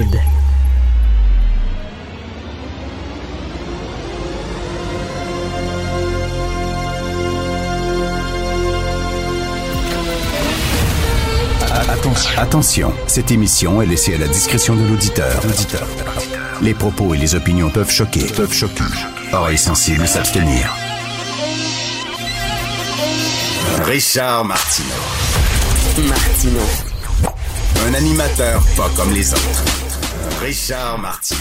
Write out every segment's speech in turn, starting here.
Kid. Attention, cette émission est laissée à la discrétion de l'auditeur. Les propos et les opinions peuvent choquer. Oreilles sensibles s'abstenir. Richard Martineau. Un animateur pas comme les autres. Richard Martineau.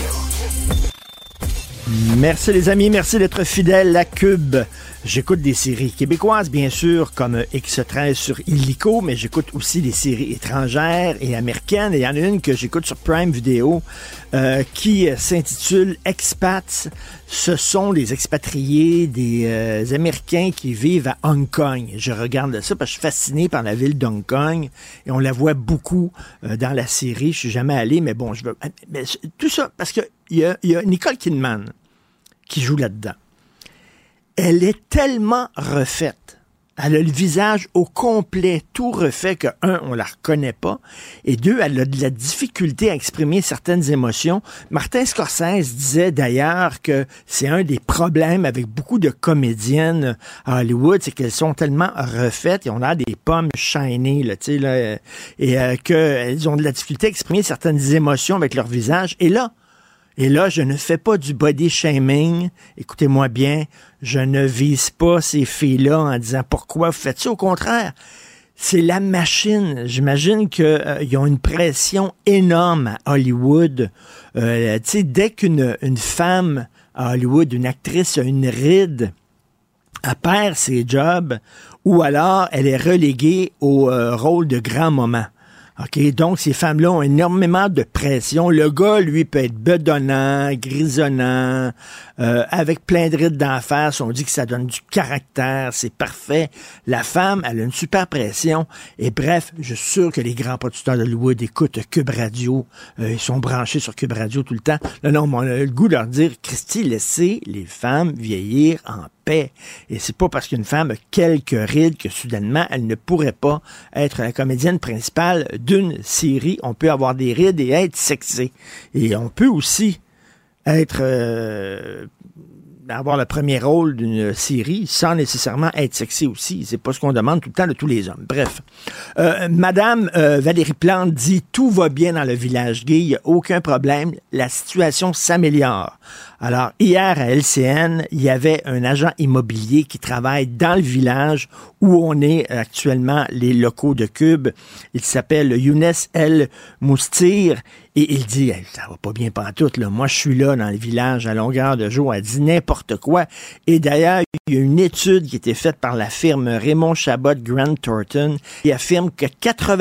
Merci les amis, merci d'être fidèles à Cube. J'écoute des séries québécoises, bien sûr, comme X13 sur Illico, mais j'écoute aussi des séries étrangères et américaines. Et il y en a une que j'écoute sur Prime Video qui s'intitule Expats. Ce sont les expatriés des Américains qui vivent à Hong Kong. Je regarde ça parce que je suis fasciné par la ville d'Hong Kong et on la voit beaucoup dans la série. Je suis jamais allé, mais bon, je veux... Mais tout ça parce que il y a Nicole Kidman qui joue là-dedans. Elle est tellement refaite. Elle a le visage au complet, tout refait que, un, on la reconnaît pas, et deux, elle a de la difficulté à exprimer certaines émotions. Martin Scorsese disait d'ailleurs que c'est un des problèmes avec beaucoup de comédiennes à Hollywood, c'est qu'elles sont tellement refaites, et on a des pommes shiny, là, tu sais, là, et qu'elles ont de la difficulté à exprimer certaines émotions avec leur visage. Et là, je ne fais pas du body shaming. Écoutez-moi bien, je ne vise pas ces filles-là en disant pourquoi vous faites ça. Au contraire, c'est la machine. J'imagine qu'ils ont une pression énorme à Hollywood. Tu sais, dès qu'une femme à Hollywood, une actrice a une ride, elle perd ses jobs ou alors elle est reléguée au rôle de grand moment. OK, donc ces femmes-là ont énormément de pression. Le gars, lui, peut être bedonnant, grisonnant, avec plein de rides d'en face. On dit que ça donne du caractère, c'est parfait. La femme, elle a une super pression. Et bref, je suis sûr que les grands producteurs d'Hollywood écoutent Cube Radio. Ils sont branchés sur Cube Radio tout le temps. Non, mais on a le goût de leur dire, Christy, laissez les femmes vieillir en paix. Et c'est pas parce qu'une femme a quelques rides que soudainement, elle ne pourrait pas être la comédienne principale d'une série. On peut avoir des rides et être sexy. Et on peut aussi être avoir le premier rôle d'une série sans nécessairement être sexy aussi. C'est pas ce qu'on demande tout le temps de tous les hommes. Bref. Madame Valérie Plante dit « Tout va bien dans le village gay, il n'y a aucun problème, la situation s'améliore ». Alors, hier à LCN, il y avait un agent immobilier qui travaille dans le village où on est actuellement les locaux de Cube. Il s'appelle Younes El Moustir et il dit hey, « Ça va pas bien pantoute, là. Moi, je suis là dans le village à longueur de jour. » Elle dit n'importe quoi. Et d'ailleurs, il y a une étude qui a été faite par la firme Raymond Chabot Grant Thornton qui affirme que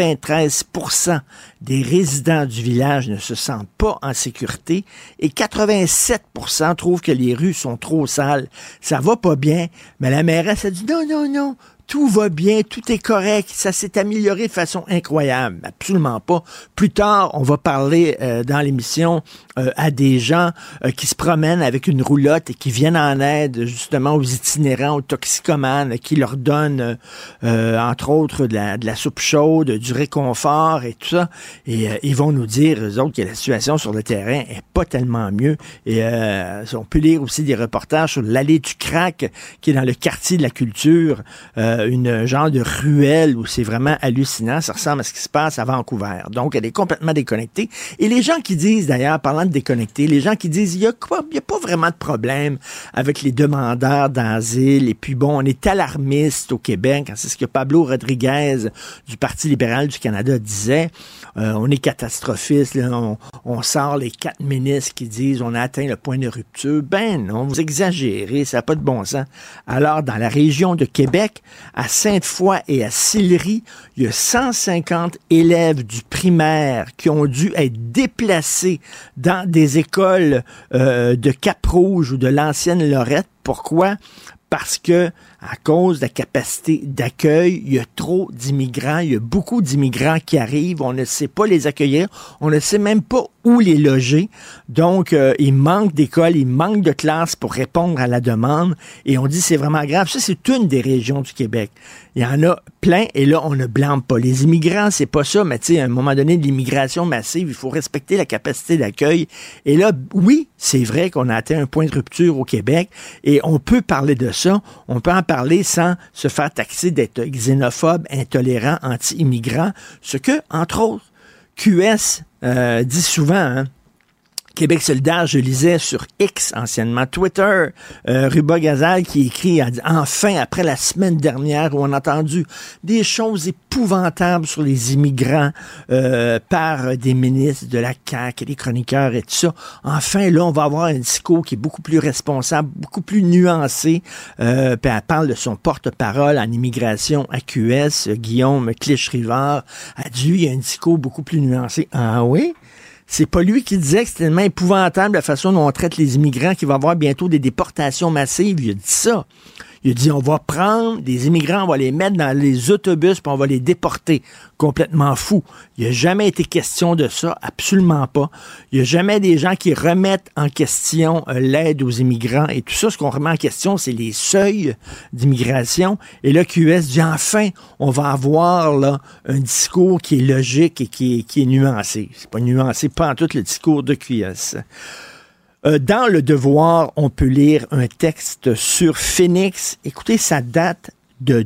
93% des résidents du village ne se sentent pas en sécurité et 87% trouvent que les rues sont trop sales. Ça va pas bien, mais la mairesse a dit non, tout va bien, tout est correct, ça s'est amélioré de façon incroyable. Absolument pas. Plus tard, on va parler dans l'émission à des gens qui se promènent avec une roulotte et qui viennent en aide justement aux itinérants, aux toxicomanes, qui leur donnent entre autres de la soupe chaude, du réconfort et tout ça. Et ils vont nous dire, eux autres, que la situation sur le terrain est pas tellement mieux. Et on peut lire aussi des reportages sur l'allée du crack, qui est dans le quartier de la culture, une genre de ruelle où c'est vraiment hallucinant. Ça ressemble à ce qui se passe à Vancouver. Donc, elle est complètement déconnectée. Et les gens qui disent, d'ailleurs, parlant de déconnecter, les gens qui disent, il y a pas vraiment de problème avec les demandeurs d'asile. Et puis, bon, on est alarmiste au Québec. C'est ce que Pablo Rodriguez du Parti libéral du Canada disait. On est catastrophiste. Là, on sort les 4 ministres qui disent, on a atteint le point de rupture. Ben non, vous exagérez. Ça n'a pas de bon sens. Alors, dans la région de Québec, à Sainte-Foy et à Sillery, il y a 150 élèves du primaire qui ont dû être déplacés dans des écoles de Cap-Rouge ou de l'ancienne Lorette. Pourquoi? Parce que, à cause de la capacité d'accueil, il y a trop d'immigrants, il y a beaucoup d'immigrants qui arrivent, on ne sait pas les accueillir, on ne sait même pas où les loger. Donc, il manque d'écoles, il manque de classes pour répondre à la demande. Et on dit c'est vraiment grave. Ça, c'est une des régions du Québec. Il y en a plein, et là, on ne blâme pas. Les immigrants, c'est pas ça, mais tu sais, à un moment donné, de l'immigration massive, il faut respecter la capacité d'accueil. Et là, oui, c'est vrai qu'on a atteint un point de rupture au Québec, et on peut parler de ça. On peut en parler sans se faire taxer d'être xénophobe, intolérant, anti-immigrant. Ce que, entre autres, QS dit souvent, hein, Québec solidaire, je lisais sur X, anciennement Twitter, Ruba Gazal qui écrit, a dit, enfin, après la semaine dernière où on a entendu des choses épouvantables sur les immigrants par des ministres de la CAQ et des chroniqueurs et tout ça, enfin, là, on va avoir un discours qui est beaucoup plus responsable, beaucoup plus nuancé. Puis elle parle de son porte-parole en immigration à QS, Guillaume Clich-Rivard, a dit, il y a un discours beaucoup plus nuancé. Ah oui? C'est pas lui qui disait que c'était tellement épouvantable la façon dont on traite les immigrants, qu'il va y avoir bientôt des déportations massives. Il a dit ça. Il a dit, on va prendre des immigrants, on va les mettre dans les autobus, puis on va les déporter. Complètement fou. Il n'a jamais été question de ça, absolument pas. Il n'y a jamais des gens qui remettent en question l'aide aux immigrants. Et tout ça, ce qu'on remet en question, c'est les seuils d'immigration. Et là, QS dit, enfin, on va avoir là un discours qui est logique et qui est nuancé. C'est pas nuancé, pas en tout le discours de QS. Dans Le Devoir, on peut lire un texte sur Phoenix. Écoutez, ça date de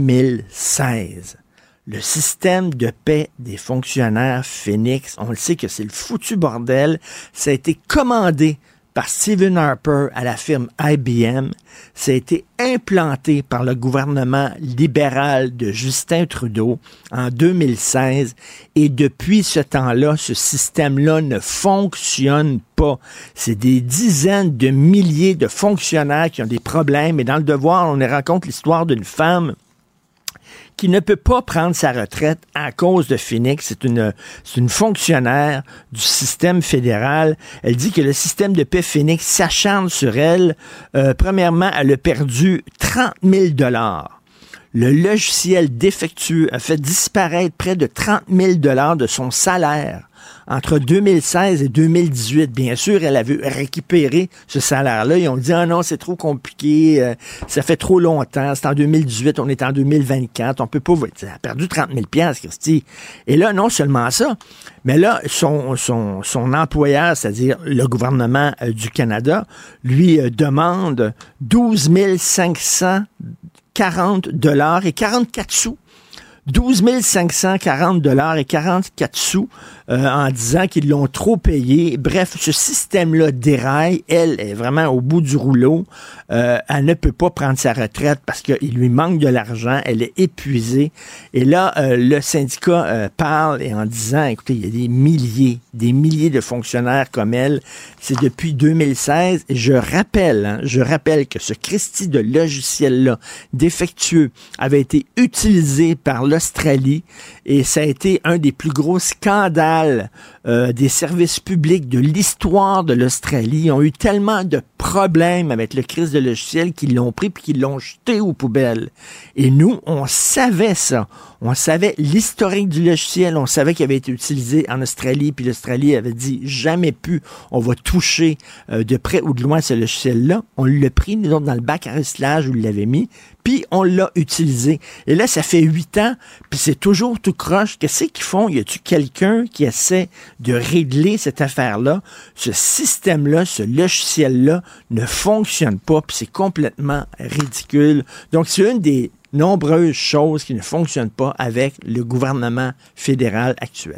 2016. Le système de paie des fonctionnaires Phoenix, on le sait que c'est le foutu bordel. Ça a été commandé par Stephen Harper à la firme IBM. Ça a été implanté par le gouvernement libéral de Justin Trudeau en 2016. Et depuis ce temps-là, ce système-là ne fonctionne pas. C'est des dizaines de milliers de fonctionnaires qui ont des problèmes. Et dans Le Devoir, on raconte l'histoire d'une femme qui ne peut pas prendre sa retraite à cause de Phoenix. C'est une fonctionnaire du système fédéral. Elle dit que le système de paie Phoenix s'acharne sur elle. Premièrement, elle a perdu 30 000 $. Le logiciel défectueux a fait disparaître près de 30 000 $ de son salaire entre 2016 et 2018. Bien sûr, elle avait récupéré ce salaire-là. Ils ont dit, ah non, c'est trop compliqué, ça fait trop longtemps, c'est en 2018, on est en 2024, on peut pas... Elle a perdu 30 000 $, Christy. Et là, non seulement ça, mais là, son employeur, c'est-à-dire le gouvernement du Canada, lui demande 12 540 $ et 44 sous. 12 540 $ et 44 sous en disant qu'ils l'ont trop payé. Bref, ce système-là déraille. Elle est vraiment au bout du rouleau. Elle ne peut pas prendre sa retraite parce qu'il lui manque de l'argent. Elle est épuisée. Et là, le syndicat parle et en disant, écoutez, il y a des milliers de fonctionnaires comme elle. C'est depuis 2016. Et je rappelle que ce Christie de logiciel-là défectueux avait été utilisé par l'Australie et ça a été un des plus gros scandales des services publics de l'histoire de l'Australie. Ils ont eu tellement de problèmes avec le crise de logiciel qu'ils l'ont pris puis qu'ils l'ont jeté aux poubelles. Et nous, on savait ça. On savait l'historique du logiciel. On savait qu'il avait été utilisé en Australie puis l'Australie avait dit jamais plus on va toucher de près ou de loin ce logiciel-là. On l'a pris, nous autres, dans le bac à recyclage où il l'avait mis puis on l'a utilisé. Et là, ça fait 8 ans, puis c'est toujours tout croche. Qu'est-ce qu'ils font? Y a-tu quelqu'un qui essaie de régler cette affaire-là? Ce système-là, ce logiciel-là ne fonctionne pas, puis c'est complètement ridicule. Donc, c'est une des nombreuses choses qui ne fonctionnent pas avec le gouvernement fédéral actuel.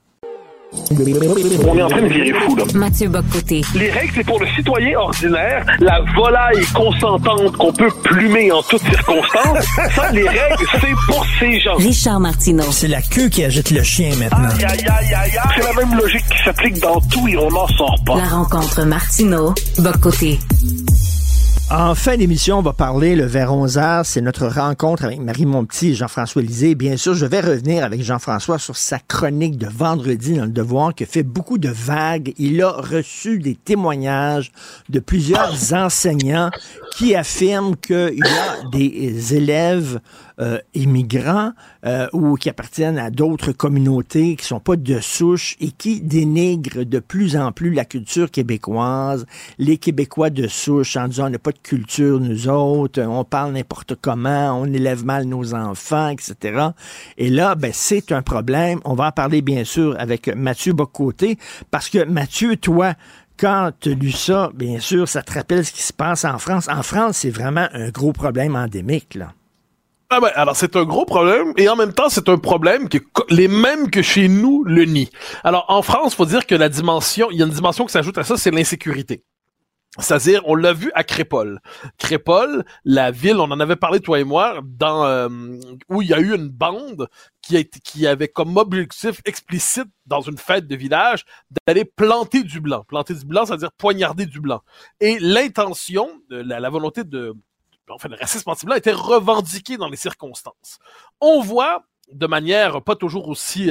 On est en train de virer fou, là. Mathieu Bock-Côté. Les règles, c'est pour le citoyen ordinaire. La volaille consentante qu'on peut plumer en toutes circonstances. Ça, les règles, c'est pour ces gens. Richard Martineau. C'est la queue qui agite le chien, maintenant. Aïe, aïe, aïe, aïe, aïe. C'est la même logique qui s'applique dans tout et on n'en sort pas. La rencontre Martineau-Bock-Côté. En fin d'émission, on va parler vers 11h. C'est notre rencontre avec Marie Montpetit et Jean-François Lisée. Bien sûr, je vais revenir avec Jean-François sur sa chronique de vendredi dans Le Devoir qui fait beaucoup de vagues. Il a reçu des témoignages de plusieurs enseignants qui affirment qu'il y a des élèves immigrants ou qui appartiennent à d'autres communautés qui sont pas de souche et qui dénigrent de plus en plus la culture québécoise, les Québécois de souche, en disant on n'a pas de culture, nous autres, on parle n'importe comment, on élève mal nos enfants, etc. Et là, ben, c'est un problème. On va en parler, bien sûr, avec Mathieu Bock-Côté, parce que, Mathieu, toi, quand tu as lu ça, bien sûr, ça te rappelle ce qui se passe en France. En France, c'est vraiment un gros problème endémique, là. Ah ben, alors c'est un gros problème, et en même temps, c'est un problème que les mêmes que chez nous le nient. Alors, en France, faut dire que il y a une dimension qui s'ajoute à ça, c'est l'insécurité. C'est-à-dire, on l'a vu à Crépol. Crépol, la ville, on en avait parlé toi et moi, où il y a eu une bande qui avait comme objectif explicite dans une fête de village d'aller planter du blanc. Planter du blanc, c'est-à-dire poignarder du blanc. Et l'intention, la volonté le racisme anti-blanc était revendiqué dans les circonstances. On voit, de manière pas toujours aussi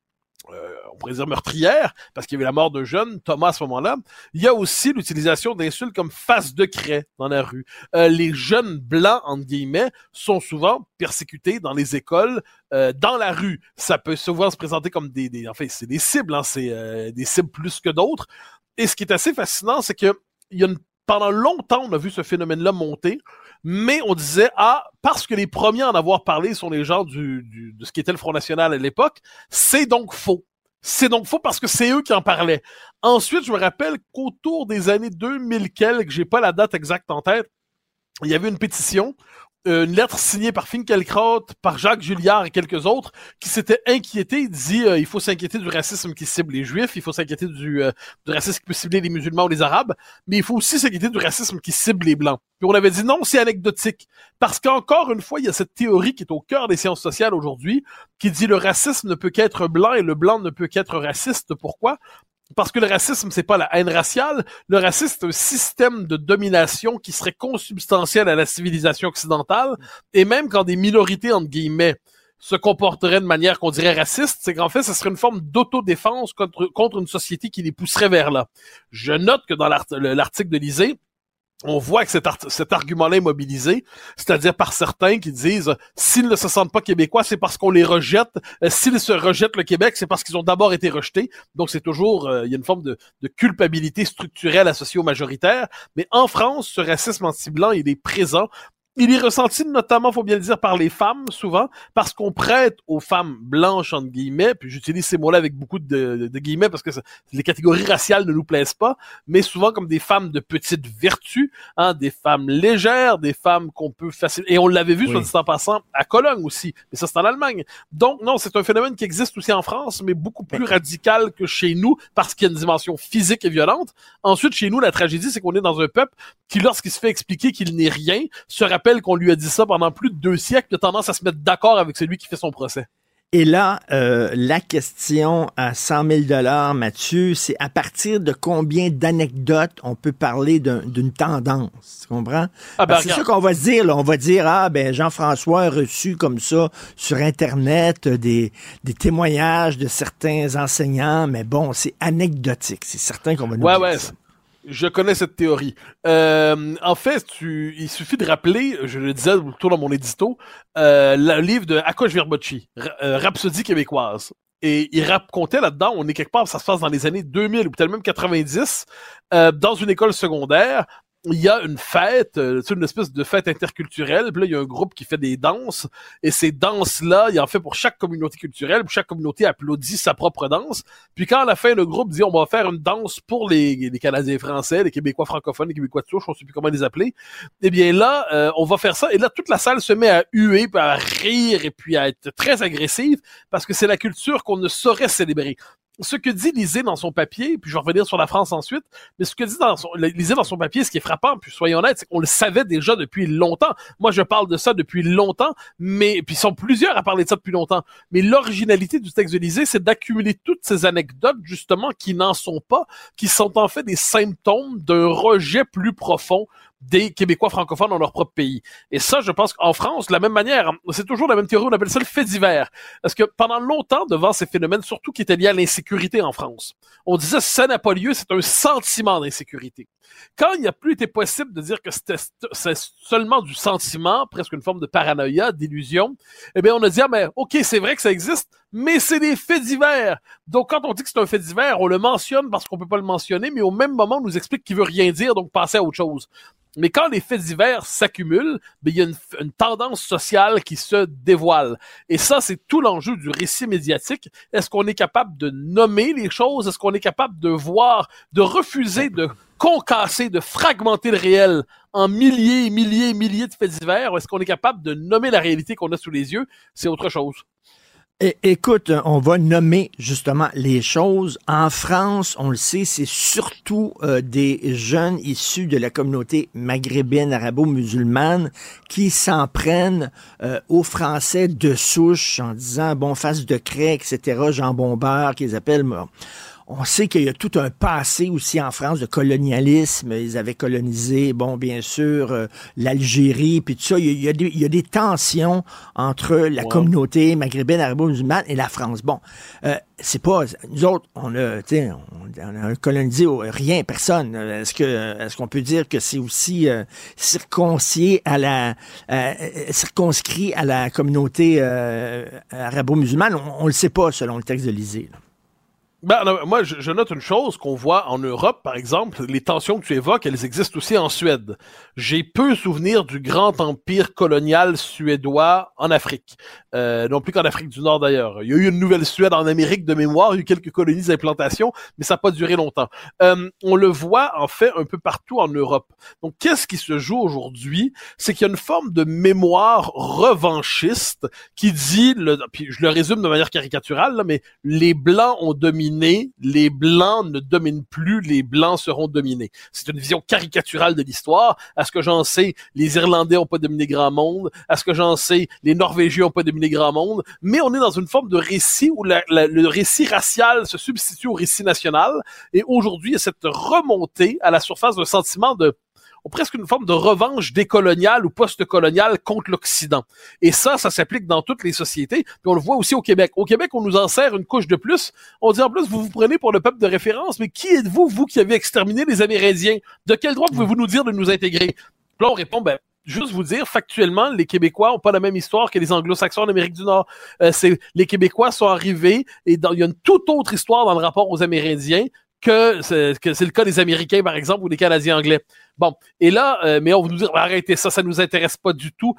on pourrait dire meurtrière, parce qu'il y avait la mort d'un jeune, Thomas à ce moment-là, il y a aussi l'utilisation d'insultes comme face de craie dans la rue. Les jeunes blancs, entre guillemets, sont souvent persécutés dans les écoles, dans la rue. Ça peut souvent se présenter comme c'est des cibles, hein, c'est des cibles plus que d'autres. Et ce qui est assez fascinant, c'est que pendant longtemps, on a vu ce phénomène-là monter, mais on disait, parce que les premiers à en avoir parlé sont les gens de ce qui était le Front National à l'époque, c'est donc faux. C'est donc faux parce que c'est eux qui en parlaient. Ensuite, je me rappelle qu'autour des années 2000 quelques, j'ai pas la date exacte en tête, il y avait une pétition, une lettre signée par Finkielkraut, par Jacques Julliard et quelques autres, qui s'étaient inquiétés. Il dit il faut s'inquiéter du racisme qui cible les Juifs, il faut s'inquiéter du racisme qui peut cibler les musulmans ou les Arabes, mais il faut aussi s'inquiéter du racisme qui cible les Blancs. Puis on avait dit non, c'est anecdotique. Parce qu'encore une fois, il y a cette théorie qui est au cœur des sciences sociales aujourd'hui, qui dit le racisme ne peut qu'être blanc et le blanc ne peut qu'être raciste. Pourquoi? Parce que le racisme, c'est pas la haine raciale. Le racisme, c'est un système de domination qui serait consubstantiel à la civilisation occidentale. Et même quand des minorités, entre guillemets, se comporteraient de manière qu'on dirait raciste, c'est qu'en fait, ce serait une forme d'autodéfense contre une société qui les pousserait vers là. Je note que dans l'article de l'Isée, on voit que cet argument-là est mobilisé, c'est-à-dire par certains qui disent s'ils ne se sentent pas québécois, c'est parce qu'on les rejette. S'ils se rejettent le Québec, c'est parce qu'ils ont d'abord été rejetés. Donc c'est toujours, il y a une forme de culpabilité structurelle associée aux majoritaires. Mais en France, ce racisme anti-blanc, il est présent. Il est ressenti notamment, faut bien le dire, par les femmes, souvent, parce qu'on prête aux femmes blanches, entre guillemets, puis j'utilise ces mots-là avec beaucoup de guillemets parce que les catégories raciales ne nous plaisent pas, mais souvent comme des femmes de petite vertu, hein, des femmes légères, des femmes qu'on peut facilement... Et on l'avait vu, soit dit en passant, à Cologne aussi, mais ça c'est en Allemagne. Donc non, c'est un phénomène qui existe aussi en France, mais beaucoup plus radical que chez nous, parce qu'il y a une dimension physique et violente. Ensuite, chez nous, la tragédie, c'est qu'on est dans un peuple qui, lorsqu'il se fait expliquer qu'il n'est rien, se rappelle qu'on lui a dit ça pendant plus de 2 siècles, il a tendance à se mettre d'accord avec celui qui fait son procès. Et là, la question à 100 000 Mathieu, c'est à partir de combien d'anecdotes on peut parler d'une tendance, tu comprends? C'est sûr qu'on va se dire, là, on va dire, Jean-François a reçu comme ça sur Internet des témoignages de certains enseignants, mais bon, c'est anecdotique, c'est certain qu'on va nous dire ça. Je connais cette théorie. En fait, il suffit de rappeler, je le disais plutôt dans mon édito, le livre de Akos Virbocci, Rhapsodie québécoise. Et il racontait là-dedans, on est quelque part, ça se passe dans les années 2000 ou peut-être même 90, dans une école secondaire, il y a une fête, une espèce de fête interculturelle, puis là, il y a un groupe qui fait des danses, et ces danses-là, il en fait pour chaque communauté culturelle, puis chaque communauté applaudit sa propre danse, puis quand à la fin, le groupe dit, on va faire une danse pour les Canadiens français, les Québécois francophones, les Québécois de souche, on sait plus comment les appeler, eh bien là, on va faire ça, et là, toute la salle se met à huer, puis à rire, et puis à être très agressive, parce que c'est la culture qu'on ne saurait célébrer. Ce que dit Lisée dans son papier, puis je vais revenir sur la France ensuite, mais ce que dit Lisée dans son papier, ce qui est frappant, puis soyons honnêtes, c'est qu'on le savait déjà depuis longtemps. Moi, je parle de ça depuis longtemps, mais puis ils sont plusieurs à parler de ça depuis longtemps. Mais l'originalité du texte de Lisée, c'est d'accumuler toutes ces anecdotes, justement, qui n'en sont pas, qui sont en fait des symptômes d'un rejet plus profond des Québécois francophones dans leur propre pays. Et ça, je pense qu'en France, de la même manière, c'est toujours la même théorie, on appelle ça le fait divers. Parce que pendant longtemps, devant ces phénomènes, surtout qui étaient liés à l'insécurité en France, on disait ça n'a pas lieu, c'est un sentiment d'insécurité. Quand il n'a plus été possible de dire que c'est seulement du sentiment, presque une forme de paranoïa, d'illusion, eh bien, on a dit, mais OK, c'est vrai que ça existe, mais c'est des faits divers. Donc, quand on dit que c'est un fait divers, on le mentionne parce qu'on peut pas le mentionner, mais au même moment, on nous explique qu'il veut rien dire, donc passez à autre chose. Mais quand les faits divers s'accumulent, ben, il y a une tendance sociale qui se dévoile. Et ça, c'est tout l'enjeu du récit médiatique. Est-ce qu'on est capable de nommer les choses? Est-ce qu'on est capable de voir, de refuser, de concasser, de fragmenter le réel en milliers de faits divers? Ou est-ce qu'on est capable de nommer la réalité qu'on a sous les yeux? C'est autre chose. Écoute, on va nommer justement les choses. En France, on le sait, c'est surtout des jeunes issus de la communauté maghrébine, arabo-musulmane qui s'en prennent aux Français de souche en disant, bon, face de craie, etc., jambon beurre, qu'ils appellent... On sait qu'il y a tout un passé aussi en France de colonialisme. Ils avaient colonisé, bon, bien sûr, l'Algérie, puis tout ça. Il y a des tensions entre la communauté maghrébine, arabo-musulmane et la France. Bon, c'est pas... Nous autres, on a colonisé rien, personne. Est-ce qu'on peut dire que c'est aussi circonscrit à la communauté arabo-musulmane? On le sait pas, selon le texte de l'Élysée, là. Ben, non, moi, je note une chose qu'on voit en Europe, par exemple, les tensions que tu évoques, elles existent aussi en Suède. J'ai peu souvenir du grand empire colonial suédois en Afrique. Non plus qu'en Afrique du Nord, d'ailleurs. Il y a eu une nouvelle Suède en Amérique de mémoire, il y a eu quelques colonies d'implantation, mais ça n'a pas duré longtemps. On le voit, en fait, un peu partout en Europe. Donc, qu'est-ce qui se joue aujourd'hui? C'est qu'il y a une forme de mémoire revanchiste qui dit, puis je le résume de manière caricaturale, là, mais les Blancs ont dominé, les Blancs ne dominent plus, les Blancs seront dominés. C'est une vision caricaturale de l'histoire. À ce que j'en sais, les Irlandais n'ont pas dominé grand monde. À ce que j'en sais, les Norvégiens n'ont pas dominé grand monde. Mais on est dans une forme de récit où le récit racial se substitue au récit national. Et aujourd'hui, il y a cette remontée à la surface d'un sentiment ou presque une forme de revanche décoloniale ou post-coloniale contre l'Occident. Et ça s'applique dans toutes les sociétés. Puis on le voit aussi au Québec. Au Québec, on nous en sert une couche de plus. On dit en plus, vous prenez pour le peuple de référence, mais qui êtes-vous, vous qui avez exterminé les Amérindiens? De quel droit pouvez-vous nous dire de nous intégrer? Puis là, on répond, juste vous dire, factuellement, les Québécois ont pas la même histoire que les Anglo-Saxons en Amérique du Nord. Les Québécois sont arrivés et il y a une toute autre histoire dans le rapport aux Amérindiens que c'est le cas des Américains, par exemple, ou des Canadiens anglais. Bon, et là, mais on va nous dire, arrêtez ça nous intéresse pas du tout.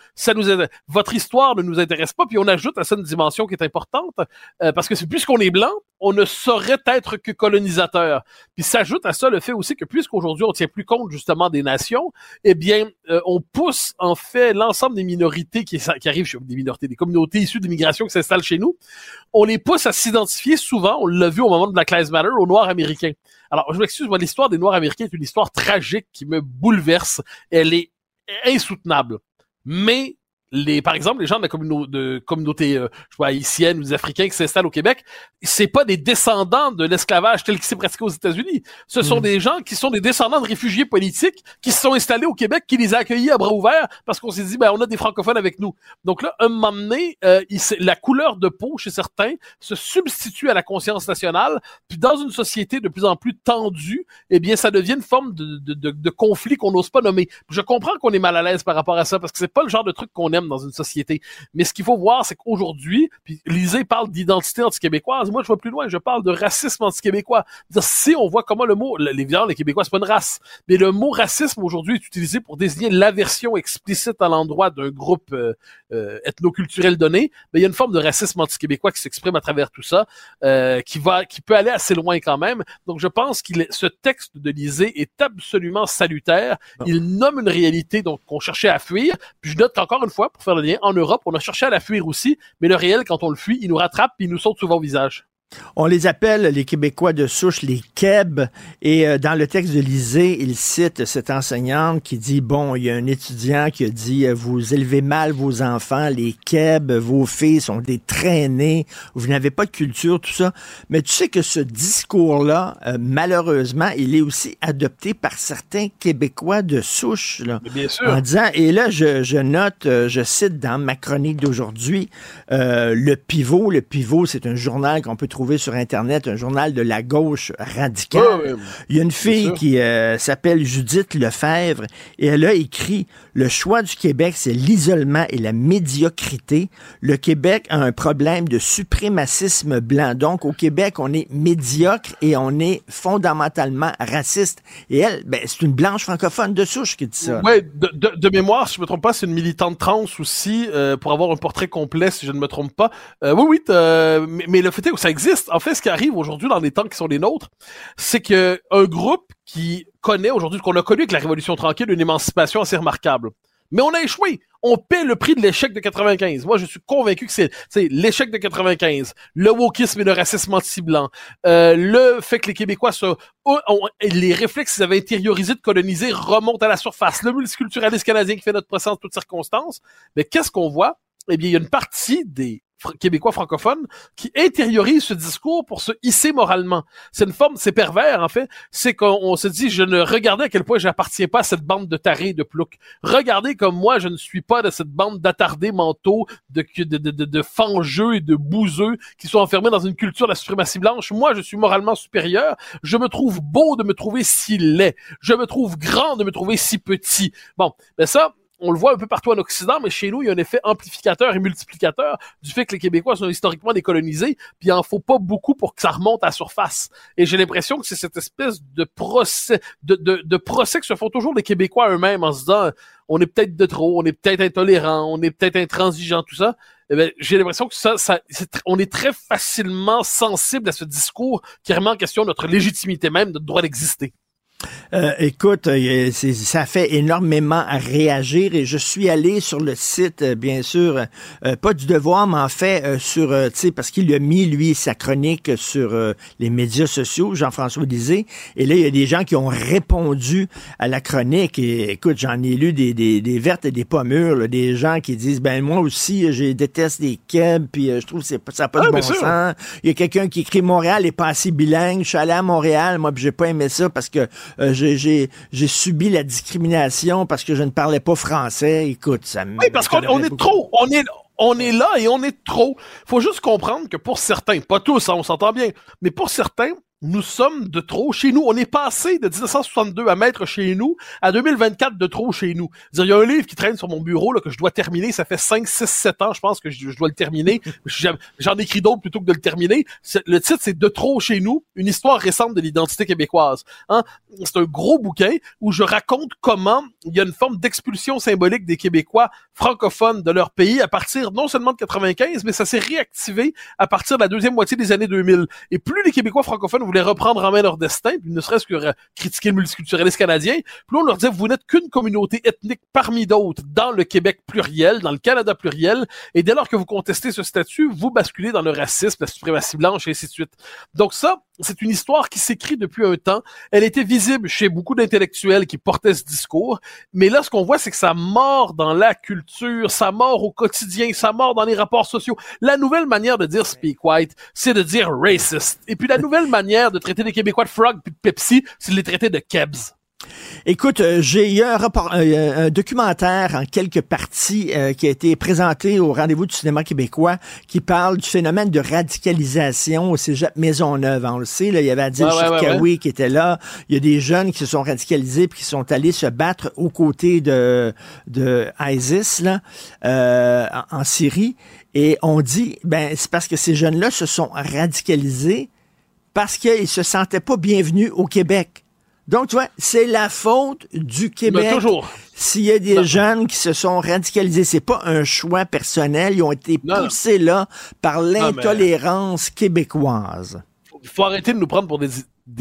Votre histoire ne nous intéresse pas. Puis on ajoute à ça une dimension qui est importante, parce que puisqu'on est blanc, on ne saurait être que colonisateur. Puis s'ajoute à ça le fait aussi que puisqu'aujourd'hui on tient plus compte justement des nations, eh bien, on pousse en fait l'ensemble des minorités qui arrivent, des communautés issues d'immigration qui s'installent chez nous, on les pousse à s'identifier souvent, on l'a vu au moment de Black Lives Matter, aux Noirs américains. Alors, je m'excuse, moi, l'histoire des Noirs américains est une histoire tragique qui me bouleverse. Elle est insoutenable. Mais, par exemple, les gens de la communauté haïtienne ou des Africains qui s'installent au Québec, c'est pas des descendants de l'esclavage tel qu'il s'est pratiqué aux États-Unis. Ce sont des gens qui sont des descendants de réfugiés politiques qui se sont installés au Québec, qui les a accueillis à bras ouverts parce qu'on s'est dit, on a des francophones avec nous. Donc là, un moment donné, la couleur de peau chez certains se substitue à la conscience nationale. Puis dans une société de plus en plus tendue, eh bien, ça devient une forme de conflit qu'on n'ose pas nommer. Je comprends qu'on est mal à l'aise par rapport à ça parce que c'est pas le genre de truc qu'on aime dans une société. Mais ce qu'il faut voir, c'est qu'aujourd'hui, puis Lisée parle d'identité anti-québécoise, moi je vais plus loin, je parle de racisme anti-québécois. Si on voit comment le mot, les Québécois, c'est pas une race, mais le mot racisme aujourd'hui est utilisé pour désigner l'aversion explicite à l'endroit d'un groupe ethnoculturel donné, il y a une forme de racisme anti-québécois qui s'exprime à travers tout ça, qui peut aller assez loin quand même. Donc je pense ce texte de Lisée est absolument salutaire. Il nomme une réalité qu'on cherchait à fuir, puis je note qu'encore une fois, pour faire le lien, en Europe, on a cherché à la fuir aussi, mais le réel, quand on le fuit, il nous rattrape et il nous saute souvent au visage. On les appelle, les Québécois de souche, les Keb. Et dans le texte de Lisée, il cite cette enseignante qui dit, il y a un étudiant qui a dit, vous élevez mal vos enfants, les Keb, vos filles sont des traînées, vous n'avez pas de culture, tout ça. Mais tu sais que ce discours-là, malheureusement, il est aussi adopté par certains Québécois de souche, là. Bien sûr. En disant, et là, je note, je cite dans ma chronique d'aujourd'hui, Le Pivot, c'est un journal qu'on peut trouver trouver sur Internet, un journal de la gauche radicale. Il y a une fille qui s'appelle Judith Lefebvre et elle a écrit « Le choix du Québec, c'est l'isolement et la médiocrité. Le Québec a un problème de suprémacisme blanc. Donc, au Québec, on est médiocre et on est fondamentalement raciste. » Et elle, c'est une blanche francophone de souche qui dit ça. Ouais, de mémoire, si je me trompe pas, c'est une militante trans aussi, pour avoir un portrait complet, si je ne me trompe pas. Mais le fait est que ça existe. En fait, ce qui arrive aujourd'hui dans les temps qui sont les nôtres, c'est que un groupe qui connaît aujourd'hui, qu'on a connu avec la Révolution tranquille, une émancipation assez remarquable. Mais on a échoué. On paie le prix de l'échec de 95. Moi, je suis convaincu que c'est l'échec de 95, le wokisme et le racisme anti-blanc, le fait que les Québécois les réflexes qu'ils avaient intériorisés de coloniser remontent à la surface, le multiculturalisme canadien qui fait notre procès en toutes circonstances. Mais qu'est-ce qu'on voit? Eh bien, il y a une partie des Québécois francophones qui intériorisent ce discours pour se hisser moralement. C'est une forme, c'est pervers en fait, c'est qu'on se dit, je ne regardais à quel point j'appartiens pas à cette bande de tarés de ploucs. Regardez comme moi, je ne suis pas de cette bande d'attardés mentaux, de fangeux et de bouseux qui sont enfermés dans une culture de la suprématie blanche. Moi, je suis moralement supérieur. Je me trouve beau de me trouver si laid. Je me trouve grand de me trouver si petit. Bon, ben ça, on le voit un peu partout en Occident, mais chez nous, il y a un effet amplificateur et multiplicateur du fait que les Québécois sont historiquement décolonisés, puis il en faut pas beaucoup pour que ça remonte à la surface. Et j'ai l'impression que c'est cette espèce de procès, de procès que se font toujours les Québécois eux-mêmes en se disant, on est peut-être de trop, on est peut-être intolérant, on est peut-être intransigeant, tout ça. Eh bien, j'ai l'impression que on est très facilement sensible à ce discours qui remet en question notre légitimité même, notre droit d'exister. Écoute, ça fait énormément à réagir et je suis allé sur le site, bien sûr, pas du Devoir, mais en fait sur, tu sais, parce qu'il a mis, lui, sa chronique sur les médias sociaux, Jean-François Lisée, et là, il y a des gens qui ont répondu à la chronique et écoute, j'en ai lu des vertes et des pas mûres, là, des gens qui disent, moi aussi, je déteste les kebs, puis je trouve que ça n'a pas de bon sens. Il y a quelqu'un qui écrit Montréal est pas assez bilingue, je suis allé à Montréal, moi, puis j'ai pas aimé ça parce que j'ai subi la discrimination parce que je ne parlais pas français. Écoute, ça me... Oui, parce qu'on est trop. On est là et on est trop. Faut juste comprendre que pour certains, pas tous, hein, on s'entend bien, mais pour certains, nous sommes de trop chez nous. On est passé de 1962 à mettre chez nous à 2024 de trop chez nous. Il y a un livre qui traîne sur mon bureau là, que je dois terminer. Ça fait 5, 6, 7 ans, je pense que je dois le terminer. J'en écris d'autres plutôt que de le terminer. Le titre, c'est De trop chez nous, une histoire récente de l'identité québécoise. Hein? C'est un gros bouquin où je raconte comment il y a une forme d'expulsion symbolique des Québécois francophones de leur pays à partir non seulement de 95, mais ça s'est réactivé à partir de la deuxième moitié des années 2000. Et plus les Québécois francophones voulaient reprendre en main leur destin, puis ne serait-ce que critiquer le multiculturalisme canadien, puis on leur disait, vous n'êtes qu'une communauté ethnique parmi d'autres dans le Québec pluriel, dans le Canada pluriel, et dès lors que vous contestez ce statut, vous basculez dans le racisme, la suprématie blanche, et ainsi de suite. Donc ça, c'est une histoire qui s'écrit depuis un temps. Elle était visible chez beaucoup d'intellectuels qui portaient ce discours, mais là, ce qu'on voit, c'est que ça mord dans la culture, ça mord au quotidien, ça mord dans les rapports sociaux. La nouvelle manière de dire speak white, c'est de dire racist. Et puis la nouvelle manière de traiter les Québécois de frog puis de Pepsi, c'est de les traiter de kebs. Écoute, j'ai eu un documentaire en quelques parties qui a été présenté au Rendez-vous du cinéma québécois qui parle du phénomène de radicalisation au cégep Maisonneuve. On le sait, là, il y avait Adil Sharkawi qui était là. Il y a des jeunes qui se sont radicalisés puis qui sont allés se battre aux côtés de ISIS là, en Syrie. Et on dit, c'est parce que ces jeunes-là se sont radicalisés parce qu'ils se sentaient pas bienvenus au Québec. Donc, tu vois, c'est la faute du Québec. Mais toujours. S'il y a des jeunes qui se sont radicalisés, c'est pas un choix personnel. Ils ont été poussés là par l'intolérance québécoise. Faut arrêter de nous prendre pour des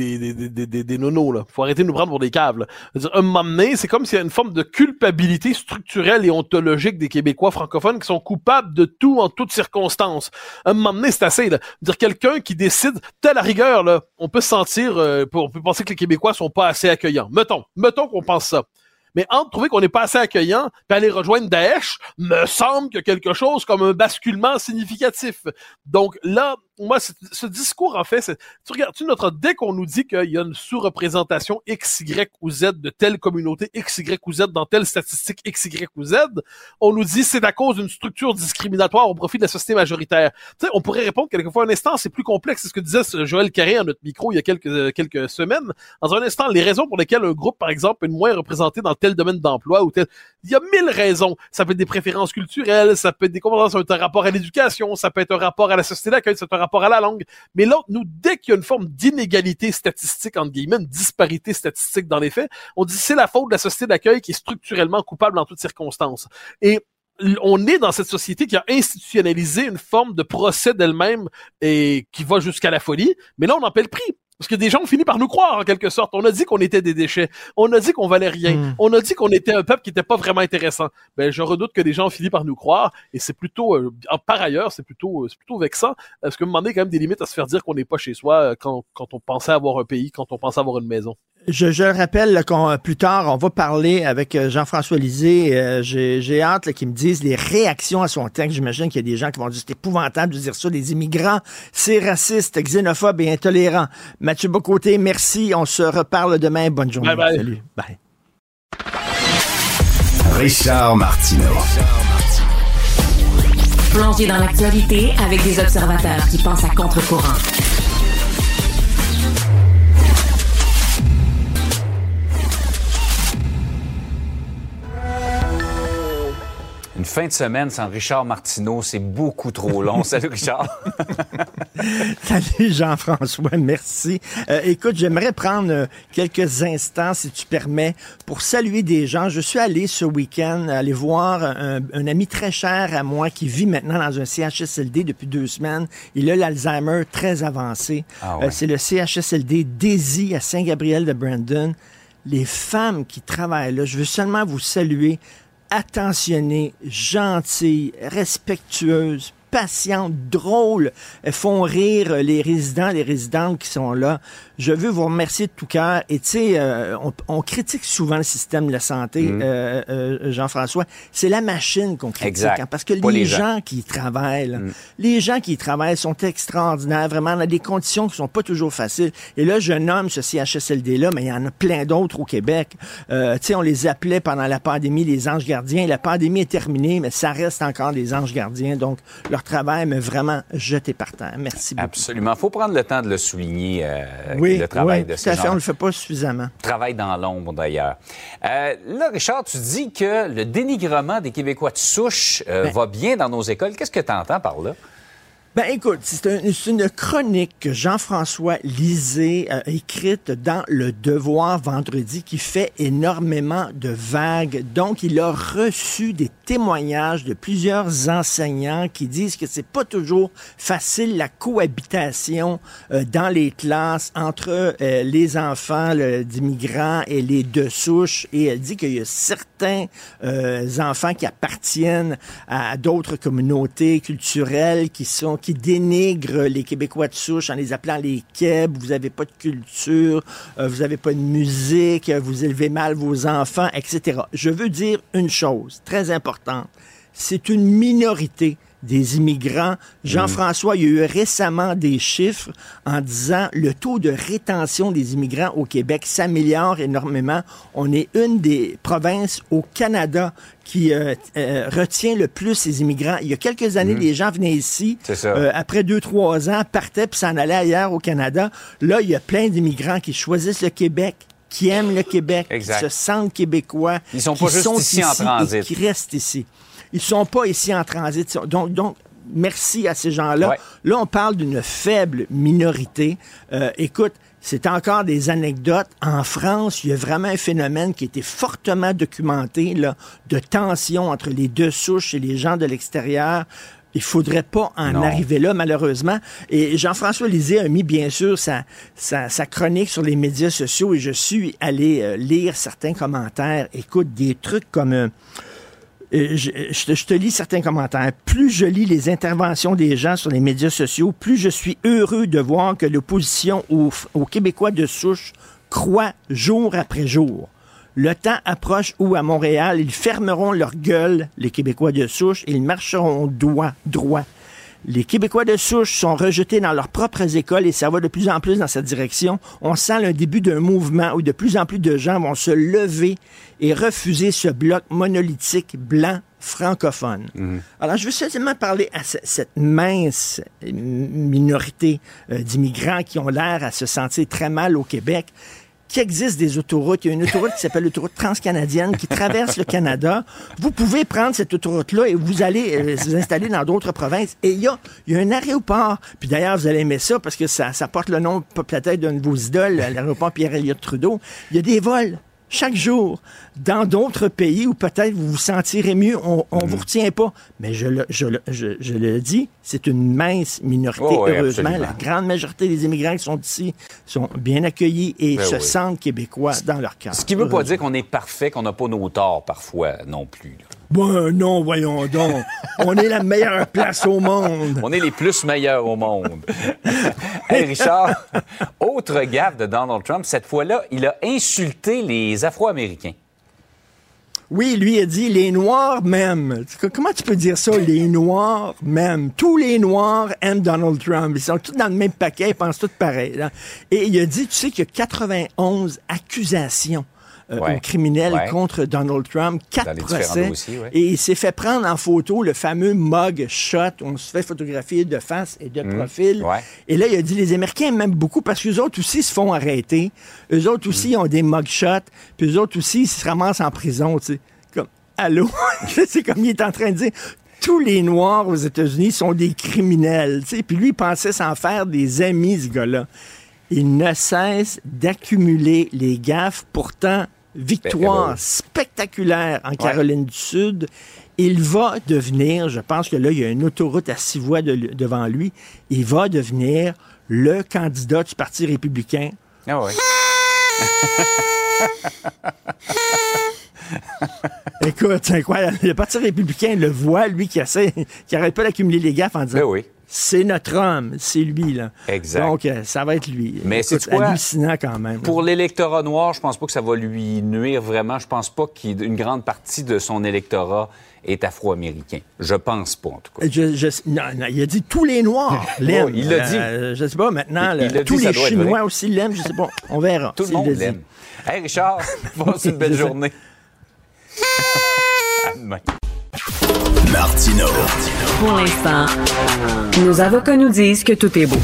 nonos, là. Faut arrêter de nous prendre pour des caves, là. Un moment donné, c'est comme s'il y a une forme de culpabilité structurelle et ontologique des Québécois francophones qui sont coupables de tout en toutes circonstances. Un moment donné, c'est assez, là. Dire quelqu'un qui décide, à la rigueur, là, on peut se sentir, on peut penser que les Québécois sont pas assez accueillants. Mettons qu'on pense ça. Mais entre trouver qu'on n'est pas assez accueillant puis aller rejoindre Daesh, me semble qu'il y a quelque chose comme un basculement significatif. Donc là, moi, ce discours, en fait, tu regardes, dès qu'on nous dit qu'il y a une sous-représentation X, Y ou Z de telle communauté X, Y ou Z dans telle statistique X, Y ou Z, on nous dit c'est à cause d'une structure discriminatoire au profit de la société majoritaire. Tu sais, on pourrait répondre quelquefois un instant, c'est plus complexe. C'est ce que disait Joël Carré à notre micro il y a quelques semaines. Dans un instant, les raisons pour lesquelles un groupe, par exemple, est moins représenté dans tel domaine d'emploi ou tel, il y a 1000 raisons. Ça peut être des préférences culturelles, ça peut être des compétences, ça peut être un rapport à l'éducation, ça peut être un rapport à la société d'accueil, ça peut être un rapport à la langue. Mais là, nous, dès qu'il y a une forme d'inégalité statistique, entre guillemets, une disparité statistique dans les faits, on dit c'est la faute de la société d'accueil qui est structurellement coupable en toutes circonstances. Et on est dans cette société qui a institutionnalisé une forme de procès d'elle-même et qui va jusqu'à la folie, mais là, on en paie le prix. Parce que des gens ont fini par nous croire, en quelque sorte. On a dit qu'on était des déchets. On a dit qu'on valait rien. On a dit qu'on était un peuple qui était pas vraiment intéressant. Ben, je redoute que des gens ont fini par nous croire. Et c'est plutôt, par ailleurs, c'est plutôt vexant. Parce qu'à un moment donné, il y a quand même des limites à se faire dire qu'on n'est pas chez soi quand on pensait avoir un pays, quand on pensait avoir une maison. Je rappelle là, plus tard, on va parler avec Jean-François Lisée. J'ai hâte là, qu'il me dise les réactions à son texte. J'imagine qu'il y a des gens qui vont dire c'est épouvantable de dire ça. Les immigrants, c'est raciste, xénophobe et intolérant. Mathieu Bocoté, merci. On se reparle demain. Bonne journée. Bye bye. Salut. Bye. Richard Martineau. Plongé dans l'actualité avec des observateurs qui pensent à contre-courant. Une fin de semaine sans Richard Martineau, c'est beaucoup trop long. Salut Richard. Salut Jean-François, merci. Écoute, j'aimerais prendre quelques instants, si tu permets, pour saluer des gens. Je suis allé ce week-end aller voir un ami très cher à moi qui vit maintenant dans un CHSLD depuis 2 semaines. Il a l'Alzheimer très avancé. Ah ouais. C'est le CHSLD Daisy à Saint-Gabriel-de-Brandon. Les femmes qui travaillent là, je veux seulement vous saluer. Attentionnées, gentilles, respectueuses, patientes, drôles. Elles font rire les résidents, les résidentes qui sont là. Je veux vous remercier de tout cœur. Et tu sais, on critique souvent le système de la santé, Jean-François. C'est la machine qu'on critique. Hein, parce que les gens qui y travaillent, là, les gens qui y travaillent sont extraordinaires, vraiment, dans des conditions qui sont pas toujours faciles. Et là, je nomme ce CHSLD-là, mais il y en a plein d'autres au Québec. Tu sais, on les appelait pendant la pandémie les anges gardiens. La pandémie est terminée, mais ça reste encore des anges gardiens. Donc, leur travail m'a vraiment jeté par terre. Merci beaucoup. Absolument. Il faut prendre le temps de le souligner, le travail de ces gens. On ne le fait pas suffisamment. Travail dans l'ombre, d'ailleurs. Là, Richard, tu dis que le dénigrement des Québécois de souche va bien dans nos écoles. Qu'est-ce que tu entends par là? Ben écoute, c'est une chronique que Jean-François Lisée a écrite dans Le Devoir vendredi qui fait énormément de vagues. Donc, il a reçu des témoignages de plusieurs enseignants qui disent que c'est pas toujours facile la cohabitation dans les classes entre les enfants d'immigrants et les de souche. Et elle dit qu'il y a certains enfants qui appartiennent à d'autres communautés culturelles qui dénigrent les Québécois de souche en les appelant les Québs, vous avez pas de culture, vous avez pas de musique, vous élevez mal vos enfants, etc. Je veux dire une chose très importante, c'est une minorité des immigrants. Jean-François, il y a eu récemment des chiffres en disant le taux de rétention des immigrants au Québec s'améliore énormément. On est une des provinces au Canada qui retient le plus ces immigrants. Il y a quelques années, les gens venaient ici, après 2-3 ans, partaient puis s'en allaient ailleurs au Canada. Là, il y a plein d'immigrants qui choisissent le Québec, qui aiment le Québec, qui se sentent québécois, ils sont pas juste ici en transit, et qui restent ici. Ils sont pas ici en transit. Donc merci à ces gens-là. Ouais. Là, on parle d'une faible minorité. Écoute, c'est encore des anecdotes. En France, il y a vraiment un phénomène qui a été fortement documenté, là, de tension entre les deux souches et les gens de l'extérieur. Il faudrait pas en arriver là, malheureusement. Et Jean-François Lisée a mis, bien sûr, sa chronique sur les médias sociaux et je suis allé lire certains commentaires. Écoute, des trucs comme... Je te lis certains commentaires. Plus je lis les interventions des gens sur les médias sociaux, plus je suis heureux de voir que l'opposition aux Québécois de souche croît jour après jour. Le temps approche où, à Montréal, ils fermeront leur gueule, les Québécois de souche, et ils marcheront droit. Les Québécois de souche sont rejetés dans leurs propres écoles et ça va de plus en plus dans cette direction. On sent le début d'un mouvement où de plus en plus de gens vont se lever et refuser ce bloc monolithique blanc francophone. Alors, je veux seulement parler à cette mince minorité d'immigrants qui ont l'air à se sentir très mal au Québec. Qu'il existe des autoroutes. Il y a une autoroute qui s'appelle l'autoroute transcanadienne qui traverse le Canada. Vous pouvez prendre cette autoroute-là et vous allez vous installer dans d'autres provinces. Et il y a un aéroport. Puis d'ailleurs, vous allez aimer ça parce que ça porte le nom peut-être d'un de vos idoles, l'aéroport Pierre-Elliott Trudeau. Il y a des vols chaque jour dans d'autres pays où peut-être vous vous sentirez mieux. On vous retient pas. Mais je le dis, c'est une mince minorité. Oh, oui, heureusement, absolument. la grande majorité des immigrants qui sont ici sont bien accueillis et se sentent québécois dans leur cœur. Ce qui ne veut pas dire qu'on est parfait, qu'on n'a pas nos torts parfois non plus. Là. Ben non, voyons donc. On est la meilleure place au monde. On est les plus meilleurs au monde. Hey Richard, autre gaffe de Donald Trump, cette fois-là, il a insulté les Afro-Américains. Oui, lui a dit les Noirs même. Comment tu peux dire ça, les Noirs même? Tous les Noirs aiment Donald Trump. Ils sont tous dans le même paquet, ils pensent tous pareil. Là. Et il a dit, tu sais qu'il y a 91 accusations aux criminels contre Donald Trump, 4 procès. Dossiers, et il s'est fait prendre en photo le fameux mug shot. On se fait photographier de face et de profil. Et là, il a dit, les Américains m'aiment beaucoup parce qu'eux autres aussi se font arrêter. Eux autres aussi ont des mug shots. Puis eux autres aussi, ils se ramassent en prison, tu sais. Comme, allô? C'est comme il est en train de dire... Tous les Noirs aux États-Unis sont des criminels. Tu sais. Puis lui, il pensait s'en faire des amis, ce gars-là. Il ne cesse d'accumuler les gaffes. Pourtant, victoire spectaculaire en Caroline du Sud. Il va devenir, je pense que là, il y a une autoroute à 6 voies devant lui, il va devenir le candidat du Parti républicain. Ah oui. Écoute, c'est incroyable. Le Parti républicain le voit, lui, qui arrête pas d'accumuler les gaffes en disant c'est notre homme, c'est lui, là. Exact. Donc, ça va être lui. Mais écoute, c'est hallucinant quand même. Pour l'électorat noir, je pense pas que ça va lui nuire vraiment. Je pense pas qu'une grande partie de son électorat est afro-américain. Je pense pas, en tout cas. Non, il a dit tous les Noirs l'aiment. Il l'a dit. Je sais pas, maintenant, tous dit, les Chinois aussi l'aiment, je sais pas. On verra. Tout le monde l'aime. Hey, Richard, passe une belle journée. À demain. Martino. Pour l'instant, nos avocats nous disent que tout est beau.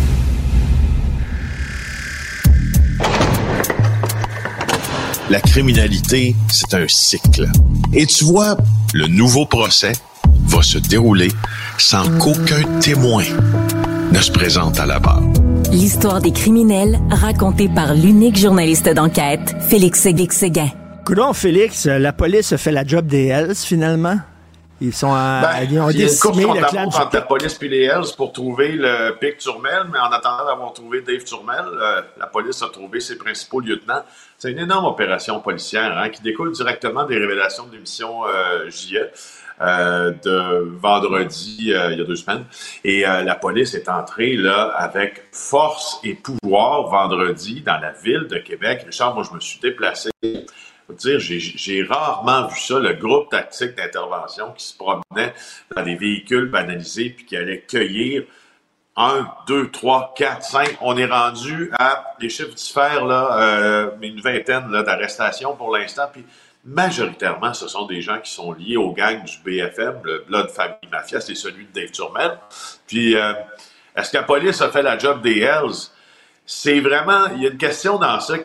La criminalité, c'est un cycle. Et tu vois, le nouveau procès va se dérouler sans qu'aucun témoin ne se présente à la barre. L'histoire des criminels racontée par l'unique journaliste d'enquête, Félix Séguin. Coudonc, Félix, la police a fait la job des Hells, finalement? Ils ont décimé le clan entre la police et les Hells pour trouver le pic Turmel, mais en attendant d'avoir trouvé Dave Turmel, la police a trouvé ses principaux lieutenants. C'est une énorme opération policière qui découle directement des révélations de l'émission JE de vendredi, il y a 2 semaines. Et la police est entrée là avec force et pouvoir vendredi dans la ville de Québec. Richard, moi, je me suis déplacé. Dire, j'ai rarement vu ça, le groupe tactique d'intervention qui se promenait dans des véhicules banalisés puis qui allait cueillir 1, 2, 3, 4, 5. On est rendu à, les chiffres diffèrent, là, une vingtaine là, d'arrestations pour l'instant. Puis majoritairement, ce sont des gens qui sont liés aux gangs du BFM, le Blood Family Mafia, c'est celui de Dave Turmel. Puis, est-ce que la police a fait la job des Hells? C'est vraiment, il y a une question dans ça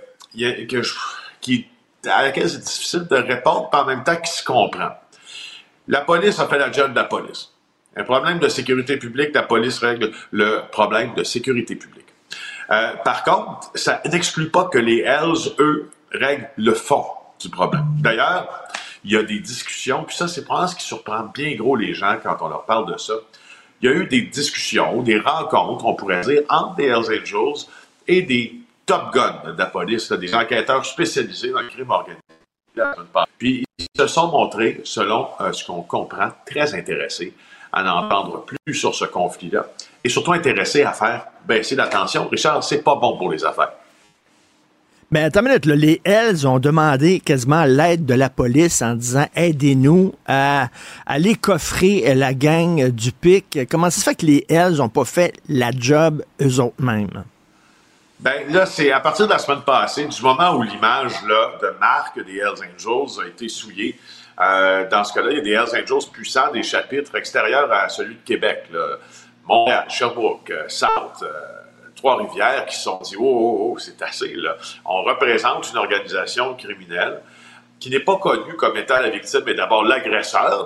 à laquelle c'est difficile de répondre, mais en même temps qui se comprend. La police a fait la job de la police. Un problème de sécurité publique, la police règle le problème de sécurité publique. Par contre, ça n'exclut pas que les Hells, eux, règlent le fond du problème. D'ailleurs, il y a des discussions, puis ça, c'est probablement ce qui surprend bien gros les gens quand on leur parle de ça. Il y a eu des discussions, des rencontres, on pourrait dire, entre des Hells Angels et des Top Gun de la police, là, des enquêteurs spécialisés dans le crime organisé. Puis ils se sont montrés, selon ce qu'on comprend, très intéressés à en entendre plus sur ce conflit-là et surtout intéressés à faire baisser la tension. Richard, c'est pas bon pour les affaires. Mais attends une minute, là, les Hells ont demandé quasiment l'aide de la police en disant « Aidez-nous à aller coffrer la gang du PIC ». Comment ça se fait que les Hells n'ont pas fait la job eux autres mêmes? Ben là, c'est à partir de la semaine passée, du moment où l'image là, de marque des Hells Angels a été souillée. Dans ce cas-là, il y a des Hells Angels puissants, des chapitres extérieurs à celui de Québec, là. Montréal, Sherbrooke, South, Trois-Rivières, qui se sont dit « Oh, c'est assez, là. » On représente une organisation criminelle qui n'est pas connue comme étant la victime, mais d'abord l'agresseur,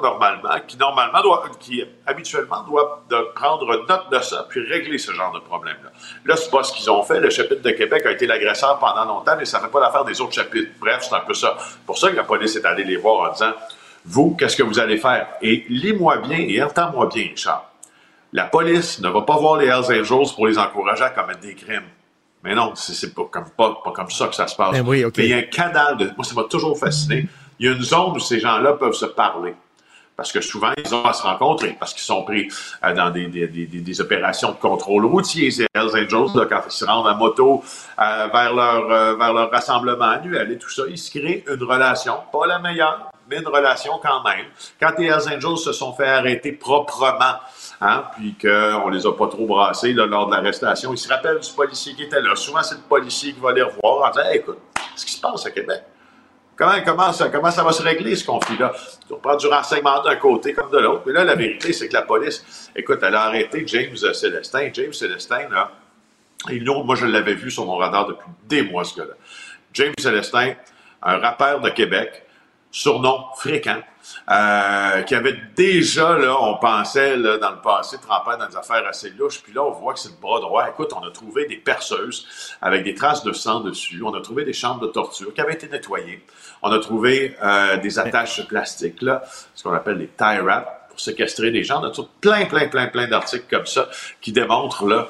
qui habituellement doit prendre note de ça, puis régler ce genre de problème-là. Là, c'est pas ce qu'ils ont fait. Le chapitre de Québec a été l'agresseur pendant longtemps, mais ça ne fait pas l'affaire des autres chapitres. Bref, c'est un peu ça. Pour ça que la police est allée les voir en disant « Vous, qu'est-ce que vous allez faire? » Et lis-moi bien et entends-moi bien, Richard. La police ne va pas voir les Hells Angels pour les encourager à commettre des crimes. Mais non, c'est pas comme ça que ça se passe. Ben oui, okay. Mais il y a un canal de... Moi, ça m'a toujours fasciné. Il y a une zone où ces gens-là peuvent se parler. Parce que souvent, ils ont à se rencontrer, parce qu'ils sont pris dans des opérations de contrôle routier. Ces Hells Angels, là, quand ils se rendent à moto vers leur rassemblement annuel et tout ça, ils se créent une relation, pas la meilleure, mais une relation quand même. Quand les Hells Angels se sont fait arrêter proprement, puis qu'on les a pas trop brassés là, lors de l'arrestation, ils se rappellent du policier qui était là. Souvent, c'est le policier qui va les revoir en disant hey, « Écoute, qu'est-ce qui se passe à Québec? Comment ça va se régler, ce conflit-là? » On prend du renseignement d'un côté comme de l'autre. Mais là, la vérité, c'est que la police, écoute, elle a arrêté James Célestin. James Célestin, là, moi, je l'avais vu sur mon radar depuis des mois, ce gars-là. James Célestin, un rappeur de Québec, surnom fréquent, qui avait déjà, là, on pensait, là, dans le passé, trempé dans des affaires assez louches, puis là, on voit que c'est le bras droit. Écoute, on a trouvé des perceuses avec des traces de sang dessus, on a trouvé des chambres de torture qui avaient été nettoyées, on a trouvé des attaches plastiques, là, ce qu'on appelle les tie wraps, pour séquestrer des gens. On a trouvé plein d'articles comme ça qui démontrent, là,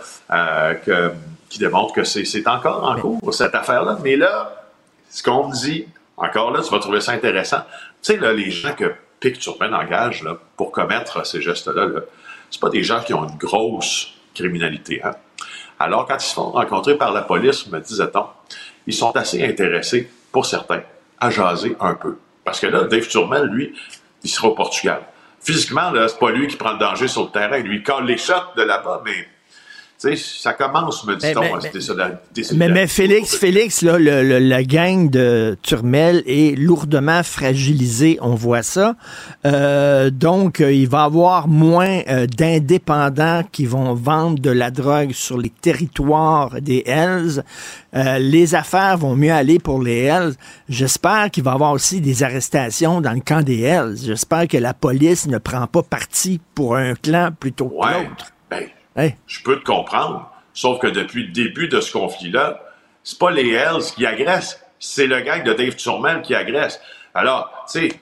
que c'est encore en cours, cette affaire-là. Mais là, ce qu'on me dit, encore là, tu vas trouver ça intéressant. Tu sais, là, les gens que Pic-Turmel engage là, pour commettre ces gestes-là, là, c'est pas des gens qui ont une grosse criminalité. Hein? Alors, quand ils se font rencontrer par la police, me disait-on, ils sont assez intéressés, pour certains, à jaser un peu. Parce que là, Dave Turmel, lui, il sera au Portugal. Physiquement, là, c'est pas lui qui prend le danger sur le terrain. Lui, il colle les shots de là-bas, mais... Tu sais, ça commence, me dit-on, à se décider. Mais Félix, là, la gang de Turmel est lourdement fragilisée, on voit ça. Donc, il va y avoir moins d'indépendants qui vont vendre de la drogue sur les territoires des Hells. Les affaires vont mieux aller pour les Hells. J'espère qu'il va y avoir aussi des arrestations dans le camp des Hells. J'espère que la police ne prend pas parti pour un clan plutôt que l'autre. Je peux te comprendre, sauf que depuis le début de ce conflit-là, c'est pas les Hells qui agressent, c'est le gang de Dave Turmel qui agresse. Alors, tu sais,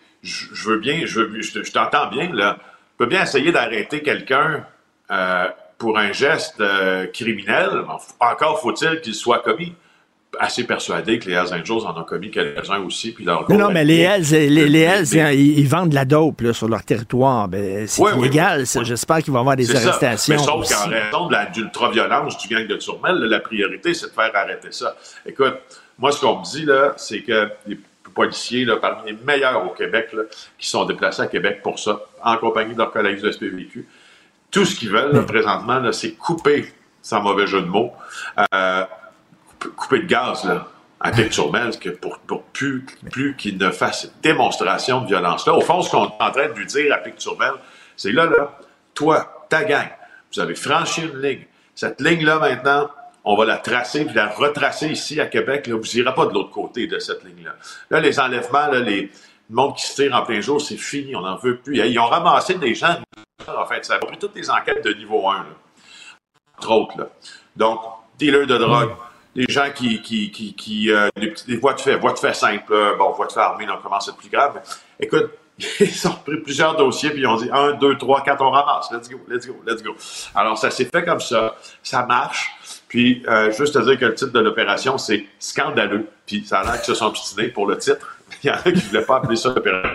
je t'entends bien, là. Je peux bien essayer d'arrêter quelqu'un pour un geste criminel, encore faut-il qu'il soit commis. Assez persuadé que les Hells Angels en ont commis quelques-uns aussi. Puis non, mais les Hells, ils vendent de la dope là, sur leur territoire. Ben, c'est illégal. Oui. J'espère qu'il va y avoir des arrestations. Mais sauf qu'en raison de l'ultra-violence du gang de Turmel, la priorité, c'est de faire arrêter ça. Écoute, moi, ce qu'on me dit, là, c'est que les policiers, là, parmi les meilleurs au Québec, là, qui sont déplacés à Québec pour ça, en compagnie de leurs collègues du SPVQ, tout ce qu'ils veulent, là, présentement, là, c'est couper, sans mauvais jeu de mots, couper de gaz là, à Pic-Turmel pour plus qu'il ne fasse cette démonstration de violence-là. Au fond, ce qu'on est en train de lui dire à Pic-Turmel, c'est là, toi, ta gang, vous avez franchi une ligne. Cette ligne-là, maintenant, on va la tracer, puis la retracer ici à Québec. Là, vous n'irez pas de l'autre côté de cette ligne-là. Là, les enlèvements, là, le monde qui se tire en plein jour, c'est fini, on n'en veut plus. Ils ont ramassé des gens, en fait, ça a pris toutes les enquêtes de niveau 1, là, entre autres. Là. Donc, dealers de drogue, des gens des voies de fait simples, voies de fait armées, on commence à être plus grave. Mais, écoute, ils ont pris plusieurs dossiers, puis ils ont dit 1, 2, 3, 4, on ramasse. Let's go. Alors, ça s'est fait comme ça. Ça marche. Puis, juste te dire que le titre de l'opération, c'est scandaleux. Puis, ça a l'air qu'ils se sont obstinés pour le titre. Il y en a qui ne voulaient pas appeler ça l'opération.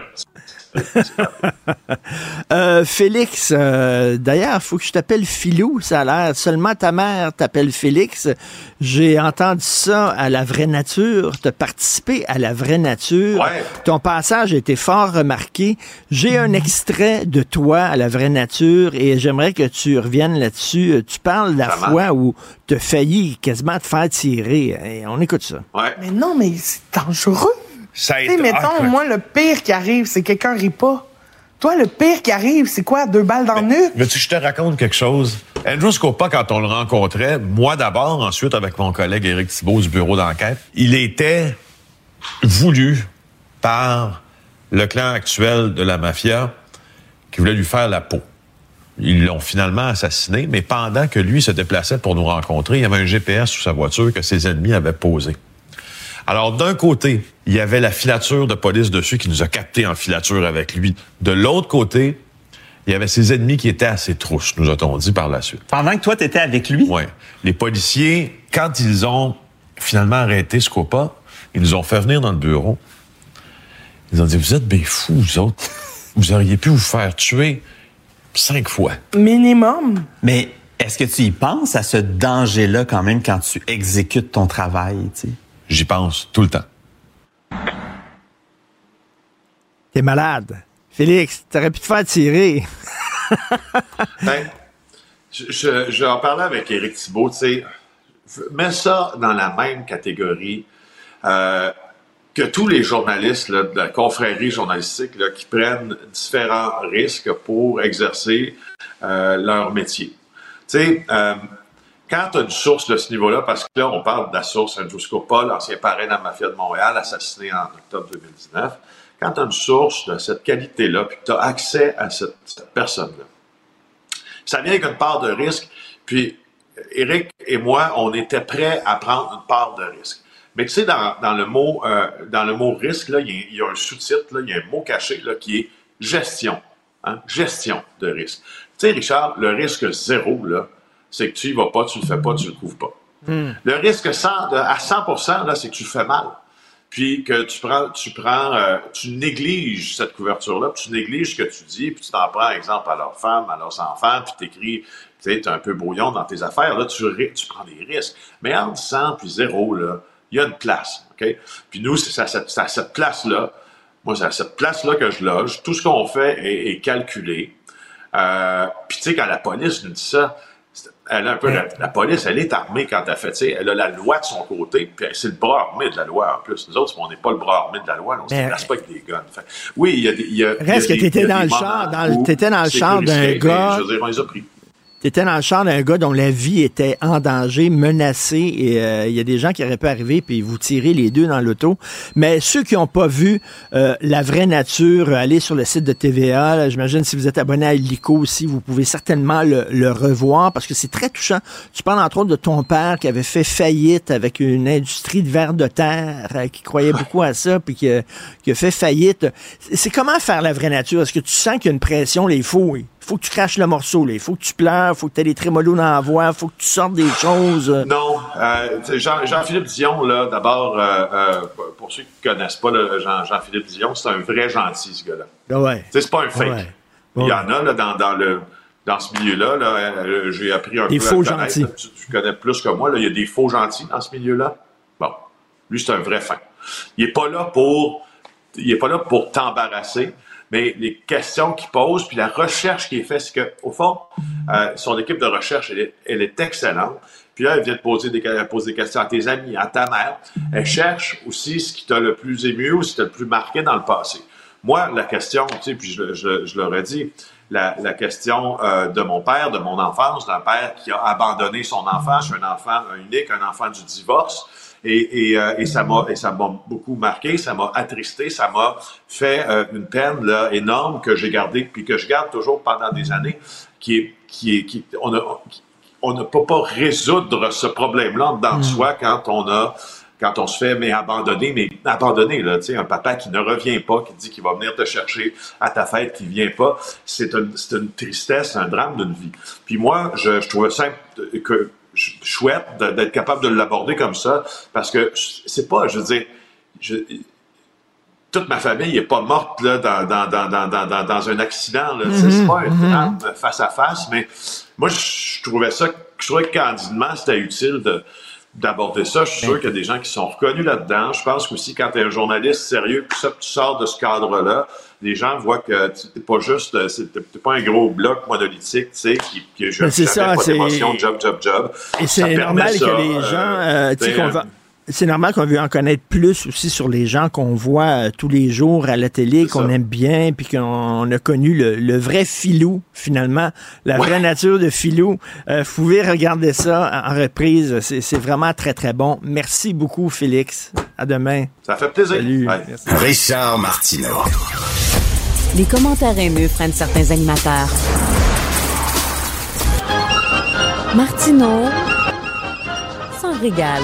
Félix, d'ailleurs, il faut que je t'appelle Philou, ça a l'air. Seulement ta mère t'appelle Félix. J'ai entendu ça à La Vraie Nature. Tu as participé à La Vraie Nature. Ouais. Ton passage a été fort remarqué. J'ai un extrait de toi à La Vraie Nature et j'aimerais que tu reviennes là-dessus. Tu parles de la fois où tu as failli quasiment te faire tirer. Et on écoute ça. Ouais. Mais non, mais c'est dangereux. Ça a Tu sais, été... mettons, moi, le pire qui arrive, c'est que quelqu'un rit pas. Toi, le pire qui arrive, c'est quoi? 2 balles dans le nuque? Veux-tu que je te raconte quelque chose? Andrew Scopa, quand on le rencontrait, moi d'abord, ensuite avec mon collègue Éric Thibault du bureau d'enquête, il était voulu par le clan actuel de la mafia qui voulait lui faire la peau. Ils l'ont finalement assassiné, mais pendant que lui se déplaçait pour nous rencontrer, il y avait un GPS sous sa voiture que ses ennemis avaient posé. Alors, d'un côté, il y avait la filature de police dessus qui nous a captés en filature avec lui. De l'autre côté, il y avait ses ennemis qui étaient à ses trousses, nous a-t-on dit par la suite. Pendant que toi, t'étais avec lui? Oui. Les policiers, quand ils ont finalement arrêté Scopa, ils nous ont fait venir dans le bureau. Ils ont dit, vous êtes bien fous, vous autres. Vous auriez pu vous faire tuer 5 fois. Minimum. Mais est-ce que tu y penses à ce danger-là quand même quand tu exécutes ton travail, tu sais? J'y pense tout le temps. T'es malade. Félix, t'aurais pu te faire tirer. Ben, je en parlais avec Éric Thibault, tu sais, mets ça dans la même catégorie que tous les journalistes là, de la confrérie journalistique là, qui prennent différents risques pour exercer leur métier. Tu sais, quand tu as une source de ce niveau-là, parce que là, on parle de la source Andrew Scopa, l'ancien parrain de la mafia de Montréal, assassiné en octobre 2019, quand tu as une source de cette qualité-là, puis que tu as accès à cette personne-là, ça vient avec une part de risque, puis Éric et moi, on était prêts à prendre une part de risque. Mais tu sais, dans le mot risque, là, il y a un sous-titre, là, il y a un mot caché là, qui est gestion. Hein? Gestion de risque. Tu sais, Richard, le risque 0, là, c'est que tu y vas pas, tu le fais pas, tu le trouves pas. Le risque à 100%, là, c'est que tu le fais mal. Puis que tu négliges cette couverture-là, puis tu négliges ce que tu dis, puis tu t'en prends, exemple, à leurs femmes, à leurs enfants, puis t'écris, tu sais, t'es un peu brouillon dans tes affaires, là, tu prends des risques. Mais entre 100 puis 0, là, il y a une place, OK? Puis nous, c'est à cette place-là, moi, c'est à cette place-là que je loge. Tout ce qu'on fait est calculé. Puis tu sais, quand la police nous dit ça, elle a un peu la police, elle est armée quand elle fait, tu sais, elle a la loi de son côté, puis c'est le bras armé de la loi en plus. Nous autres, on n'est pas le bras armé de la loi, on ne se déplace pas avec des guns. Fait, oui, il y a reste que t'étais dans le char, t'étais dans le char d'un gars. Je veux dire, on les a pris. T'étais dans le char d'un gars dont la vie était en danger, menacée, et il y a des gens qui auraient pu arriver puis vous tirer les deux dans l'auto. Mais ceux qui n'ont pas vu La Vraie Nature, allez sur le site de TVA. Là, j'imagine si vous êtes abonné à Illico aussi, vous pouvez certainement le revoir parce que c'est très touchant. Tu parles entre autres de ton père qui avait fait faillite avec une industrie de vers de terre, qui croyait beaucoup à ça puis qui a fait faillite. C'est comment faire La Vraie Nature? Est-ce que tu sens qu'il y a une pression? Il faut que tu craches le morceau, là. Il faut que tu pleures, il faut que tu aies des trémolos dans la voix, il faut que tu sortes des choses. Non. Jean-Philippe Dion, là, d'abord, pour ceux qui ne connaissent pas Jean-Philippe Dion, c'est un vrai gentil, ce gars-là. Ah ouais. C'est pas un fake. Ouais. Il y en a là, dans ce milieu-là. Là, j'ai appris un peu à le connaître. Gentils. Tu connais plus que moi. Là, il y a des faux gentils dans ce milieu-là. Bon. Lui, c'est un vrai fin. Il n'est pas là pour t'embarrasser. Mais les questions qu'il pose, puis la recherche qu'il fait, c'est qu'au fond, son équipe de recherche, elle est excellente. Puis là, elle vient de poser des questions à tes amis, à ta mère. Elle cherche aussi ce qui t'a le plus ému ou ce qui t'a le plus marqué dans le passé. Moi, la question, tu sais, puis je l'aurais dit, la question de mon père, de mon enfance, d'un père qui a abandonné son enfant. Je suis un enfant unique, un enfant du divorce. Et ça m'a beaucoup marqué, ça m'a attristé, ça m'a fait une peine là, énorme que j'ai gardée, puis que je garde toujours pendant des années, on ne peut pas résoudre ce problème-là dans soi quand on se fait abandonner, là, tu sais, un papa qui ne revient pas, qui dit qu'il va venir te chercher à ta fête, qui vient pas, c'est une tristesse, un drame d'une vie. Puis moi, je trouvais simple que chouette d'être capable de l'aborder comme ça, parce que c'est pas, je veux dire, toute ma famille n'est pas morte là, dans un accident. Là. C'est pas un drame face à face, mais moi, je trouvais que candidement, c'était utile d'aborder ça. Je suis sûr qu'il y a des gens qui sont reconnus là-dedans. Je pense qu'aussi, quand tu es un journaliste sérieux, puis ça, tu sors de ce cadre-là, les gens voient que t'es pas juste, t'es pas un gros bloc monolithique, tu sais, qui a jamais pas d'émotion, job. Et c'est normal que les gens, c'est normal qu'on veut en connaître plus aussi sur les gens qu'on voit tous les jours à la télé, qu'on aime bien, puis qu'on a connu le vrai Philou, finalement, la vraie nature de Philou. Vous pouvez regarder ça en reprise. C'est vraiment très, très bon. Merci beaucoup, Félix. À demain. Ça fait plaisir. Salut. Richard Martineau. Les commentaires haineux prennent certains animateurs. Martineau s'en régale.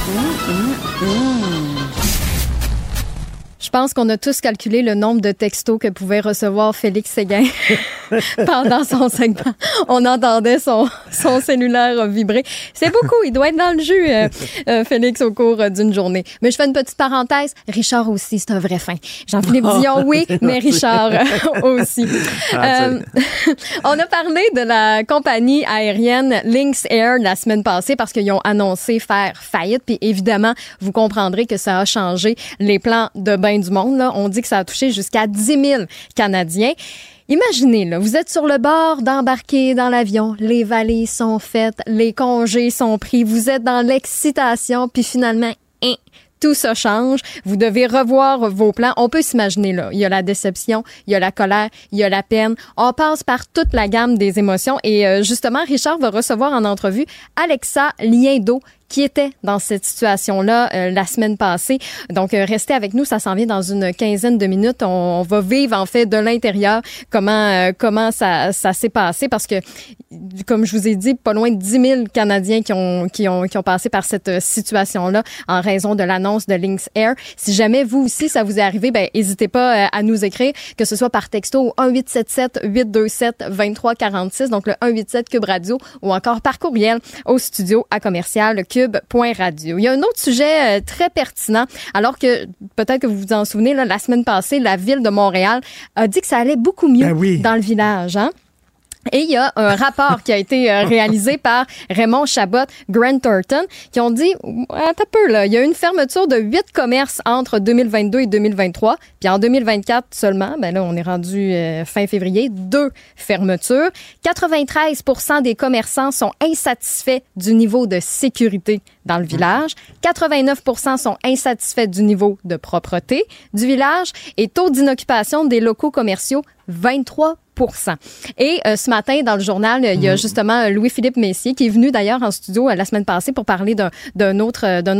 Je pense qu'on a tous calculé le nombre de textos que pouvait recevoir Félix Séguin pendant son segment. On entendait son cellulaire vibrer. C'est beaucoup. Il doit être dans le jus, Félix, au cours d'une journée. Mais je fais une petite parenthèse. Richard aussi, c'est un vrai fin. Jean-Philippe Dion, oui, mais Richard aussi. On a parlé de la compagnie aérienne Lynx Air la semaine passée parce qu'ils ont annoncé faire faillite. Puis évidemment, vous comprendrez que ça a changé les plans de bain du monde. Là. On dit que ça a touché jusqu'à 10 000 Canadiens. Imaginez, là, vous êtes sur le bord d'embarquer dans l'avion, les valises sont faites, les congés sont pris, vous êtes dans l'excitation, puis finalement, tout ça change. Vous devez revoir vos plans. On peut s'imaginer, là, il y a la déception, il y a la colère, il y a la peine. On passe par toute la gamme des émotions. Et justement, Richard va recevoir en entrevue Alexa Liendo, qui était dans cette situation-là la semaine passée. Donc, restez avec nous, ça s'en vient dans une quinzaine de minutes. On va vivre, en fait, de l'intérieur comment ça s'est passé, parce que, comme je vous ai dit, pas loin de 10 000 Canadiens qui ont passé par cette situation-là en raison de l'annonce de Lynx Air. Si jamais vous aussi, ça vous est arrivé, ben n'hésitez pas à nous écrire, que ce soit par texto au 1-877-827-2346, donc le 187 Cube Radio, ou encore par courriel au studio à commercial cube.radio. Il y a un autre sujet très pertinent, alors que peut-être que vous vous en souvenez, là, la semaine passée, la ville de Montréal a dit que ça allait beaucoup mieux dans le village, hein? Et il y a un rapport qui a été réalisé par Raymond Chabot, Grant Thornton, qui ont dit, attends un peu, là, il y a eu une fermeture de 8 commerces entre 2022 et 2023. Puis en 2024 seulement, ben là, on est rendu fin février, 2 fermetures. 93% des commerçants sont insatisfaits du niveau de sécurité dans le village. 89% sont insatisfaits du niveau de propreté du village. Et taux d'inoccupation des locaux commerciaux, 23%. Et ce matin, dans le journal, il y a justement Louis-Philippe Messier qui est venu d'ailleurs en studio la semaine passée pour parler d'un autre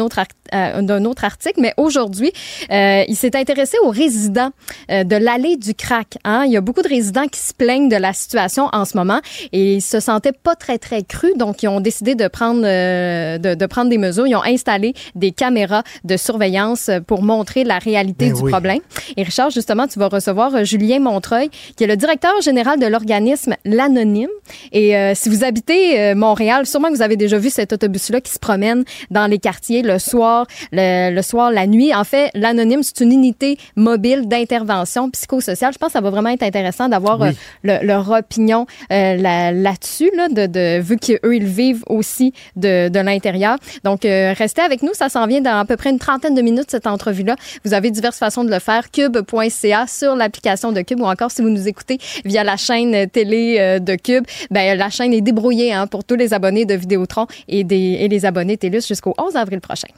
article. Mais aujourd'hui, il s'est intéressé aux résidents de l'allée du Crack. Hein? Il y a beaucoup de résidents qui se plaignent de la situation en ce moment et ils se sentaient pas très, très crus. Donc, ils ont décidé de prendre des mesures. Ils ont installé des caméras de surveillance pour montrer la réalité du problème. Et Richard, justement, tu vas recevoir Julien Montreuil, qui est le directeur général de l'organisme L'Anonyme. Et si vous habitez Montréal, sûrement que vous avez déjà vu cet autobus-là qui se promène dans les quartiers le soir, la nuit. En fait, L'Anonyme, c'est une unité mobile d'intervention psychosociale. Je pense que ça va vraiment être intéressant d'avoir leur opinion là-dessus, là, vu qu'eux, ils vivent aussi de l'intérieur. Donc, restez avec nous. Ça s'en vient dans à peu près une trentaine de minutes, cette entrevue-là. Vous avez diverses façons de le faire. Cube.ca sur l'application de Cube, ou encore si vous nous écoutez via la chaîne télé de Cube, ben la chaîne est débrouillée pour tous les abonnés de Vidéotron et les abonnés TELUS jusqu'au 11 avril prochain.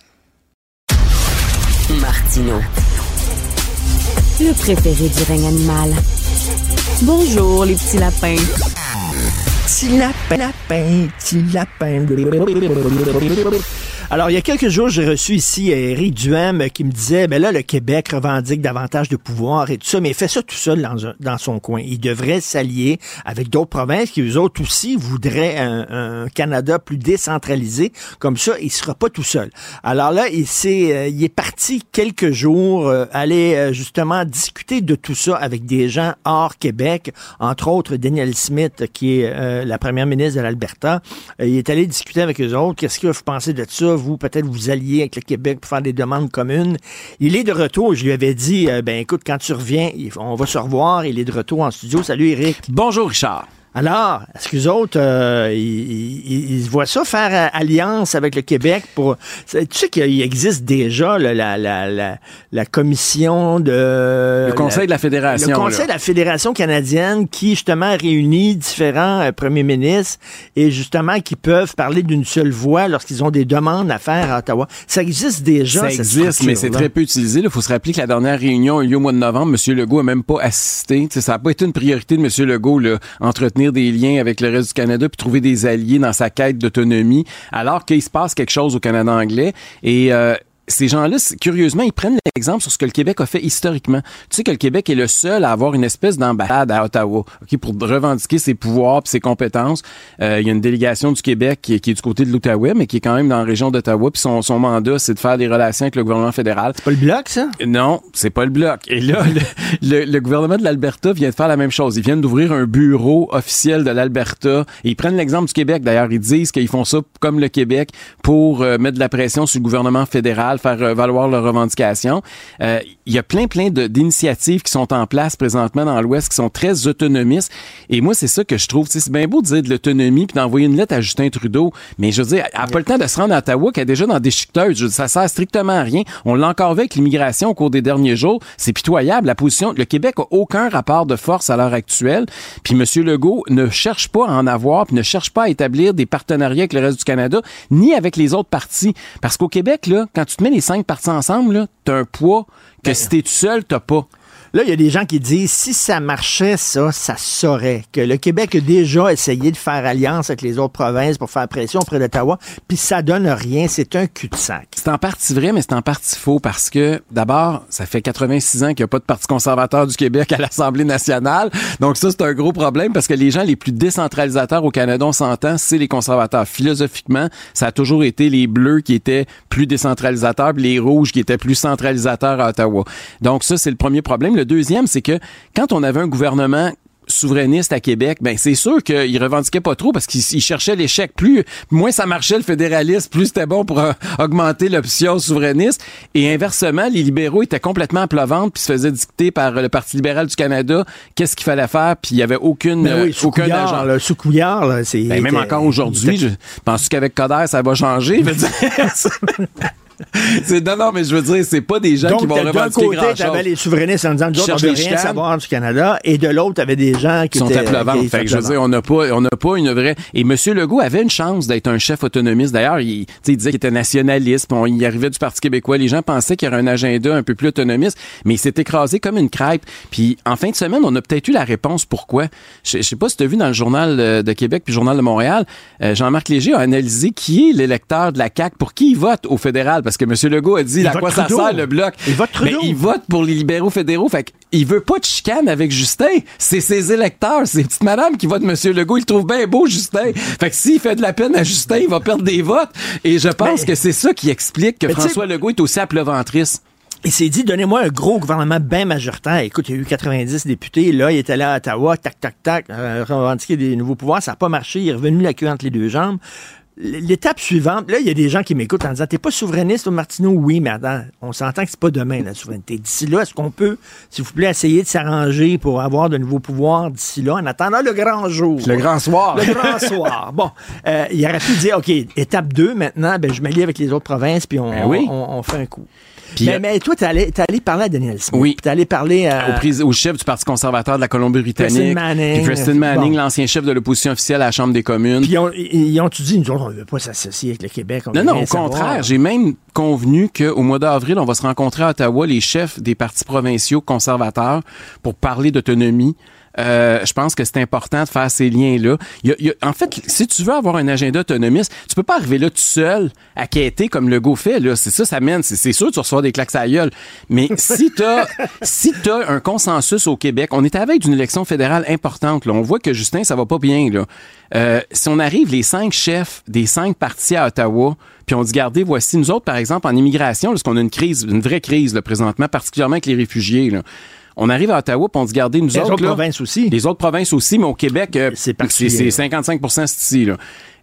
Martineau, le préféré du règne animal. Bonjour les petits lapins. Petit lapin. Alors, il y a quelques jours, j'ai reçu ici Éric Duhem qui me disait, ben là, le Québec revendique davantage de pouvoir et tout ça, mais il fait ça tout seul dans son coin. Il devrait s'allier avec d'autres provinces qui, eux autres aussi, voudraient un Canada plus décentralisé. Comme ça, il sera pas tout seul. Alors là, il est parti quelques jours aller justement discuter de tout ça avec des gens hors Québec, entre autres Danielle Smith, qui est la première ministre de l'Alberta. Il est allé discuter avec eux autres. Qu'est-ce que vous pensez de ça? vous, peut-être vous alliez avec le Québec pour faire des demandes communes. Il est de retour. Je lui avais dit, écoute, quand tu reviens, on va se revoir. Il est de retour en studio. Salut, Éric. Bonjour, Richard. Alors, est-ce qu'eux autres, ils voient ça faire alliance avec le Québec pour... Tu sais qu'il existe déjà la commission de... Le Conseil de la Fédération. Le Conseil de la Fédération canadienne qui, justement, réunit différents premiers ministres et, justement, qui peuvent parler d'une seule voix lorsqu'ils ont des demandes à faire à Ottawa. Ça existe déjà, ça existe, mais c'est très peu utilisé. Il faut se rappeler que la dernière réunion a eu lieu au mois de novembre. M. Legault n'a même pas assisté. T'sais, ça n'a pas été une priorité de M. Legault, là, entretenir des liens avec le reste du Canada puis trouver des alliés dans sa quête d'autonomie, alors qu'il se passe quelque chose au Canada anglais. Et ces gens-là, curieusement, ils prennent l'exemple sur ce que le Québec a fait historiquement. Tu sais que le Québec est le seul à avoir une espèce d'ambassade à Ottawa, pour revendiquer ses pouvoirs et ses compétences. Il y a une délégation du Québec qui est du côté de l'Outaouais, mais qui est quand même dans la région d'Ottawa. Puis son mandat, c'est de faire des relations avec le gouvernement fédéral. C'est pas le Bloc, ça? Non, c'est pas le Bloc. Et là, le gouvernement de l'Alberta vient de faire la même chose. Ils viennent d'ouvrir un bureau officiel de l'Alberta. Et ils prennent l'exemple du Québec. D'ailleurs, ils disent qu'ils font ça comme le Québec pour mettre de la pression sur le gouvernement fédéral, faire valoir leurs revendications. Il y a plein d'initiatives qui sont en place présentement dans l'Ouest qui sont très autonomistes. Et moi, c'est ça que je trouve. C'est bien beau de dire de l'autonomie puis d'envoyer une lettre à Justin Trudeau, mais je veux dire, elle n'a pas le temps de se rendre à Ottawa, qu'elle est déjà dans des déchiqueteuse. Ça sert strictement à rien. On l'a encore vu avec l'immigration au cours des derniers jours. C'est pitoyable. La position, le Québec a aucun rapport de force à l'heure actuelle. Puis M. Legault ne cherche pas à en avoir, puis ne cherche pas à établir des partenariats avec le reste du Canada, ni avec les autres partis. Parce qu'au Québec, là, quand tu te mets les 5 partis ensemble, là, t'as un poids que si t'es tout seul, t'as pas. Là, il y a des gens qui disent, si ça marchait, ça saurait. Que le Québec a déjà essayé de faire alliance avec les autres provinces pour faire pression auprès d'Ottawa, puis ça donne rien, c'est un cul-de-sac. C'est en partie vrai, mais c'est en partie faux, parce que, d'abord, ça fait 86 ans qu'il n'y a pas de Parti conservateur du Québec à l'Assemblée nationale, donc ça, c'est un gros problème, parce que les gens les plus décentralisateurs au Canada, on s'entend, c'est les conservateurs. Philosophiquement, ça a toujours été les Bleus qui étaient plus décentralisateurs, puis les Rouges qui étaient plus centralisateurs à Ottawa. Donc ça, c'est le premier problème. Le deuxième, c'est que quand on avait un gouvernement souverainiste à Québec, ben c'est sûr qu'il revendiquait pas trop parce qu'il cherchait l'échec. Moins ça marchait le fédéralisme, plus c'était bon pour augmenter l'option souverainiste. Et inversement, les libéraux étaient complètement à plat ventre puis se faisaient dicter par le Parti libéral du Canada qu'est-ce qu'il fallait faire, puis il y avait aucun agent. Sous Couillard, là, c'est... Ben, même encore aujourd'hui, je pense qu'avec Coder, ça va changer. Non, mais je veux dire, c'est pas des gens qui vont revendiquer grand-chose. D'un côté, t'avais les souverainistes en disant, d'autres, on veut rien savoir du Canada, et de l'autre, t'avais des gens qui sont à plat ventre. Fait que je veux dire, on n'a pas une vraie... Et M. Legault avait une chance d'être un chef autonomiste. D'ailleurs, il disait qu'il était nationaliste, il arrivait du Parti québécois. Les gens pensaient qu'il y aurait un agenda un peu plus autonomiste, mais il s'est écrasé comme une crêpe. Puis, en fin de semaine, on a peut-être eu la réponse pourquoi. Je sais pas si tu as vu dans le Journal de Québec puis le Journal de Montréal, Jean-Marc Léger a analysé qui est l'électeur de la CAQ, pour qui il vote au fédéral. Parce que M. Legault a dit à quoi ça sert le Bloc. Il vote Trudeau. Il vote pour les libéraux fédéraux. Fait qu'il veut pas de chicane avec Justin. C'est ses électeurs. C'est petite madame qui vote M. Legault. Il trouve bien beau Justin. Fait que s'il fait de la peine à Justin, il va perdre des votes. Et je pense que c'est ça qui explique que François Legault est aussi à plat ventriste. Il s'est dit, donnez-moi un gros gouvernement bien majoritaire. Écoute, il y a eu 90 députés. Là, il était là à Ottawa, tac, revendiquer des nouveaux pouvoirs. Ça n'a pas marché. Il est revenu la queue entre les deux jambes. L'étape suivante, là, il y a des gens qui m'écoutent en disant, t'es pas souverainiste, Martineau? Oui, mais attends, on s'entend que c'est pas demain, la souveraineté. D'ici là, est-ce qu'on peut, s'il vous plaît, essayer de s'arranger pour avoir de nouveaux pouvoirs d'ici là, en attendant le grand jour? Le grand soir. Le grand soir. Bon, il aurait pu dire, OK, étape 2, maintenant, je m'allie avec les autres provinces, puis on fait un coup. Mais toi, t'es allé parler à Daniel Smith. Oui. T'es allé parler au chef du Parti conservateur de la Colombie-Britannique. Preston Manning, l'ancien chef de l'opposition officielle à la Chambre des communes. Puis ils ont-tu dit, nous autres, on ne veut pas s'associer avec le Québec? Non, au contraire. J'ai même convenu qu'au mois d'avril, on va se rencontrer à Ottawa, les chefs des partis provinciaux conservateurs, pour parler d'autonomie. Je pense que c'est important de faire ces liens-là. En fait, si tu veux avoir un agenda autonomiste, tu peux pas arriver là tout seul à quêter comme Legault fait. Là. C'est ça, ça mène. C'est sûr que tu reçois des claques à la gueule. Mais si t'as un consensus au Québec, on est avec d'une élection fédérale importante. Là. On voit que Justin, ça va pas bien. Là. Si on arrive les 5 chefs des 5 partis à Ottawa, puis on dit, regardez, voici nous autres, par exemple, en immigration, parce qu'on a une vraie crise là, présentement, particulièrement avec les réfugiés, là. On arrive à Ottawa, puis on dit, regardez, nous autres... Les autres provinces aussi. Les autres provinces aussi, mais au Québec, c'est 55% c'est ici, là.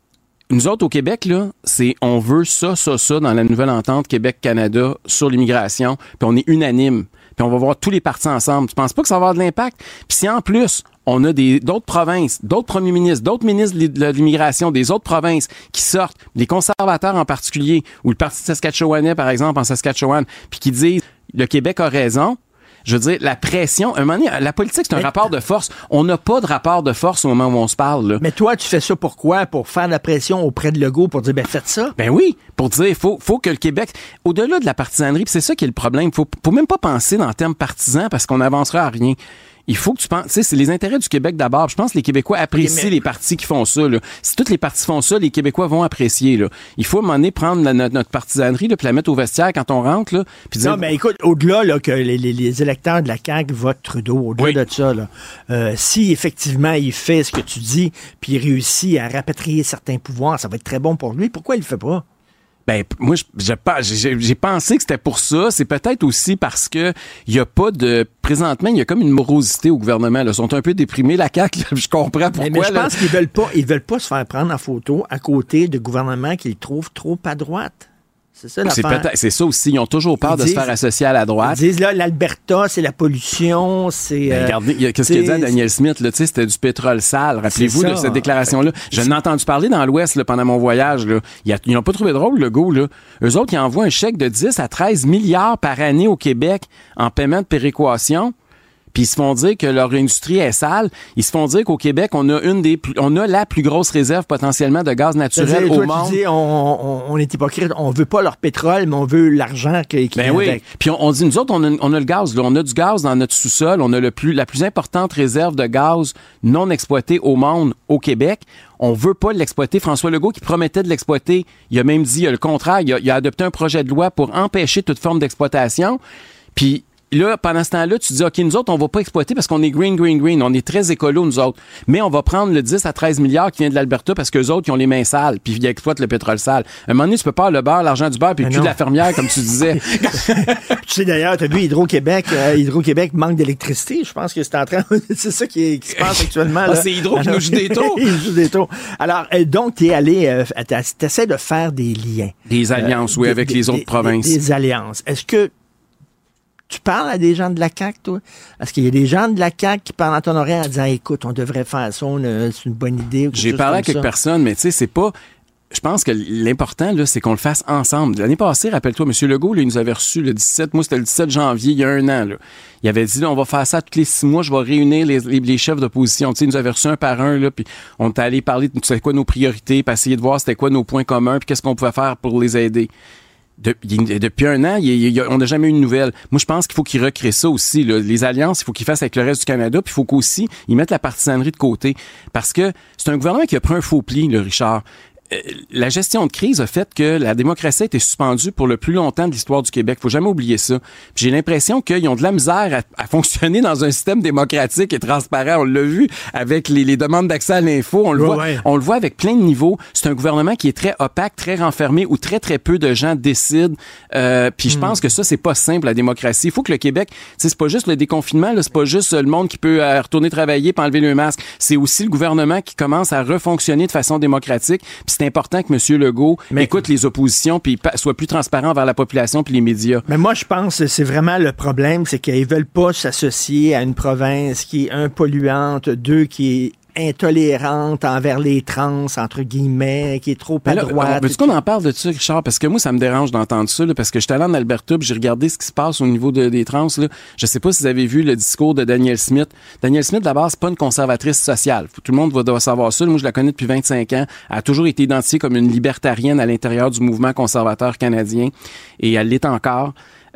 nous autres, au Québec, là, on veut ça dans la nouvelle entente Québec-Canada sur l'immigration, puis on est unanime. Puis on va voir tous les partis ensemble. Tu penses pas que ça va avoir de l'impact? Puis si en plus, on a d'autres provinces, d'autres premiers ministres, d'autres ministres de l'immigration, des autres provinces qui sortent, les conservateurs en particulier, ou le Parti saskatchewanais, par exemple, en Saskatchewan, puis qui disent le Québec a raison. Je veux dire, la pression, à un moment donné, la politique, c'est un rapport de force. On n'a pas de rapport de force au moment où on se parle, là. Mais toi, tu fais ça pourquoi? Pour faire de la pression auprès de Legault pour dire, faites ça? Ben oui, pour dire, faut que le Québec, au-delà de la partisanerie, puis c'est ça qui est le problème, faut même pas penser dans le terme partisan parce qu'on n'avancera à rien. Il faut que tu penses, tu sais, c'est les intérêts du Québec d'abord. Je pense que les Québécois apprécient les partis qui font ça, là. Si tous les partis font ça, les Québécois vont apprécier, là. Il faut à un moment donné prendre notre partisanerie, là, puis la mettre au vestiaire quand on rentre, là. Puis dire, non, mais écoute, au-delà, là, que les électeurs de la CAQ votent Trudeau, au-delà de ça, là, si effectivement il fait ce que tu dis, puis il réussit à rapatrier certains pouvoirs, ça va être très bon pour lui. Pourquoi il le fait pas? Ben, moi, j'ai pensé que c'était pour ça. C'est peut-être aussi parce que il y a pas de, présentement, il y a comme une morosité au gouvernement, là. Ils sont un peu déprimés, la CAQ, là. Je comprends pourquoi. Mais je pense qu'ils veulent pas se faire prendre en photo à côté de gouvernements qu'ils trouvent trop à droite. C'est ça l'affaire. C'est ça aussi. Ils ont toujours peur de se faire associer à la droite. Ils disent, là, l'Alberta, c'est la pollution, c'est... regardez, qu'est-ce qu'il a dit à Daniel Smith, là, tu sais, c'était du pétrole sale. Rappelez-vous de cette déclaration-là. Je n'ai entendu parler dans l'Ouest, là, pendant mon voyage, là. Ils n'ont pas trouvé drôle, le go, là. Eux autres, ils envoient un chèque de 10 à 13 milliards par année au Québec en paiement de péréquation. Puis ils se font dire que leur industrie est sale. Ils se font dire qu'au Québec, on a la plus grosse réserve potentiellement de gaz naturel au monde. Tu dis, on est hypocrite. On veut pas leur pétrole, mais on veut l'argent qui vient avec. Puis on dit, nous autres, on a le gaz. Là. On a du gaz dans notre sous-sol. On a la plus importante réserve de gaz non exploitée au monde au Québec. On veut pas l'exploiter. François Legault, qui promettait de l'exploiter, il a même dit le contraire. Il a adopté un projet de loi pour empêcher toute forme d'exploitation. Puis là, pendant ce temps-là, tu dis, OK, nous autres, on va pas exploiter parce qu'on est green. On est très écolo, nous autres. Mais on va prendre le 10 à 13 milliards qui vient de l'Alberta parce qu'eux autres, ils ont les mains sales puis ils exploitent le pétrole sale. À un moment donné, tu peux pas avoir le beurre, l'argent du beurre puis le cul de la fermière, comme tu disais. Tu sais, d'ailleurs, t'as vu, Hydro-Québec manque d'électricité. Je pense que c'est ça qui se passe actuellement. Là. C'est Hydro qui nous joue des taux. Il joue des taux. Alors, donc, t'es allé, t'essaies de faire des liens. Des alliances, avec les autres provinces. Des alliances. Est-ce que tu parles à des gens de la CAQ, toi? Est-ce qu'il y a des gens de la CAQ qui parlent à ton oreille en disant, écoute, on devrait faire ça, c'est une bonne idée? J'ai parlé à quelques personnes, mais tu sais, c'est pas... Je pense que l'important, là, c'est qu'on le fasse ensemble. L'année passée, rappelle-toi, M. Legault, là, il nous avait reçu le 17, moi, c'était le 17 janvier, il y a un an, là. Il avait dit, là, on va faire ça tous les 6 mois, je vais réunir les chefs d'opposition. Tu sais, il nous avait reçu un par un, là, puis on est allé parler de c'était quoi nos priorités, puis essayer de voir c'était quoi nos points communs, puis qu'est-ce qu'on pouvait faire pour les aider. Depuis un an, on n'a jamais eu de nouvelles. Moi, je pense qu'il faut qu'ils recréent ça aussi. Là. Les alliances, il faut qu'ils fassent avec le reste du Canada, puis il faut qu'aussi ils mettent la partisanerie de côté. Parce que c'est un gouvernement qui a pris un faux pli, là, Richard. La gestion de crise a fait que la démocratie a été suspendue pour le plus longtemps de l'histoire du Québec. Faut jamais oublier ça. Puis j'ai l'impression qu'ils ont de la misère à fonctionner dans un système démocratique et transparent. On l'a vu avec les demandes d'accès à l'info. On le voit avec plein de niveaux. C'est un gouvernement qui est très opaque, très renfermé, où très, très peu de gens décident. Puis je pense que ça, c'est pas simple, la démocratie. Il faut que le Québec, c'est pas juste le déconfinement, là, c'est pas juste le monde qui peut retourner travailler et enlever le masque. C'est aussi le gouvernement qui commence à refonctionner de façon démocratique. Puis c'est important que M. Legault écoute les oppositions puis soit plus transparent vers la population puis les médias. Mais moi, je pense que c'est vraiment le problème, c'est qu'ils veulent pas s'associer à une province qui est, un, polluante, deux, qui est intolérante envers les trans, entre guillemets, qui est trop à droite. Veux-tu qu'on en parle de ça, Richard? Parce que moi, ça me dérange d'entendre ça, là, parce que j'étais allé en Alberta, puis j'ai regardé ce qui se passe au niveau des trans. Là. Je sais pas si vous avez vu le discours de Daniel Smith. Daniel Smith, d'abord, c'est pas une conservatrice sociale. Tout le monde doit savoir ça. Moi, je la connais depuis 25 ans. Elle a toujours été identifiée comme une libertarienne à l'intérieur du mouvement conservateur canadien, et elle l'est encore.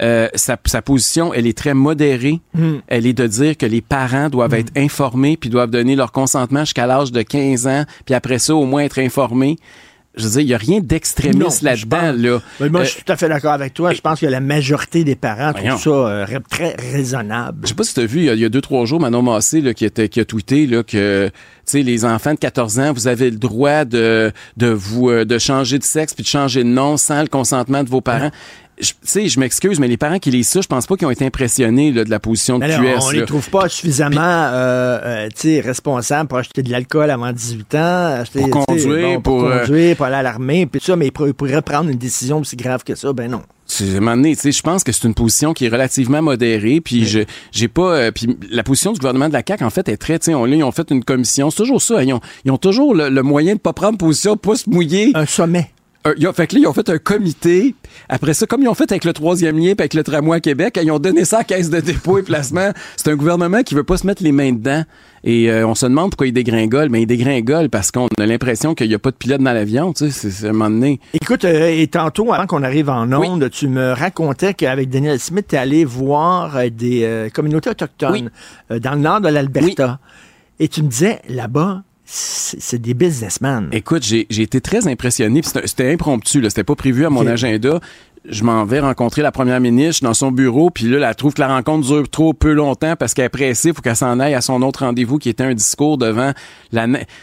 Sa position, elle est très modérée. Elle est de dire que les parents doivent être informés puis doivent donner leur consentement jusqu'à l'âge de 15 ans, puis après ça, au moins être informés. Je veux dire, il n'y a rien d'extrémiste là-dedans. Là. Mais moi, je suis tout à fait d'accord avec toi. Je pense que la majorité des parents trouvent ça très raisonnable. Je sais pas si tu as vu, il y a 2-3 jours, Manon Massé là, qui a tweeté là, que les enfants de 14 ans, vous avez le droit de changer de sexe puis de changer de nom sans le consentement de vos parents. je m'excuse, mais les parents qui lisent ça, je pense pas qu'ils ont été impressionnés là, de la position de QS. On les trouve pas suffisamment responsables pour acheter de l'alcool avant 18 ans, pour conduire, pour aller à l'armée, puis ça, mais ils pourraient prendre une décision aussi grave que ça, ben non. À un moment donné, je pense que c'est une position qui est relativement modérée, puis j'ai pas puis la position du gouvernement de la CAQ en fait est très, ils ont fait une commission, c'est toujours ça, ils ont toujours le moyen de pas prendre position, de pas se mouiller. Un sommet. Fait que là, ils ont fait un comité. Après ça, comme ils ont fait avec le 3e lien et avec le tramway à Québec, ils ont donné ça à Caisse de dépôt et placement. C'est un gouvernement qui veut pas se mettre les mains dedans. Et on se demande pourquoi il dégringole. Mais il dégringole parce qu'on a l'impression qu'il n'y a pas de pilote dans l'avion. Tu sais, c'est à un moment donné. Écoute, et tantôt, avant qu'on arrive en onde, tu me racontais qu'avec Daniel Smith, tu es allé voir des communautés autochtones dans le nord de l'Alberta. Oui. Et tu me disais, là-bas, c'est des businessmen. Écoute, j'ai été très impressionné. C'était impromptu, là. C'était pas prévu à mon agenda. Je m'en vais rencontrer la première ministre dans son bureau, puis là, elle trouve que la rencontre dure trop peu longtemps parce qu'elle est pressée, il faut qu'elle s'en aille à son autre rendez-vous qui était un discours devant la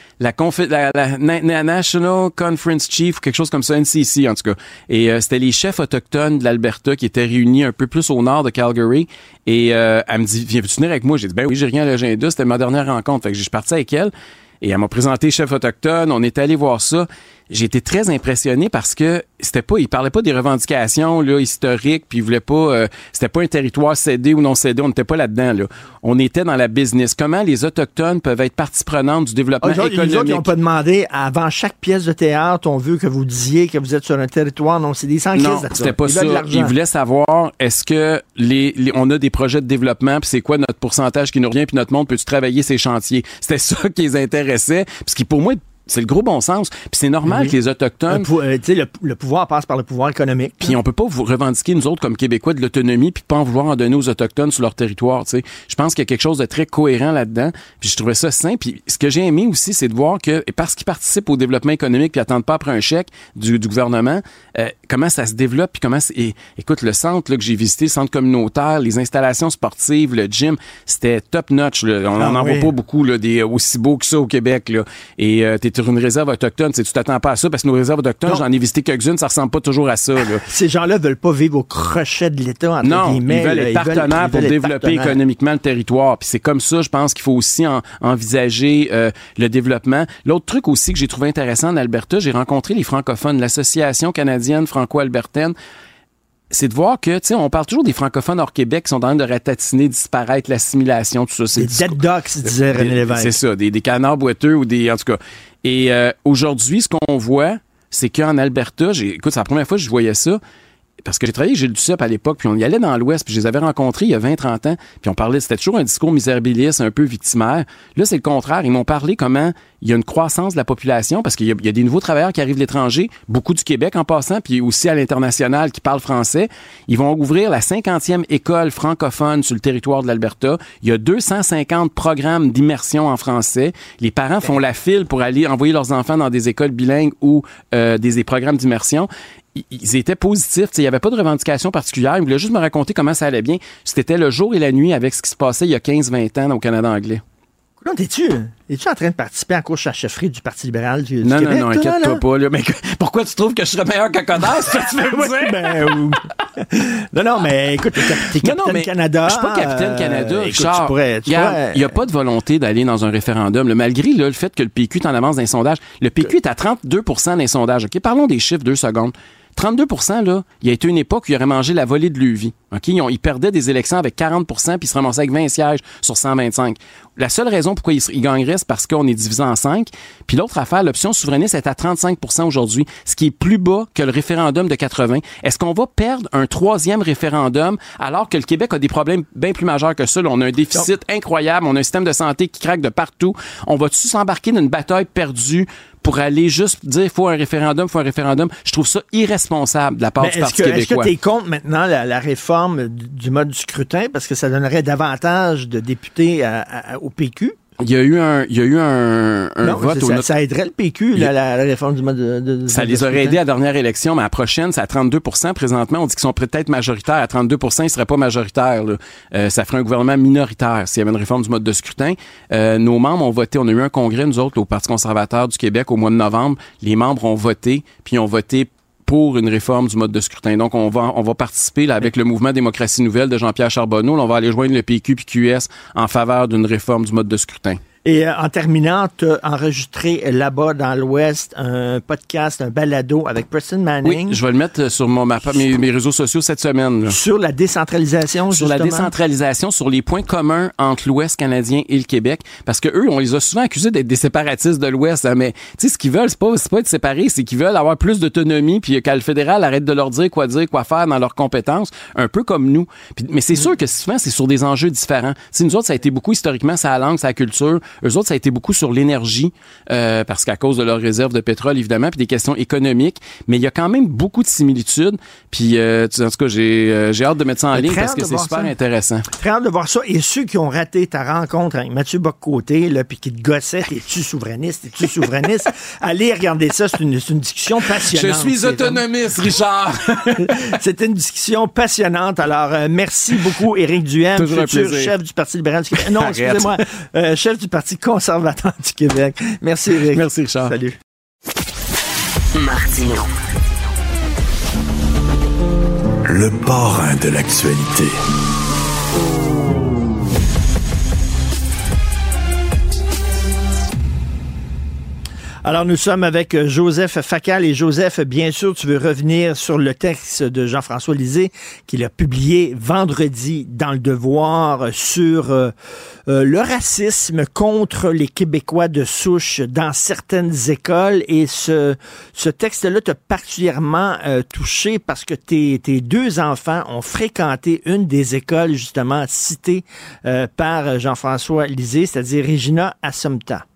National Conference Chief ou quelque chose comme ça, NCC en tout cas. Et c'était les chefs autochtones de l'Alberta qui étaient réunis un peu plus au nord de Calgary. Et elle me dit, viens-tu venir avec moi? J'ai dit, ben oui, j'ai rien à l'agenda, c'était ma dernière rencontre. Fait que je suis parti avec elle. Et elle m'a présenté chef autochtone, on est allé voir ça. J'ai été très impressionné parce que il parlait pas des revendications là historiques, puis il voulait pas, c'était pas un territoire cédé ou non cédé, on n'était pas là-dedans là. On était dans la business. Comment les autochtones peuvent être partie prenante du développement économique. Les autres, ils n'ont pas demandé avant chaque pièce de théâtre, on veut que vous disiez que vous êtes sur un territoire non cédé, sans non, c'était pas ça. Ils voulaient savoir est-ce que on a des projets de développement, puis c'est quoi notre pourcentage qui nous revient, puis notre monde peut-tu travailler ces chantiers. C'était ça qui les intéressait, parce que pour moi c'est le gros bon sens. Puis c'est normal que les Autochtones... le pouvoir passe par le pouvoir économique. Puis on peut pas vous revendiquer, nous autres, comme Québécois, de l'autonomie puis pas en vouloir en donner aux Autochtones sur leur territoire. T'sais. Je pense qu'il y a quelque chose de très cohérent là-dedans. Puis je trouvais ça sain. Puis ce que j'ai aimé aussi, c'est de voir que, parce qu'ils participent au développement économique puis attendent pas après un chèque du gouvernement, comment ça se développe puis comment... écoute, le centre là, que j'ai visité, le centre communautaire, les installations sportives, le gym, c'était top-notch. On n'en voit pas beaucoup là, aussi beaux que ça au Québec. Là. Et sur une réserve autochtone, tu t'attends pas à ça parce que nos réserves autochtones, j'en ai visité quelques-unes, ça ressemble pas toujours à ça. Là. Ces gens-là veulent pas vivre au crochet de l'État. Non, ils veulent être partenaires pour développer économiquement le territoire. Puis c'est comme ça, je pense qu'il faut aussi envisager le développement. L'autre truc aussi que j'ai trouvé intéressant en Alberta, j'ai rencontré les francophones, l'Association canadienne franco-albertaine. C'est de voir que, tu sais, on parle toujours des francophones hors Québec qui sont en train de ratatiner, disparaître, l'assimilation, tout ça. Des dead dogs, disait René Lévesque. C'est ça, des canards boiteux ou des... En tout cas. Et aujourd'hui, ce qu'on voit, c'est qu'en Alberta, écoute, c'est la première fois que je voyais ça, parce que j'ai travaillé avec Gilles Duceppe à l'époque, puis on y allait dans l'Ouest, puis je les avais rencontrés il y a 20-30 ans, puis on parlait, c'était toujours un discours misérabiliste, un peu victimaire. Là, c'est le contraire. Ils m'ont parlé comment il y a une croissance de la population, parce qu'il y a des nouveaux travailleurs qui arrivent de l'étranger, beaucoup du Québec en passant, puis aussi à l'international qui parlent français. Ils vont ouvrir la 50e école francophone sur le territoire de l'Alberta. Il y a 250 programmes d'immersion en français. Les parents font la file pour aller envoyer leurs enfants dans des écoles bilingues ou des programmes d'immersion. Ils étaient positifs, il n'y avait pas de revendication particulière. Ils voulaient juste me raconter comment ça allait bien. C'était le jour et la nuit avec ce qui se passait il y a 15-20 ans au Canada anglais. Es-tu en train de participer à la course à la chefferie du Parti libéral du non, Québec? Non, inquiète-toi pas. Là. Mais pourquoi tu trouves que je serais meilleur qu'à Codas? Non, mais écoute, t'es capitaine Canada. Je suis pas capitaine Canada. Écoute, il n'y a pas de volonté d'aller dans un référendum. Malgré le fait que le PQ est en avance dans les sondages, le PQ est à 32 % des sondages. Okay? Parlons des chiffres 2 secondes. 32 % là, il y a été une époque où il aurait mangé la volée de Lévis. Okay? Ils perdaient des élections avec 40 % puis ils se ramassaient avec 20 sièges sur 125. La seule raison pourquoi ils gagneraient, c'est parce qu'on est divisé en 5. Puis l'autre affaire, l'option souverainiste est à 35 % aujourd'hui, ce qui est plus bas que le référendum de 80. Est-ce qu'on va perdre un troisième référendum alors que le Québec a des problèmes bien plus majeurs que ça? Là, on a un déficit incroyable, on a un système de santé qui craque de partout. On va-tu s'embarquer dans une bataille perdue pour aller juste dire il faut un référendum? Je trouve ça irresponsable de la part du Parti québécois. Est-ce que tu es contre maintenant la réforme du mode du scrutin parce que ça donnerait davantage de députés au PQ? Il y a eu un vote. Ça aiderait le PQ, la réforme du mode de ça les aurait aidés à la dernière élection, mais à la prochaine, c'est à 32 % présentement. On dit qu'ils sont peut-être majoritaires. À 32 % ils ne seraient pas majoritaires. Ça ferait un gouvernement minoritaire s'il y avait une réforme du mode de scrutin. Nos membres ont voté. On a eu un congrès, nous autres, au Parti conservateur du Québec au mois de novembre. Les membres ont voté, puis ont voté pour une réforme du mode de scrutin. Donc, on va participer là, avec le mouvement Démocratie nouvelle de Jean-Pierre Charbonneau. Là, on va aller joindre le PQ puis QS en faveur d'une réforme du mode de scrutin. Et en terminant, tu as enregistré là-bas dans l'Ouest un podcast, un balado avec Preston Manning. Oui, je vais le mettre sur mes réseaux sociaux cette semaine. Là. Sur la décentralisation, justement. Sur la décentralisation, sur les points communs entre l'Ouest canadien et le Québec. Parce que eux, on les a souvent accusés d'être des séparatistes de l'Ouest. Hein, mais tu sais, ce qu'ils veulent, c'est pas être séparés, c'est qu'ils veulent avoir plus d'autonomie puis que le fédéral arrête de leur dire, quoi faire dans leurs compétences, un peu comme nous. Mais c'est sûr que souvent, c'est sur des enjeux différents. T'sais, nous autres, ça a été beaucoup historiquement, c'est la langue, c'est la culture. Eux autres, ça a été beaucoup sur l'énergie, parce qu'à cause de leurs réserves de pétrole, évidemment, puis des questions économiques. Mais il y a quand même beaucoup de similitudes. Puis, en tout cas, j'ai hâte de mettre ça en ligne parce que c'est super intéressant. Très hâte de voir ça. Et ceux qui ont raté ta rencontre avec Mathieu Bock-Côté, là, puis qui te gossaient, es-tu souverainiste? Allez regarder ça. C'est une discussion passionnante. Je suis autonomiste, Richard. C'est une discussion passionnante. Alors, merci beaucoup, Éric Duhaime, toujours futur chef du Parti libéral du Québec. Non, excusez-moi, chef du Parti conservateur du Québec. Merci, Éric. Merci, Richard. Salut. Martineau. Le parrain de l'actualité. Alors, nous sommes avec Joseph Facal. Et Joseph, bien sûr, tu veux revenir sur le texte de Jean-François Lisée qu'il a publié vendredi dans Le Devoir sur le racisme contre les Québécois de souche dans certaines écoles. Et ce texte-là t'a particulièrement touché parce que tes deux enfants ont fréquenté une des écoles, justement, citées par Jean-François Lisée, c'est-à-dire Regina Assumpta.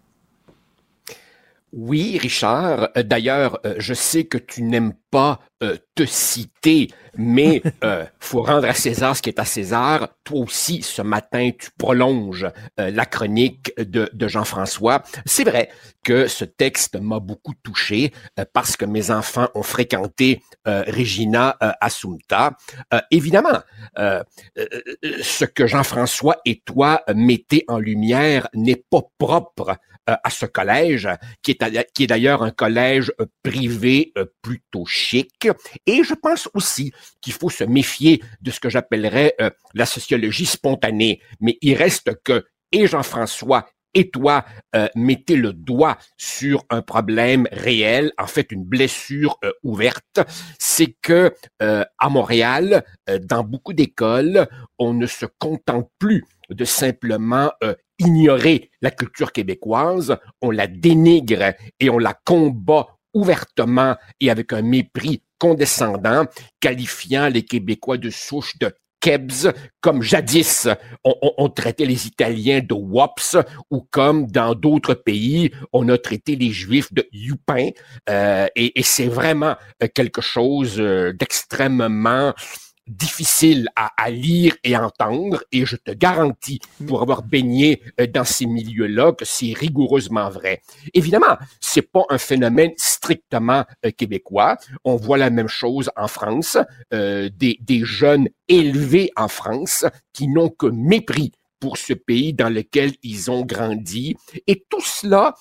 Oui, Richard. D'ailleurs, je sais que tu n'aimes pas te citer, mais faut rendre à César ce qui est à César. Toi aussi, ce matin, tu prolonges la chronique de Jean-François. C'est vrai que ce texte m'a beaucoup touché parce que mes enfants ont fréquenté Regina Assumpta. Évidemment, ce que Jean-François et toi mettez en lumière n'est pas propre à ce collège, qui est d'ailleurs un collège privé plutôt chic. Et je pense aussi qu'il faut se méfier de ce que j'appellerais la sociologie spontanée. Mais il reste que, et Jean-François et toi, mettez le doigt sur un problème réel, en fait une blessure ouverte, c'est que à Montréal, dans beaucoup d'écoles, on ne se contente plus de simplement ignorer la culture québécoise, on la dénigre et on la combat ouvertement et avec un mépris condescendant, qualifiant les Québécois de souche de Kebs, comme jadis on traitait les Italiens de Wops, ou comme dans d'autres pays, on a traité les Juifs de Youpins, et c'est vraiment quelque chose d'extrêmement difficile à lire et entendre, et je te garantis, pour avoir baigné dans ces milieux-là, que c'est rigoureusement vrai. Évidemment, c'est pas un phénomène strictement québécois. On voit la même chose en France, des jeunes élevés en France qui n'ont que mépris pour ce pays dans lequel ils ont grandi, et tout cela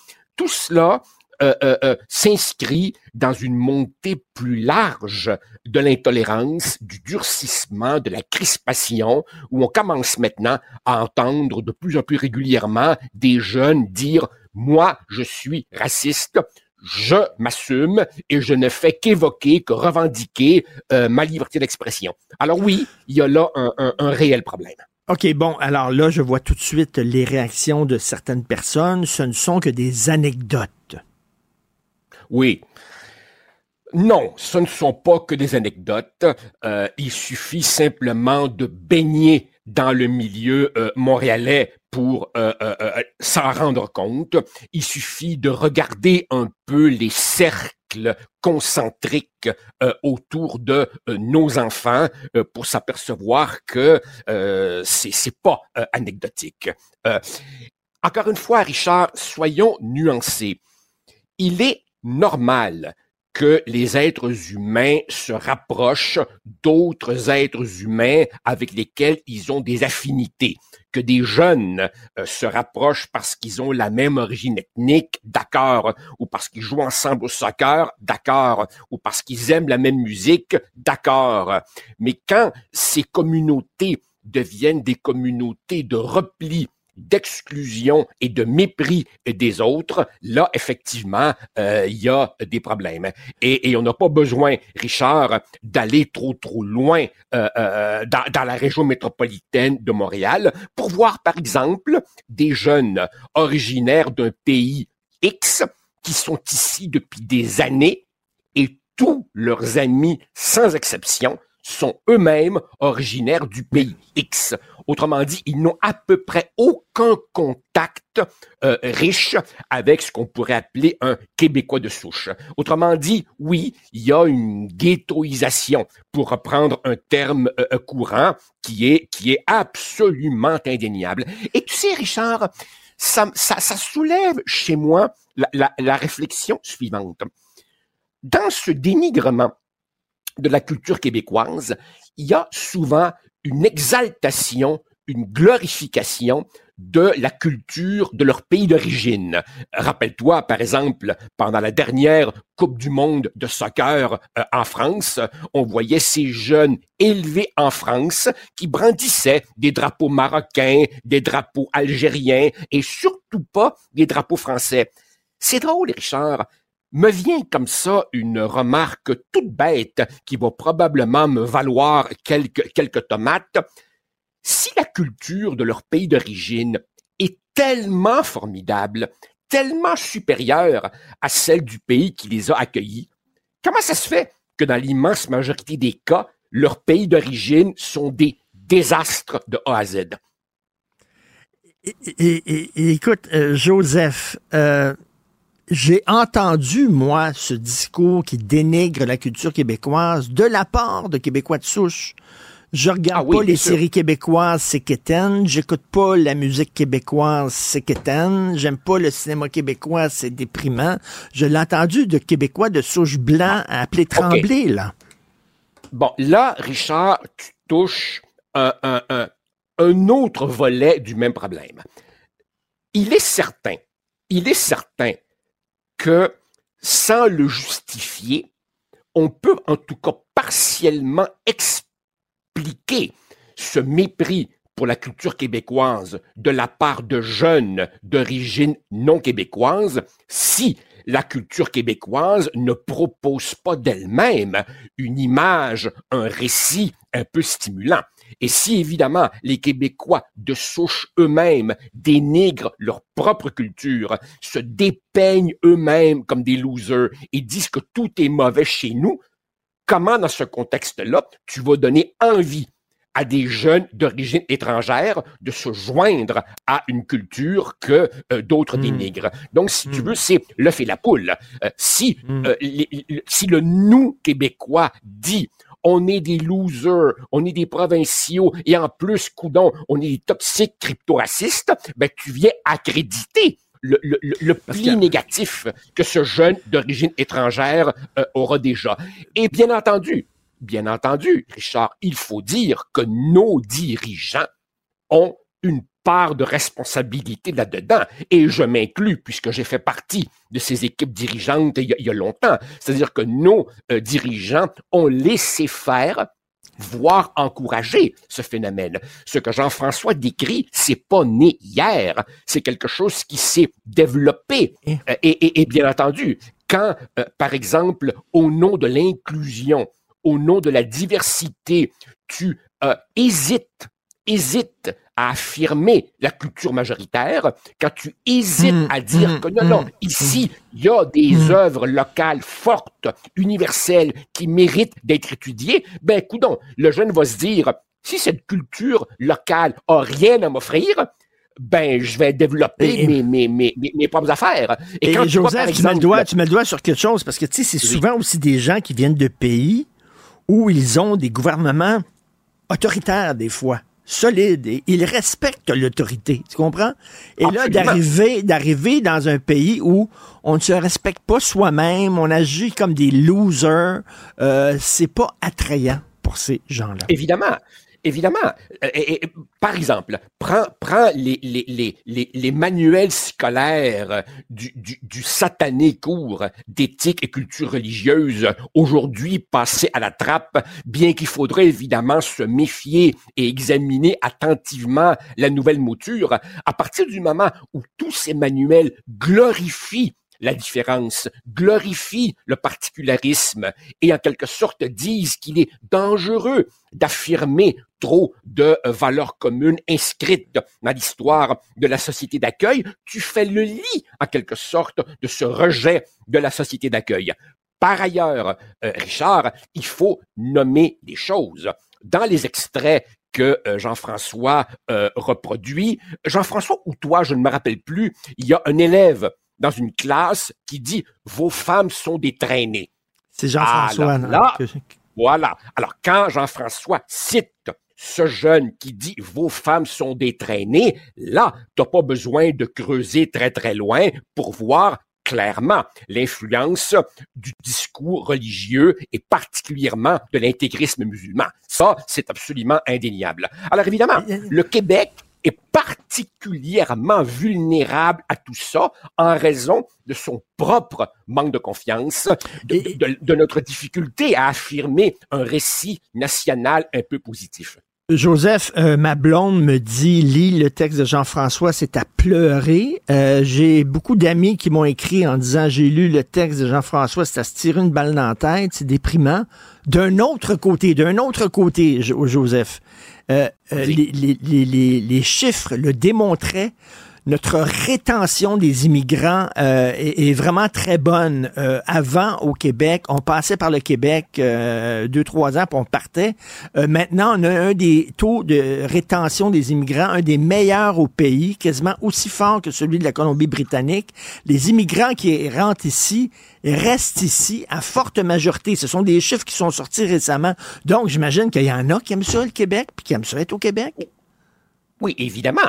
s'inscrit dans une montée plus large de l'intolérance, du durcissement, de la crispation, où on commence maintenant à entendre de plus en plus régulièrement des jeunes dire « Moi, je suis raciste ». Je m'assume et je ne fais qu'évoquer, que revendiquer ma liberté d'expression. Alors oui, il y a là un réel problème. OK, bon, alors là, je vois tout de suite les réactions de certaines personnes. Ce ne sont que des anecdotes. Oui. Non, ce ne sont pas que des anecdotes. Il suffit simplement de baigner dans le milieu montréalais pour s'en rendre compte. Il suffit de regarder un peu les cercles concentriques autour de nos enfants pour s'apercevoir que c'est pas anecdotique. Encore une fois, Richard, soyons nuancés. Il est normal que les êtres humains se rapprochent d'autres êtres humains avec lesquels ils ont des affinités, que des jeunes se rapprochent parce qu'ils ont la même origine ethnique, d'accord, ou parce qu'ils jouent ensemble au soccer, d'accord, ou parce qu'ils aiment la même musique, d'accord. Mais quand ces communautés deviennent des communautés de repli, d'exclusion et de mépris des autres, là, effectivement, il y a des problèmes. Et on n'a pas besoin, Richard, d'aller trop loin dans la région métropolitaine de Montréal pour voir, par exemple, des jeunes originaires d'un pays X qui sont ici depuis des années et tous leurs amis, sans exception, sont eux-mêmes originaires du pays X. Autrement dit, ils n'ont à peu près aucun contact riche avec ce qu'on pourrait appeler un Québécois de souche. Autrement dit, oui, il y a une ghettoisation, pour reprendre un terme courant, qui est absolument indéniable. Et tu sais, Richard, ça soulève chez moi la réflexion suivante. Dans ce dénigrement de la culture québécoise, il y a souvent une exaltation, une glorification de la culture de leur pays d'origine. Rappelle-toi, par exemple, pendant la dernière Coupe du monde de soccer en France, on voyait ces jeunes élevés en France qui brandissaient des drapeaux marocains, des drapeaux algériens et surtout pas des drapeaux français. C'est drôle, Richard. Me vient comme ça une remarque toute bête qui va probablement me valoir quelques tomates. Si la culture de leur pays d'origine est tellement formidable, tellement supérieure à celle du pays qui les a accueillis, comment ça se fait que dans l'immense majorité des cas, leurs pays d'origine sont des désastres de A à Z? Écoute, Joseph, j'ai entendu, moi, ce discours qui dénigre la culture québécoise de la part de Québécois de souche. Je regarde pas les séries québécoises, c'est quétaine. J'écoute pas la musique québécoise, c'est quétaine. J'aime pas le cinéma québécois, c'est déprimant. Je l'ai entendu de Québécois de souche blanc à appeler Tremblay, là. Bon, là, Richard, tu touches un autre volet du même problème. Il est certain que, sans le justifier, on peut en tout cas partiellement expliquer ce mépris pour la culture québécoise de la part de jeunes d'origine non québécoise si la culture québécoise ne propose pas d'elle-même une image, un récit un peu stimulant. Et si, évidemment, les Québécois de souche eux-mêmes dénigrent leur propre culture, se dépeignent eux-mêmes comme des losers et disent que tout est mauvais chez nous, comment, dans ce contexte-là, tu vas donner envie à des jeunes d'origine étrangère de se joindre à une culture que d'autres dénigrent? Donc, si tu veux, c'est l'œuf et la poule. Si le nous Québécois dit on est des losers, on est des provinciaux, et en plus, coudon, on est des toxiques crypto-racistes, ben, tu viens accréditer le pli négatif que ce jeune d'origine étrangère aura déjà. Et bien entendu, Richard, il faut dire que nos dirigeants ont une part de responsabilité là-dedans. Et je m'inclus, puisque j'ai fait partie de ces équipes dirigeantes il y a longtemps. C'est-à-dire que nos dirigeants ont laissé faire, voire encourager ce phénomène. Ce que Jean-François décrit, c'est pas né hier. C'est quelque chose qui s'est développé. Et bien entendu, quand, par exemple, au nom de l'inclusion, au nom de la diversité, tu hésites à affirmer la culture majoritaire, quand tu hésites à dire que non, ici, il y a des œuvres locales fortes, universelles, qui méritent d'être étudiées, ben, coudonc, le jeune va se dire, si cette culture locale a rien à m'offrir, ben, je vais développer mes propres affaires. Et quand Joseph, tu mets le doigt sur quelque chose, parce que, tu sais, c'est souvent aussi des gens qui viennent de pays où ils ont des gouvernements autoritaires, des fois. solide et ils respectent l'autorité. Tu comprends? Et Absolument. là, d'arriver dans un pays où on ne se respecte pas soi-même, on agit comme des losers, c'est pas attrayant pour ces gens-là. Évidemment. Et, par exemple, prends les manuels scolaires du satané cours d'éthique et culture religieuse, aujourd'hui passés à la trappe, bien qu'il faudrait évidemment se méfier et examiner attentivement la nouvelle mouture. À partir du moment où tous ces manuels glorifient la différence, glorifient le particularisme et en quelque sorte disent qu'il est dangereux d'affirmer trop de valeurs communes inscrites dans l'histoire de la société d'accueil, tu fais le lit en quelque sorte de ce rejet de la société d'accueil. Par ailleurs, Richard, il faut nommer des choses. Dans les extraits que Jean-François reproduit, Jean-François ou toi, je ne me rappelle plus, il y a un élève dans une classe qui dit « Vos femmes sont des traînées ». C'est Jean-François. Voilà. Alors, quand Jean-François cite ce jeune qui dit « Vos femmes sont des traînées », là, t'as pas besoin de creuser très, très loin pour voir clairement l'influence du discours religieux et particulièrement de l'intégrisme musulman. Ça, c'est absolument indéniable. Alors, évidemment, le Québec est particulièrement vulnérable à tout ça en raison de son propre manque de confiance, de notre difficulté à affirmer un récit national un peu positif. Joseph, ma blonde me dit, lis le texte de Jean-François, c'est à pleurer. J'ai beaucoup d'amis qui m'ont écrit en disant, j'ai lu le texte de Jean-François, c'est à se tirer une balle dans la tête, c'est déprimant. D'un autre côté, Joseph, les chiffres le démontraient. Notre rétention des immigrants est vraiment très bonne. Avant, au Québec, on passait par le Québec 2-3 ans, puis on partait. Maintenant, on a un des taux de rétention des immigrants, un des meilleurs au pays, quasiment aussi fort que celui de la Colombie-Britannique. Les immigrants qui rentrent ici restent ici à forte majorité. Ce sont des chiffres qui sont sortis récemment. Donc, j'imagine qu'il y en a qui aiment ça, le Québec, puis qui aiment ça être au Québec. Oui, évidemment.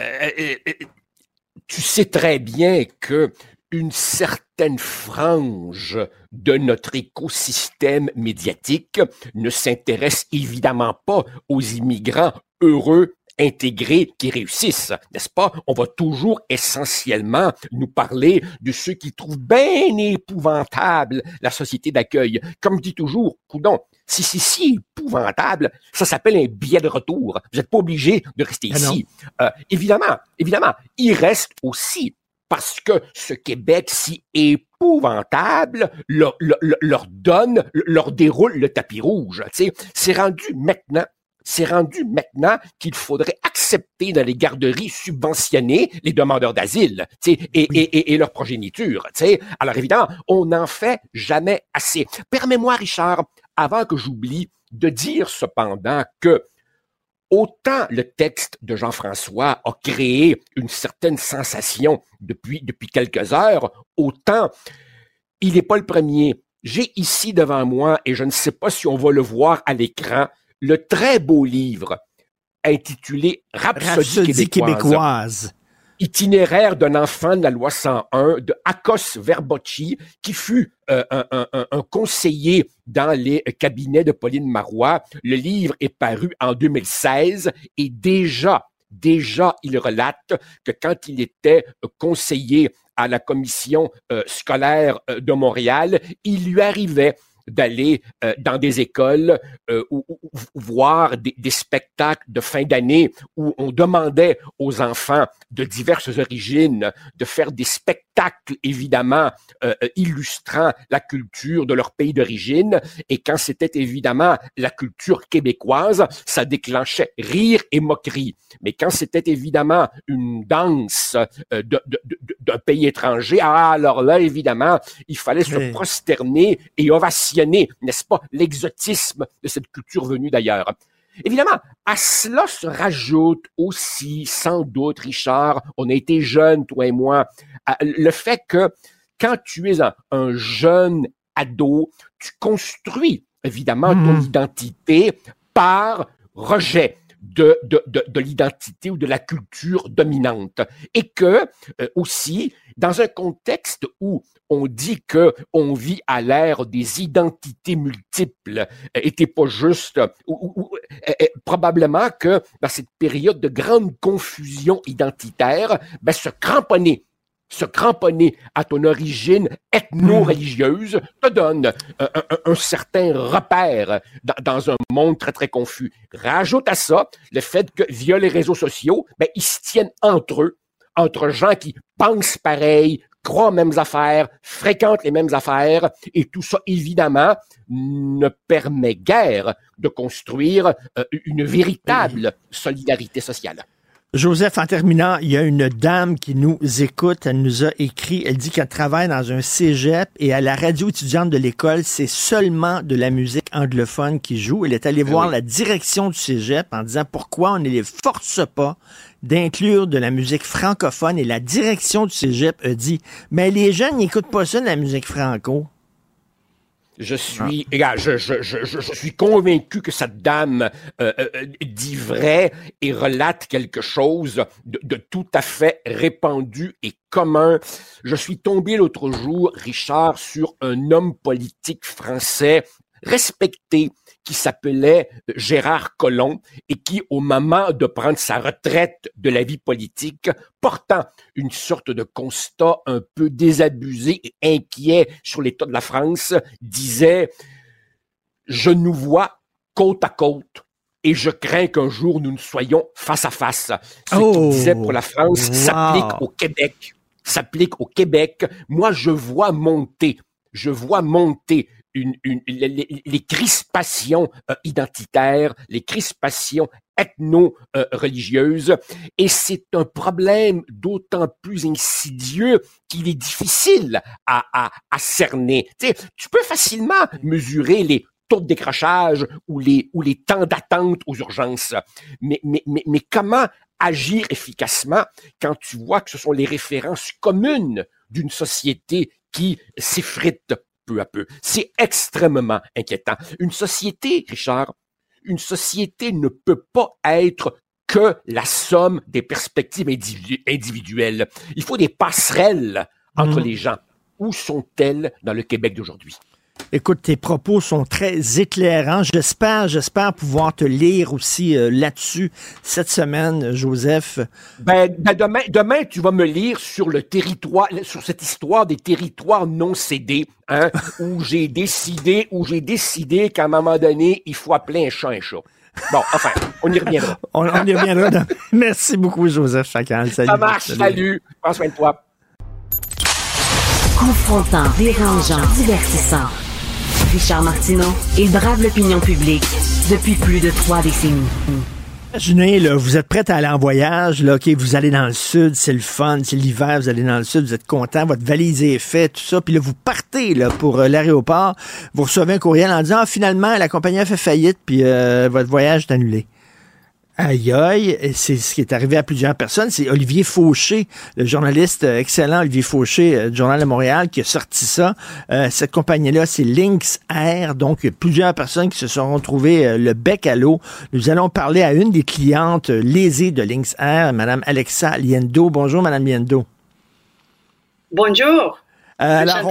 Tu sais très bien que une certaine frange de notre écosystème médiatique ne s'intéresse évidemment pas aux immigrants heureux, intégrés, qui réussissent, n'est-ce pas? On va toujours essentiellement nous parler de ceux qui trouvent bien épouvantable la société d'accueil. Comme je dis toujours, coudonc, si c'est si épouvantable, ça s'appelle un billet de retour. Vous n'êtes pas obligé de rester ici. Évidemment, il reste aussi parce que ce Québec si épouvantable leur déroule le tapis rouge. Tu sais, c'est rendu maintenant qu'il faudrait accepter dans les garderies subventionnées les demandeurs d'asile, tu sais, et leur progéniture, tu sais. Alors évidemment, on n'en fait jamais assez. Permets-moi, Richard, avant que j'oublie, de dire cependant que autant le texte de Jean-François a créé une certaine sensation depuis quelques heures, autant il n'est pas le premier. J'ai ici devant moi, et je ne sais pas si on va le voir à l'écran, le très beau livre intitulé Rhapsodie québécoise. Itinéraire d'un enfant de la loi 101 de Akos Verbocci, qui fut un conseiller dans les cabinets de Pauline Marois. Le livre est paru en 2016 et déjà, il relate que quand il était conseiller à la commission scolaire de Montréal, il lui arrivait d'aller dans des écoles ou voir des spectacles de fin d'année où on demandait aux enfants de diverses origines de faire des spectacles, évidemment, illustrant la culture de leur pays d'origine. Et quand c'était évidemment la culture québécoise, ça déclenchait rire et moquerie. Mais quand c'était évidemment une danse d'un pays étranger, alors là, évidemment, il fallait se prosterner et ovationner, n'est-ce pas, l'exotisme de cette culture venue d'ailleurs. Évidemment, à cela se rajoute aussi, sans doute, Richard, on a été jeunes, toi et moi, le fait que quand tu es un jeune ado, tu construis évidemment ton identité par rejet de l'identité ou de la culture dominante. Et que, aussi, dans un contexte où on dit que on vit à l'ère des identités multiples, était pas juste, probablement que dans cette période de grande confusion identitaire, se cramponner à ton origine ethno-religieuse te donne un certain repère dans un monde très, très confus. Rajoute à ça le fait que, via les réseaux sociaux, ils se tiennent entre eux, entre gens qui pensent pareil, croient aux mêmes affaires, fréquentent les mêmes affaires, et tout ça, évidemment, ne permet guère de construire une véritable solidarité sociale. Joseph, en terminant, il y a une dame qui nous écoute, elle nous a écrit, elle dit qu'elle travaille dans un cégep et à la radio étudiante de l'école, c'est seulement de la musique anglophone qui joue. Elle est allée voir la direction du cégep en disant pourquoi on ne les force pas d'inclure de la musique francophone, et la direction du cégep a dit, mais les jeunes n'écoutent pas ça de la musique franco. Je suis convaincu que cette dame dit vrai et relate quelque chose de tout à fait répandu et commun. Je suis tombé l'autre jour, Richard, sur un homme politique français respecté qui s'appelait Gérard Collomb et qui, au moment de prendre sa retraite de la vie politique, portant une sorte de constat un peu désabusé et inquiet sur l'état de la France, disait « Je nous vois côte à côte et je crains qu'un jour nous ne soyons face à face. » Ce qu'il disait pour la France s'applique au Québec. Moi, je vois monter les crispations identitaires, les crispations ethno-religieuses, et c'est un problème d'autant plus insidieux qu'il est difficile à cerner. Tu peux facilement mesurer les taux de décrochage ou les temps d'attente aux urgences, mais comment agir efficacement quand tu vois que ce sont les références communes d'une société qui s'effrite peu à peu. C'est extrêmement inquiétant. Une société, Richard, ne peut pas être que la somme des perspectives individuelles. Il faut des passerelles entre les gens. Où sont-elles dans le Québec d'aujourd'hui? Écoute, tes propos sont très éclairants. J'espère pouvoir te lire aussi là-dessus cette semaine, Joseph. Demain, tu vas me lire sur le territoire, sur cette histoire des territoires non cédés, où j'ai décidé qu'à un moment donné, il faut appeler un chat. Bon, enfin, on y reviendra. on y reviendra. Merci beaucoup, Joseph Facal. Salut. Ça marche, salut. Prends soin de toi. Confrontant, dérangeant, divertissant. Richard Martineau, il brave l'opinion publique depuis plus de 3 décennies. Imaginez, là, vous êtes prête à aller en voyage, là, OK, vous allez dans le sud, c'est le fun, c'est l'hiver, vous allez dans le sud, vous êtes content, votre valise est faite, tout ça, puis là, vous partez là, pour l'aéroport, vous recevez un courriel en disant, finalement, la compagnie a fait faillite, puis votre voyage est annulé. Aïe, aïe, c'est ce qui est arrivé à plusieurs personnes. C'est Olivier Fauché, le journaliste excellent Olivier Fauché du Journal de Montréal, qui a sorti ça. Cette compagnie-là, c'est Lynx Air. Donc, il y a plusieurs personnes qui se sont retrouvées le bec à l'eau. Nous allons parler à une des clientes lésées de Lynx Air, Mme Alexa Liendo. Bonjour, Mme Liendo. Bonjour. Alors,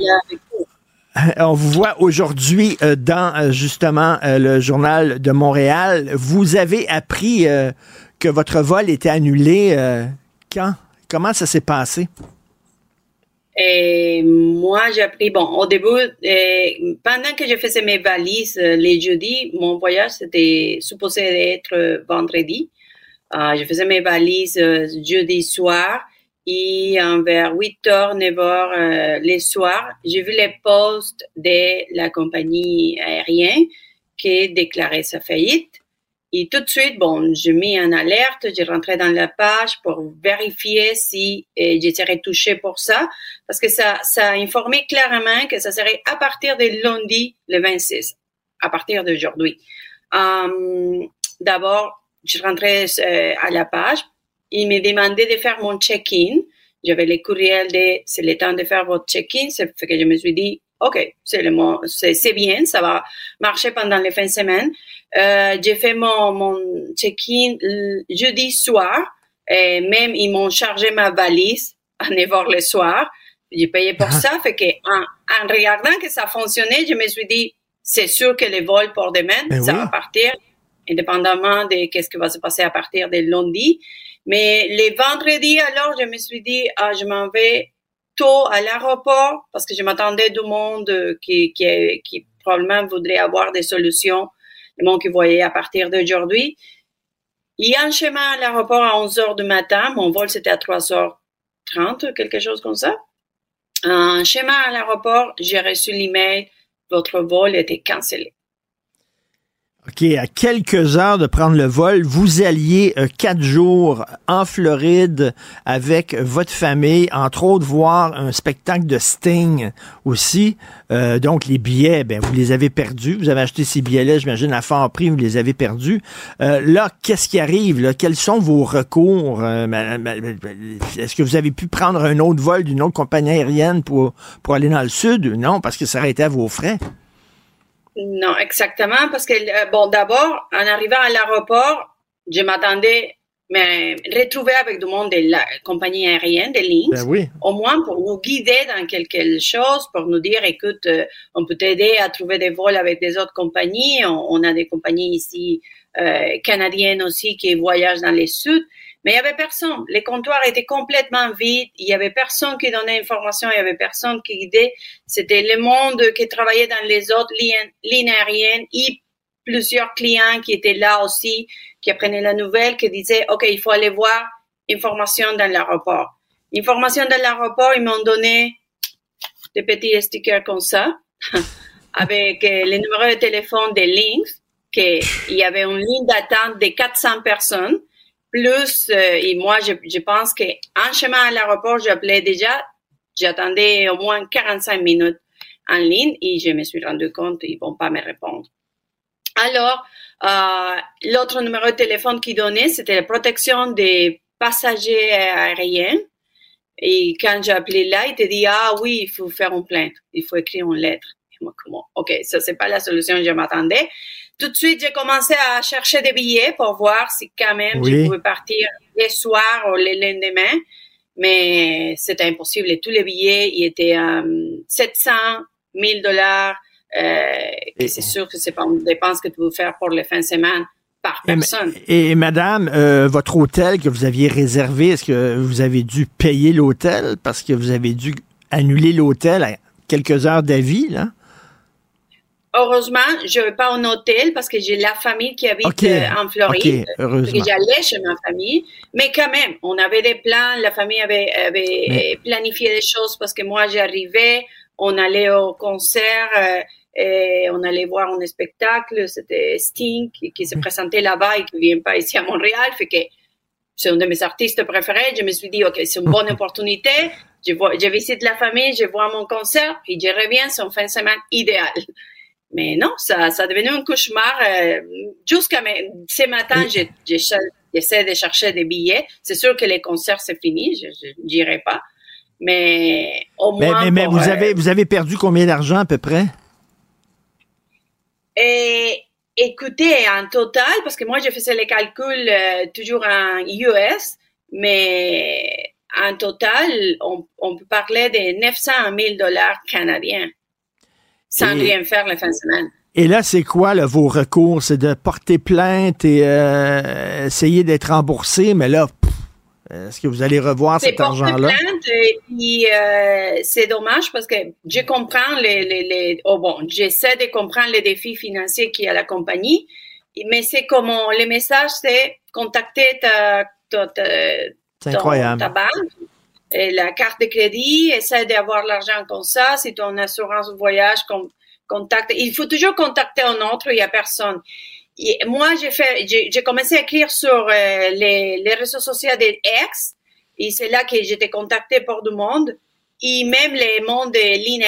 on vous voit aujourd'hui dans, justement, le Journal de Montréal. Vous avez appris que votre vol était annulé. Quand? Comment ça s'est passé? Et moi, j'ai appris, au début, pendant que je faisais mes valises les jeudis, mon voyage était supposé être vendredi. Je faisais mes valises jeudi soir. Et vers 8h, 9h les soirs, j'ai vu les posts de la compagnie aérienne qui déclarait sa faillite. Et tout de suite, j'ai mis en alerte, j'ai rentré dans la page pour vérifier si je serais touchée pour ça, parce que ça informait clairement que ça serait à partir de lundi, le 26, à partir d'aujourd'hui. D'abord, je rentrais à la page. Il me demandait de faire mon check-in. J'avais les courriels de « c'est le temps de faire votre check-in ». Ça fait que je me suis dit « OK, c'est bien, ça va marcher pendant les fins de semaine. J'ai fait mon check-in jeudi soir. Et même, ils m'ont chargé ma valise à 9h le soir. J'ai payé pour ça. Fait que, en regardant que ça fonctionnait, je me suis dit, c'est sûr que les vols pour demain, ça va partir, indépendamment de qu'est-ce qui va se passer à partir de lundi. Mais les vendredis, alors, je me suis dit, je m'en vais tôt à l'aéroport parce que je m'attendais du monde qui probablement voudrait avoir des solutions. Le monde qui voyait à partir d'aujourd'hui. Il y a un chemin à l'aéroport à 11h du matin. Mon vol, c'était à 3h30, quelque chose comme ça. Un chemin à l'aéroport, j'ai reçu l'email. Votre vol était cancellé. OK, à quelques heures de prendre le vol, vous alliez 4 jours en Floride avec votre famille, entre autres voir un spectacle de Sting aussi. Donc, les billets, vous les avez perdus. Vous avez acheté ces billets-là, j'imagine, à fort prix, vous les avez perdus. Là, qu'est-ce qui arrive? Là? Quels sont vos recours? Est-ce que vous avez pu prendre un autre vol d'une autre compagnie aérienne pour aller dans le sud? Non, parce que ça aurait été à vos frais. Non, exactement, parce que, d'abord, en arrivant à l'aéroport, je m'attendais retrouver avec du monde de la compagnie aérienne, de Lynx, au moins pour nous guider dans quelque chose, pour nous dire, écoute, on peut t'aider à trouver des vols avec des autres compagnies, on a des compagnies ici canadiennes aussi qui voyagent dans les sud. Mais il y avait personne. Les comptoirs étaient complètement vides. Il y avait personne qui donnait information. Il y avait personne qui guidait. C'était le monde qui travaillait dans les autres lignes aériennes et plusieurs clients qui étaient là aussi, qui apprenaient la nouvelle, qui disaient, OK, il faut aller voir information dans l'aéroport. Information dans l'aéroport, ils m'ont donné des petits stickers comme ça, avec les numéros de téléphone des Lynx, qu'il y avait une ligne d'attente de 400 personnes. Plus, et moi, je pense qu'en chemin à l'aéroport, j'attendais au moins 45 minutes en ligne et je me suis rendu compte qu'ils vont pas me répondre. Alors, l'autre numéro de téléphone qu'ils donnaient, c'était la protection des passagers aériens. Et quand j'ai appelé là, il te dit, oui, il faut faire une plainte. Il faut écrire une lettre. Et moi, comment? OK, ça, c'est pas la solution que je m'attendais. Tout de suite, j'ai commencé à chercher des billets pour voir si quand même je pouvais partir les soirs ou les lendemains. Mais c'était impossible. Et tous les billets, ils étaient à 700 000 $. C'est sûr que c'est pas une dépense que tu veux faire pour les fins de semaine par personne. Et madame, votre hôtel que vous aviez réservé, est-ce que vous avez dû payer l'hôtel parce que vous avez dû annuler l'hôtel à quelques heures d'avis, là? Heureusement, je vais pas en hôtel parce que j'ai la famille qui habite en Floride. Heureusement. Et j'allais chez ma famille. Mais quand même, on avait des plans. La famille avait planifié des choses parce que moi, j'arrivais. On allait au concert. Et on allait voir un spectacle. C'était Sting qui se présentait là-bas et qui vient pas ici à Montréal. Fait que c'est un de mes artistes préférés. Je me suis dit, OK, c'est une bonne opportunité. Je visite la famille, je vois mon concert et je reviens. C'est une fin de semaine idéale. Mais non, ça a devenu un cauchemar. Jusqu'à ce matin, j'essaie de chercher des billets. C'est sûr que les concerts, c'est fini. Je n'irai pas. Mais au moins... Mais vous avez perdu combien d'argent à peu près? Écoutez, en total, parce que moi, je faisais les calculs toujours en US, mais en total, on peut parler de 900 000 $ canadiens. Sans rien faire la fin de semaine. Et là, c'est quoi là, vos recours? C'est de porter plainte et essayer d'être remboursé, mais là, est-ce que vous allez revoir cet argent-là? C'est porter plainte et puis c'est dommage parce que je comprends j'essaie de comprendre les défis financiers qu'il y a à la compagnie, mais c'est comment le message, c'est contacter ta banque. Et la carte de crédit, essaie d'avoir l'argent comme ça. Si ton assurance voyage, contacte. Il faut toujours contacter un autre, il y a personne. Et moi, j'ai commencé à écrire sur les réseaux sociaux de X, et c'est là que j'étais contactée pour du monde, et même les mondes des lignes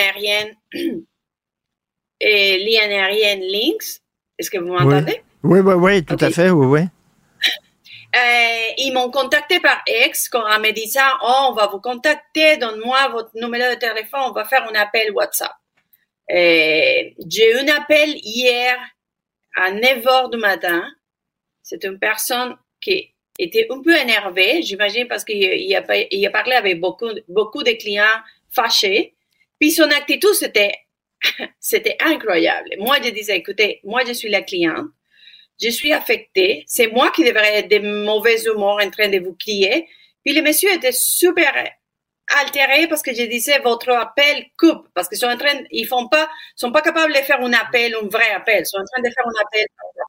aériennes Lynx. Est-ce que vous m'entendez? Oui, tout à fait, oui. Ils m'ont contacté par X en me disant, on va vous contacter, donne-moi votre numéro de téléphone, on va faire un appel WhatsApp. J'ai eu un appel hier à 9h du matin. C'est une personne qui était un peu énervée, j'imagine, parce qu'il a parlé avec beaucoup de clients fâchés. Puis son attitude, c'était incroyable. Moi, je disais, écoutez, moi, je suis la cliente. Je suis affectée. C'est moi qui devrais être de mauvais humeur en train de vous crier. Puis le monsieur était super altéré parce que je disais, votre appel coupe. Parce qu'ils sont pas capables de faire un vrai appel. Ils sont en train de faire un appel.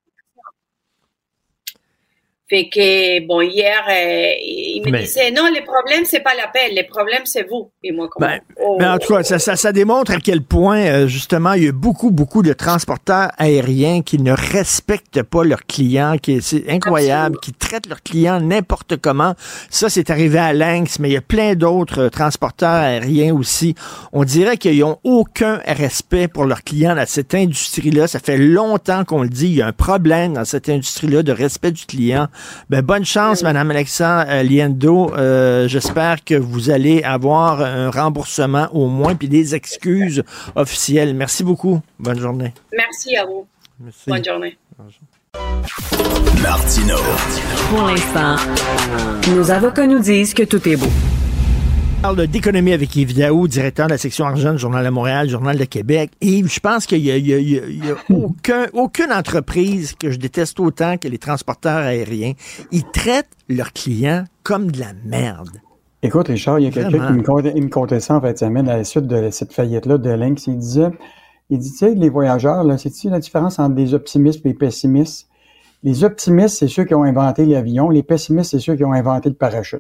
Fait que, bon, hier, il me disait, non, le problème, c'est pas l'appel, le problème, c'est vous. Et moi, mais en tout cas, ça démontre à quel point, justement, il y a beaucoup de transporteurs aériens qui ne respectent pas leurs clients, c'est incroyable, qui traitent leurs clients n'importe comment. Ça, c'est arrivé à Lynx, mais il y a plein d'autres transporteurs aériens aussi. On dirait qu'ils n'ont aucun respect pour leurs clients dans cette industrie-là. Ça fait longtemps qu'on le dit, il y a un problème dans cette industrie-là de respect du client. Ben, bonne chance, Mme Alexa Liendo. J'espère que vous allez avoir un remboursement au moins, puis des excuses officielles. Merci beaucoup. Bonne journée. Merci à vous. Merci. Bonne journée. Martino. Pour l'instant, nos avocats nous disent que tout est beau. On parle d'économie avec Yves Daou, directeur de la section argent du Journal de Montréal, Journal de Québec. Yves, je pense qu'il y a aucune entreprise que je déteste autant que les transporteurs aériens. Ils traitent leurs clients comme de la merde. Écoute, Richard, il y a quelqu'un qui me contait ça en fait, à la suite de cette faillite-là de Lynx. Il dit, tu sais, les voyageurs, là, c'est-tu la différence entre des optimistes et des pessimistes? Les optimistes, c'est ceux qui ont inventé l'avion. Les pessimistes, c'est ceux qui ont inventé le parachute.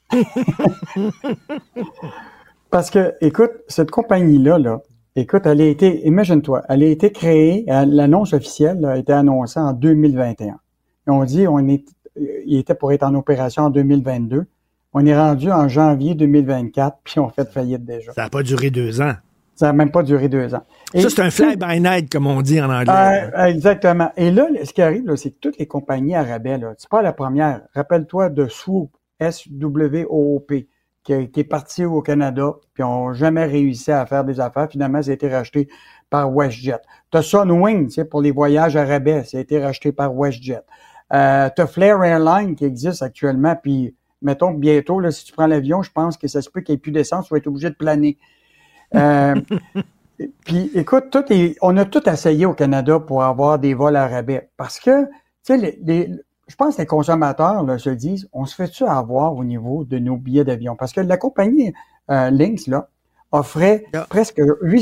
Parce que, écoute, cette compagnie-là, écoute, imagine-toi, elle a été créée, l'annonce officielle a été annoncée en 2021. Et on dit, il était pour être en opération en 2022. On est rendu en janvier 2024, puis on fait faillite déjà. Ça n'a pas duré 2 ans. Ça n'a même pas duré 2 ans. Et ça, c'est un fly-by-night, comme on dit en anglais. Exactement. Et là, ce qui arrive, là, c'est que toutes les compagnies à rabais, c'est pas la première. Rappelle-toi de Swoop, S-W-O-O-P, qui est parti au Canada, puis n'ont jamais réussi à faire des affaires. Finalement, ça a été racheté par WestJet. T'as Sunwing, tu sais, pour les voyages à rabais, ça a été racheté par WestJet. T'as Flair Airlines qui existe actuellement, puis mettons bientôt, là, si tu prends l'avion, je pense que ça se peut qu'il n'y ait plus d'essence, tu vas être obligé de planer. Puis, écoute, on a tout essayé au Canada pour avoir des vols à rabais. Parce que, tu sais, je pense que les consommateurs là, se disent, on se fait-tu avoir au niveau de nos billets d'avion? Parce que la compagnie Lynx, là, offrait presque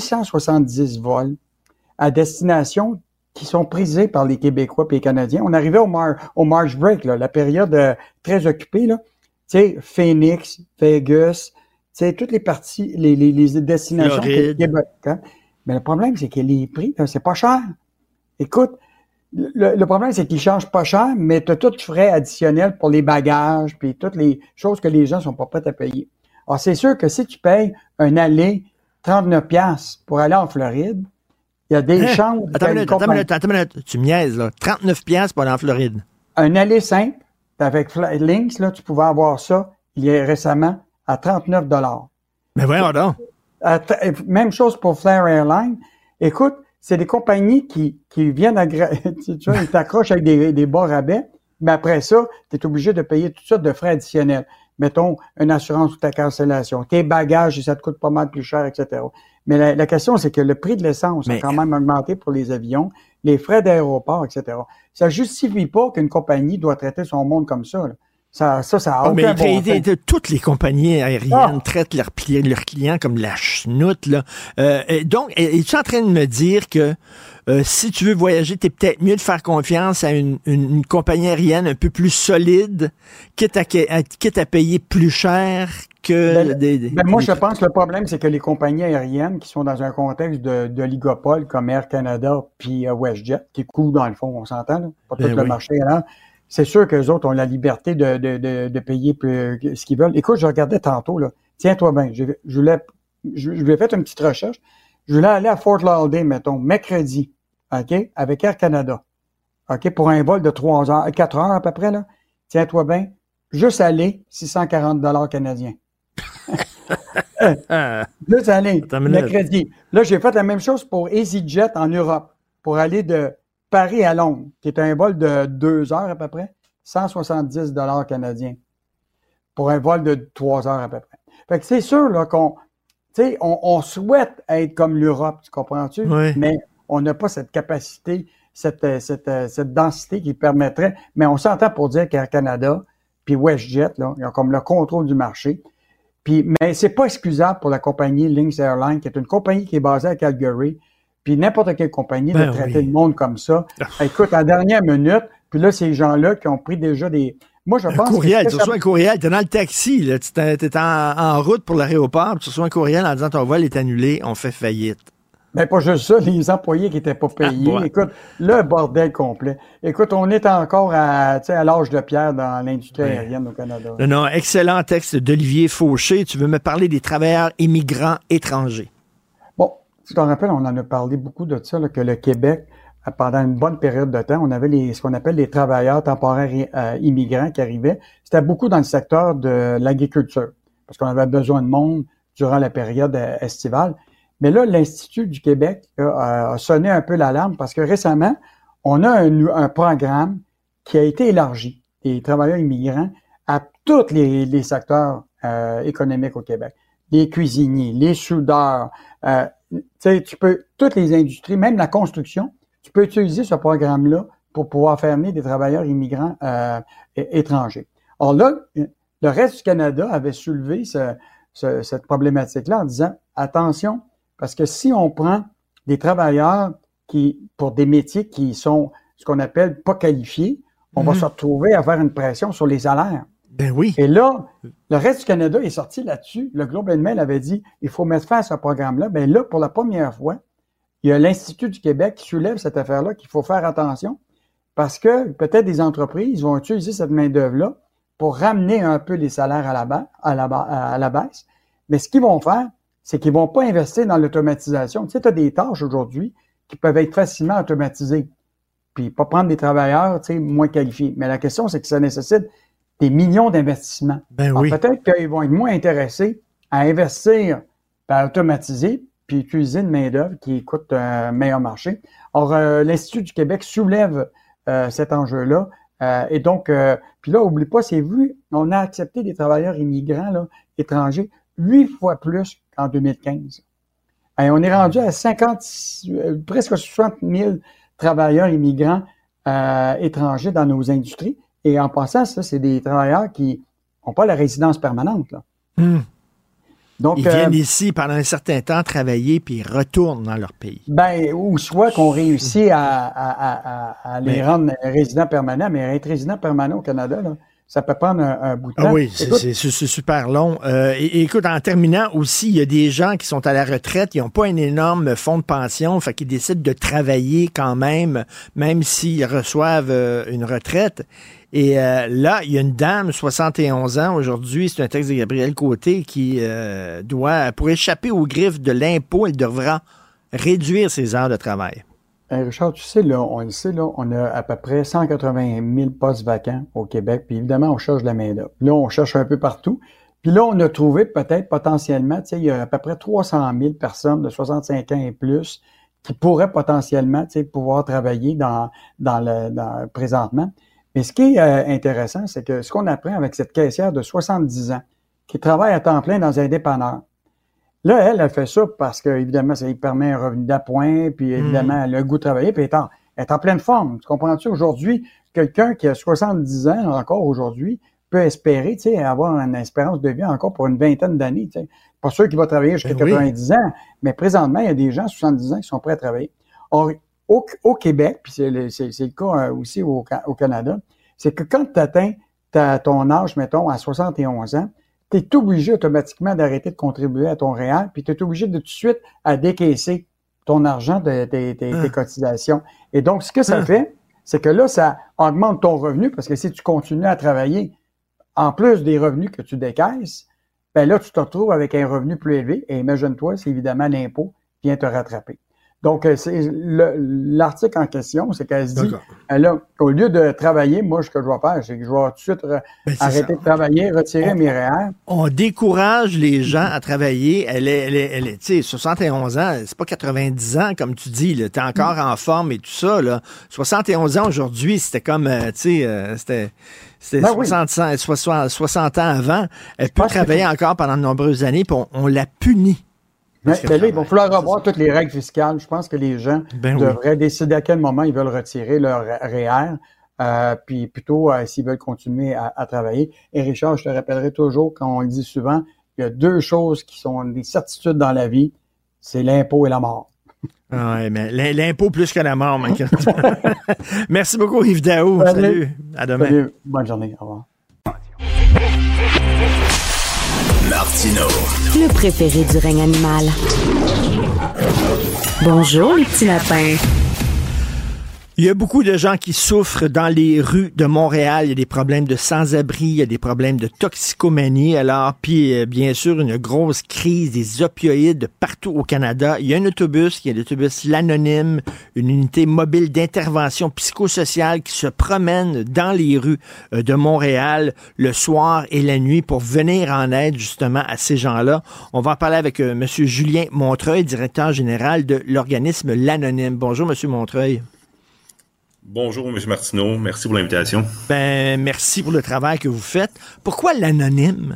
870 vols à destination qui sont prisés par les Québécois et les Canadiens. On arrivait au March Break, là, la période très occupée, là. Tu sais, Phoenix, Vegas, tu sais, toutes les parties, les destinations Québec. Hein? Mais le problème, c'est que les prix, là, c'est pas cher. Écoute, le problème, c'est qu'ils chargent pas cher, mais tu as tout frais additionnels pour les bagages, puis toutes les choses que les gens sont pas prêts à payer. Alors, c'est sûr que si tu payes un aller 39$ pour aller en Floride, il y a des chances... Attends une minute. Tu me niaises, là. 39$ pour aller en Floride. Un aller simple, avec Lynx, là, tu pouvais avoir ça, il y a récemment, à 39$. Mais voyons donc. Même chose pour Flair Airlines. Écoute, c'est des compagnies qui viennent tu vois, ils t'accrochent avec des bas rabais, mais après ça, tu es obligé de payer toutes sortes de frais additionnels. Mettons, une assurance ou ta cancellation, tes bagages, ça te coûte pas mal plus cher, etc. Mais la question, c'est que le prix de l'essence a quand même augmenté pour les avions, les frais d'aéroport, etc. Ça justifie pas qu'une compagnie doit traiter son monde comme ça, là. Ça a aucun bon sens. Toutes les compagnies aériennes traitent leurs clients comme de la chenoute, là. Donc, es-tu en train de me dire que si tu veux voyager, t'es peut-être mieux de faire confiance à une compagnie aérienne un peu plus solide, quitte à payer plus cher que moi, je pense que le problème, c'est que les compagnies aériennes qui sont dans un contexte d'oligopole comme Air Canada puis WestJet, qui coûtent dans le fond, on s'entend, là, pas tout le marché, là. C'est sûr qu'eux autres ont la liberté de payer ce qu'ils veulent. Écoute, je regardais tantôt, là. Tiens-toi bien. Je vais faire une petite recherche. Je voulais aller à Fort Lauderdale, mettons, mercredi, OK, avec Air Canada. OK, pour un vol de 4 heures à peu près, là. Tiens-toi bien. Juste aller, $640 canadiens. 2 années, mercredi. Là, j'ai fait la même chose pour EasyJet en Europe, pour aller de Paris à Londres, qui est un vol de 2 heures à peu près, 170 $ canadiens, pour un vol de 3 heures à peu près. Fait que c'est sûr là, on souhaite être comme l'Europe, tu comprends-tu? Oui. Mais on n'a pas cette capacité, cette densité qui permettrait. Mais on s'entend pour dire qu'Air Canada puis WestJet, là, ils ont comme le contrôle du marché. Mais c'est pas excusable pour la compagnie Lynx Airlines, qui est une compagnie qui est basée à Calgary, puis n'importe quelle compagnie de traiter le monde comme ça. Écoute, en dernière minute, puis là, ces gens-là qui ont pris déjà des... Moi, je pense courriel, tu reçois un courriel, t'es dans le taxi, là, t'es en route pour l'aéroport, tu reçois un courriel en disant ton vol est annulé, on fait faillite. Ben, pas juste ça, les employés qui n'étaient pas payés. Écoute, le bordel complet. Écoute, on est encore à l'âge de pierre dans l'industrie aérienne au Canada. Non, excellent texte d'Olivier Fauché. Tu veux me parler des travailleurs immigrants étrangers. Bon, tu t'en rappelles, on en a parlé beaucoup de ça, là, que le Québec, pendant une bonne période de temps, on avait ce qu'on appelle les travailleurs temporaires immigrants qui arrivaient. C'était beaucoup dans le secteur de l'agriculture, parce qu'on avait besoin de monde durant la période estivale. Mais là, l'Institut du Québec a sonné un peu l'alarme parce que récemment, on a un programme qui a été élargi, des travailleurs immigrants, à tous les secteurs économiques au Québec. Les cuisiniers, les soudeurs, toutes les industries, même la construction, tu peux utiliser ce programme-là pour pouvoir faire venir des travailleurs immigrants étrangers. Or là, le reste du Canada avait soulevé cette problématique-là en disant, attention, parce que si on prend des travailleurs pour des métiers qui sont ce qu'on appelle pas qualifiés, on va se retrouver à faire une pression sur les salaires. Ben oui. Et là, le reste du Canada est sorti là-dessus. Le Globe and Mail avait dit, il faut mettre fin à ce programme-là. Ben là, pour la première fois, il y a l'Institut du Québec qui soulève cette affaire-là qu'il faut faire attention parce que peut-être des entreprises vont utiliser cette main-d'œuvre-là pour ramener un peu les salaires à la baisse. Mais ce qu'ils vont faire, c'est qu'ils vont pas investir dans l'automatisation. Tu sais, tu as des tâches aujourd'hui qui peuvent être facilement automatisées, puis pas prendre des travailleurs, tu sais, moins qualifiés. Mais la question, c'est que ça nécessite des millions d'investissements. Ben oui. Peut-être qu'ils vont être moins intéressés à investir, à automatiser, puis utiliser une main-d'œuvre qui coûte un meilleur marché. Or, l'Institut du Québec soulève cet enjeu-là. Et donc, puis là, oublie pas, c'est vu, on a accepté des travailleurs immigrants là, étrangers 8 fois plus qu'en 2015. Et on est rendu à presque 60 000 travailleurs immigrants étrangers dans nos industries. Et en passant, ça, c'est des travailleurs qui n'ont pas la résidence permanente. Là. Donc, ils viennent ici pendant un certain temps travailler, puis ils retournent dans leur pays. Ben, ou soit qu'on réussit à les rendre résidents permanents, mais être résident permanent au Canada, là, ça peut prendre un bout de temps. Ah oui, c'est super long. Et écoute, en terminant aussi, il y a des gens qui sont à la retraite, ils n'ont pas un énorme fonds de pension, fait qu'ils décident de travailler quand même s'ils reçoivent une retraite. Et là, il y a une dame, 71 ans aujourd'hui, c'est un texte de Gabriel Côté, qui pour échapper aux griffes de l'impôt, elle devra réduire ses heures de travail. Richard, tu sais, là, on le sait, là, on a à peu près 180 000 postes vacants au Québec, puis évidemment, on cherche de la main-d'œuvre. Là, on cherche un peu partout. Puis là, on a trouvé peut-être potentiellement, tu sais, il y a à peu près 300 000 personnes de 65 ans et plus qui pourraient potentiellement, tu sais, pouvoir travailler présentement. Mais ce qui est intéressant, c'est que ce qu'on apprend avec cette caissière de 70 ans qui travaille à temps plein dans un dépanneur, là, elle fait ça parce que, évidemment, ça lui permet un revenu d'appoint, puis évidemment, elle a le goût de travailler, puis elle est en pleine forme. Tu comprends-tu? Aujourd'hui, quelqu'un qui a 70 ans encore aujourd'hui peut espérer, tu sais, avoir une espérance de vie encore pour une vingtaine d'années, tu sais. Pas sûr qu'il va travailler jusqu'à 90 ans, mais présentement, il y a des gens à 70 ans qui sont prêts à travailler. Or, au Québec, puis c'est le cas aussi au Canada, c'est que quand tu atteins ton âge, mettons, à 71 ans, tu es obligé automatiquement d'arrêter de contribuer à ton REER, puis tu es obligé de tout de suite à décaisser ton argent de tes cotisations. Et donc, ce que ça fait, c'est que là, ça augmente ton revenu, parce que si tu continues à travailler, en plus des revenus que tu décaisses, ben là, tu te retrouves avec un revenu plus élevé, et imagine-toi, c'est évidemment l'impôt vient te rattraper. Donc, c'est l'article en question, c'est qu'elle se dit, là, qu'au lieu de travailler, moi, ce que je vais faire, c'est que je vais tout de suite arrêter de travailler, retirer mes REER. On décourage les gens à travailler. Elle est, tu sais, 71 ans, c'est pas 90 ans, comme tu dis, là. T'es encore en forme et tout ça, là. 71 ans aujourd'hui, c'était comme, tu sais, c'était 60 ans avant. Elle peut travailler encore pendant de nombreuses années, puis on la punit. Mais là, il va falloir revoir toutes les règles fiscales. Je pense que les gens devraient décider à quel moment ils veulent retirer leur REER, puis plutôt s'ils veulent continuer à travailler. Et Richard, je te rappellerai toujours, quand on le dit souvent, il y a deux choses qui sont des certitudes dans la vie, c'est l'impôt et la mort. Oui, mais l'impôt plus que la mort, ma Merci beaucoup, Yves Daou. Salut. À demain. Salut. Bonne journée. Au revoir. Martineau. Le préféré du règne animal. Bonjour, les petits lapins. Il y a beaucoup de gens qui souffrent dans les rues de Montréal. Il y a des problèmes de sans-abri, il y a des problèmes de toxicomanie. Alors, puis bien sûr, une grosse crise des opioïdes partout au Canada. Il y a un autobus, qui est l'autobus L'Anonyme, une unité mobile d'intervention psychosociale qui se promène dans les rues de Montréal le soir et la nuit pour venir en aide justement à ces gens-là. On va en parler avec M. Julien Montreuil, directeur général de l'organisme L'Anonyme. Bonjour, M. Montreuil. Bonjour, M. Martineau. Merci pour l'invitation. Merci pour le travail que vous faites. Pourquoi l'anonyme?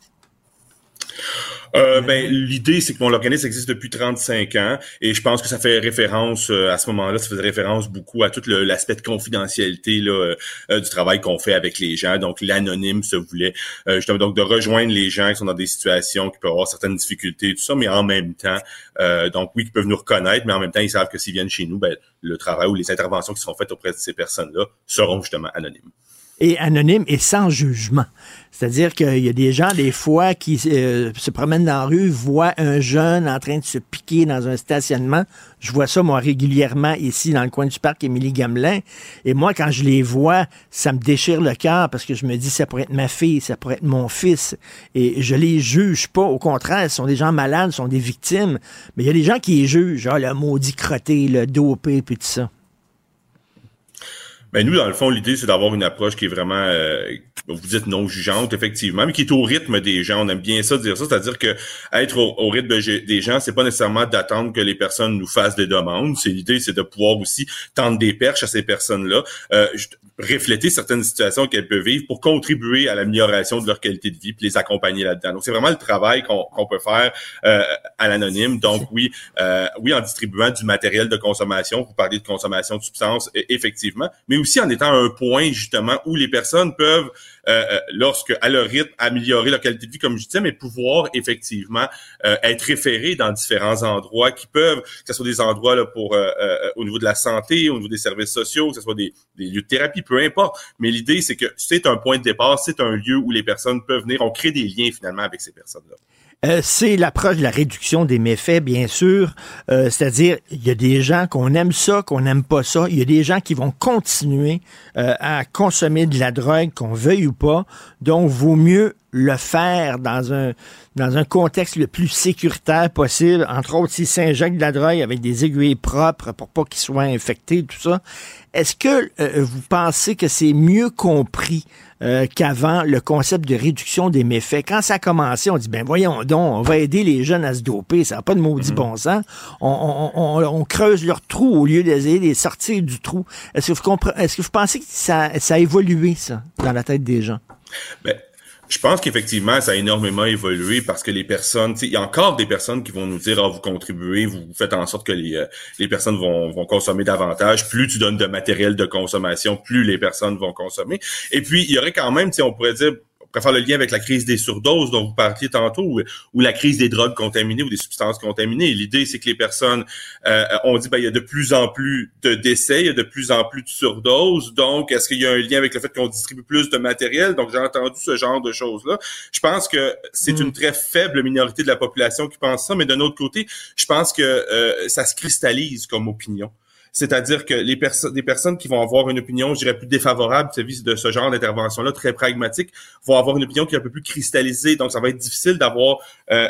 L'idée, c'est que l'organisme existe depuis 35 ans et je pense que ça fait référence, à ce moment-là, ça faisait référence beaucoup à tout l'aspect de confidentialité du travail qu'on fait avec les gens. Donc, l'anonyme se voulait justement donc de rejoindre les gens qui sont dans des situations qui peuvent avoir certaines difficultés et tout ça, mais en même temps, donc oui, qui peuvent nous reconnaître, mais en même temps, ils savent que s'ils viennent chez nous, le travail ou les interventions qui seront faites auprès de ces personnes-là seront justement anonymes. Et anonyme et sans jugement. C'est-à-dire qu'il y a des gens, des fois, qui se promènent dans la rue, voient un jeune en train de se piquer dans un stationnement. Je vois ça, moi, régulièrement ici, dans le coin du parc Émilie-Gamelin. Et moi, quand je les vois, ça me déchire le cœur parce que je me dis, ça pourrait être ma fille, ça pourrait être mon fils. Et je les juge pas. Au contraire, ce sont des gens malades, ce sont des victimes. Mais il y a des gens qui les jugent. Genre, le maudit crotté, le dopé, puis tout ça. Nous, dans le fond, l'idée, c'est d'avoir une approche qui est vraiment, vous dites non jugeante, effectivement, mais qui est au rythme des gens. On aime bien ça, dire ça, c'est-à-dire que être au rythme des gens, c'est pas nécessairement d'attendre que les personnes nous fassent des demandes. L'idée, c'est de pouvoir aussi tendre des perches à ces personnes-là, refléter certaines situations qu'elles peuvent vivre pour contribuer à l'amélioration de leur qualité de vie, puis les accompagner là-dedans. Donc, c'est vraiment le travail qu'on peut faire à l'anonyme. Donc, oui, en distribuant du matériel de consommation, vous parlez de consommation de substances, effectivement, mais aussi en étant à un point, justement, où les personnes peuvent, lorsque, à leur rythme, améliorer leur qualité de vie, comme je disais, mais pouvoir, effectivement, être référés dans différents endroits qui peuvent, que ce soit des endroits là, pour au niveau de la santé, au niveau des services sociaux, que ce soit des lieux de thérapie, peu importe. Mais l'idée, c'est que c'est un point de départ, c'est un lieu où les personnes peuvent venir. On crée des liens, finalement, avec ces personnes-là. C'est l'approche de la réduction des méfaits, bien sûr. C'est-à-dire, il y a des gens qu'on aime ça, qu'on n'aime pas ça. Il y a des gens qui vont continuer à consommer de la drogue, qu'on veuille ou pas. Donc, vaut mieux le faire dans un contexte le plus sécuritaire possible. Entre autres, s'ils s'injectent de la drogue avec des aiguilles propres pour pas qu'ils soient infectés, tout ça. Est-ce que vous pensez que c'est mieux compris qu'avant le concept de réduction des méfaits? Quand ça a commencé, on dit, voyons donc, on va aider les jeunes à se doper, ça n'a pas de maudit bon sens. On creuse leur trou au lieu d'essayer de les sortir du trou. Est-ce que vous pensez que ça a évolué, ça, dans la tête des gens? Je pense qu'effectivement, ça a énormément évolué parce que les personnes, il y a encore des personnes qui vont nous dire, vous contribuez, vous faites en sorte que les personnes vont consommer davantage. Plus tu donnes de matériel de consommation, plus les personnes vont consommer. Et puis, il y aurait quand même, on pourrait dire, on pourrait faire le lien avec la crise des surdoses dont vous parliez tantôt, ou la crise des drogues contaminées ou des substances contaminées. L'idée, c'est que les personnes, on dit, il y a de plus en plus de décès, il y a de plus en plus de surdoses. Donc, est-ce qu'il y a un lien avec le fait qu'on distribue plus de matériel? Donc, j'ai entendu ce genre de choses-là. Je pense que c'est une très faible minorité de la population qui pense ça, mais d'un autre côté, je pense que ça se cristallise comme opinion. c'est-à-dire que des personnes qui vont avoir une opinion, je dirais, plus défavorable vis-à-vis de ce genre d'intervention-là, très pragmatique, vont avoir une opinion qui est un peu plus cristallisée. Donc, ça va être difficile d'avoir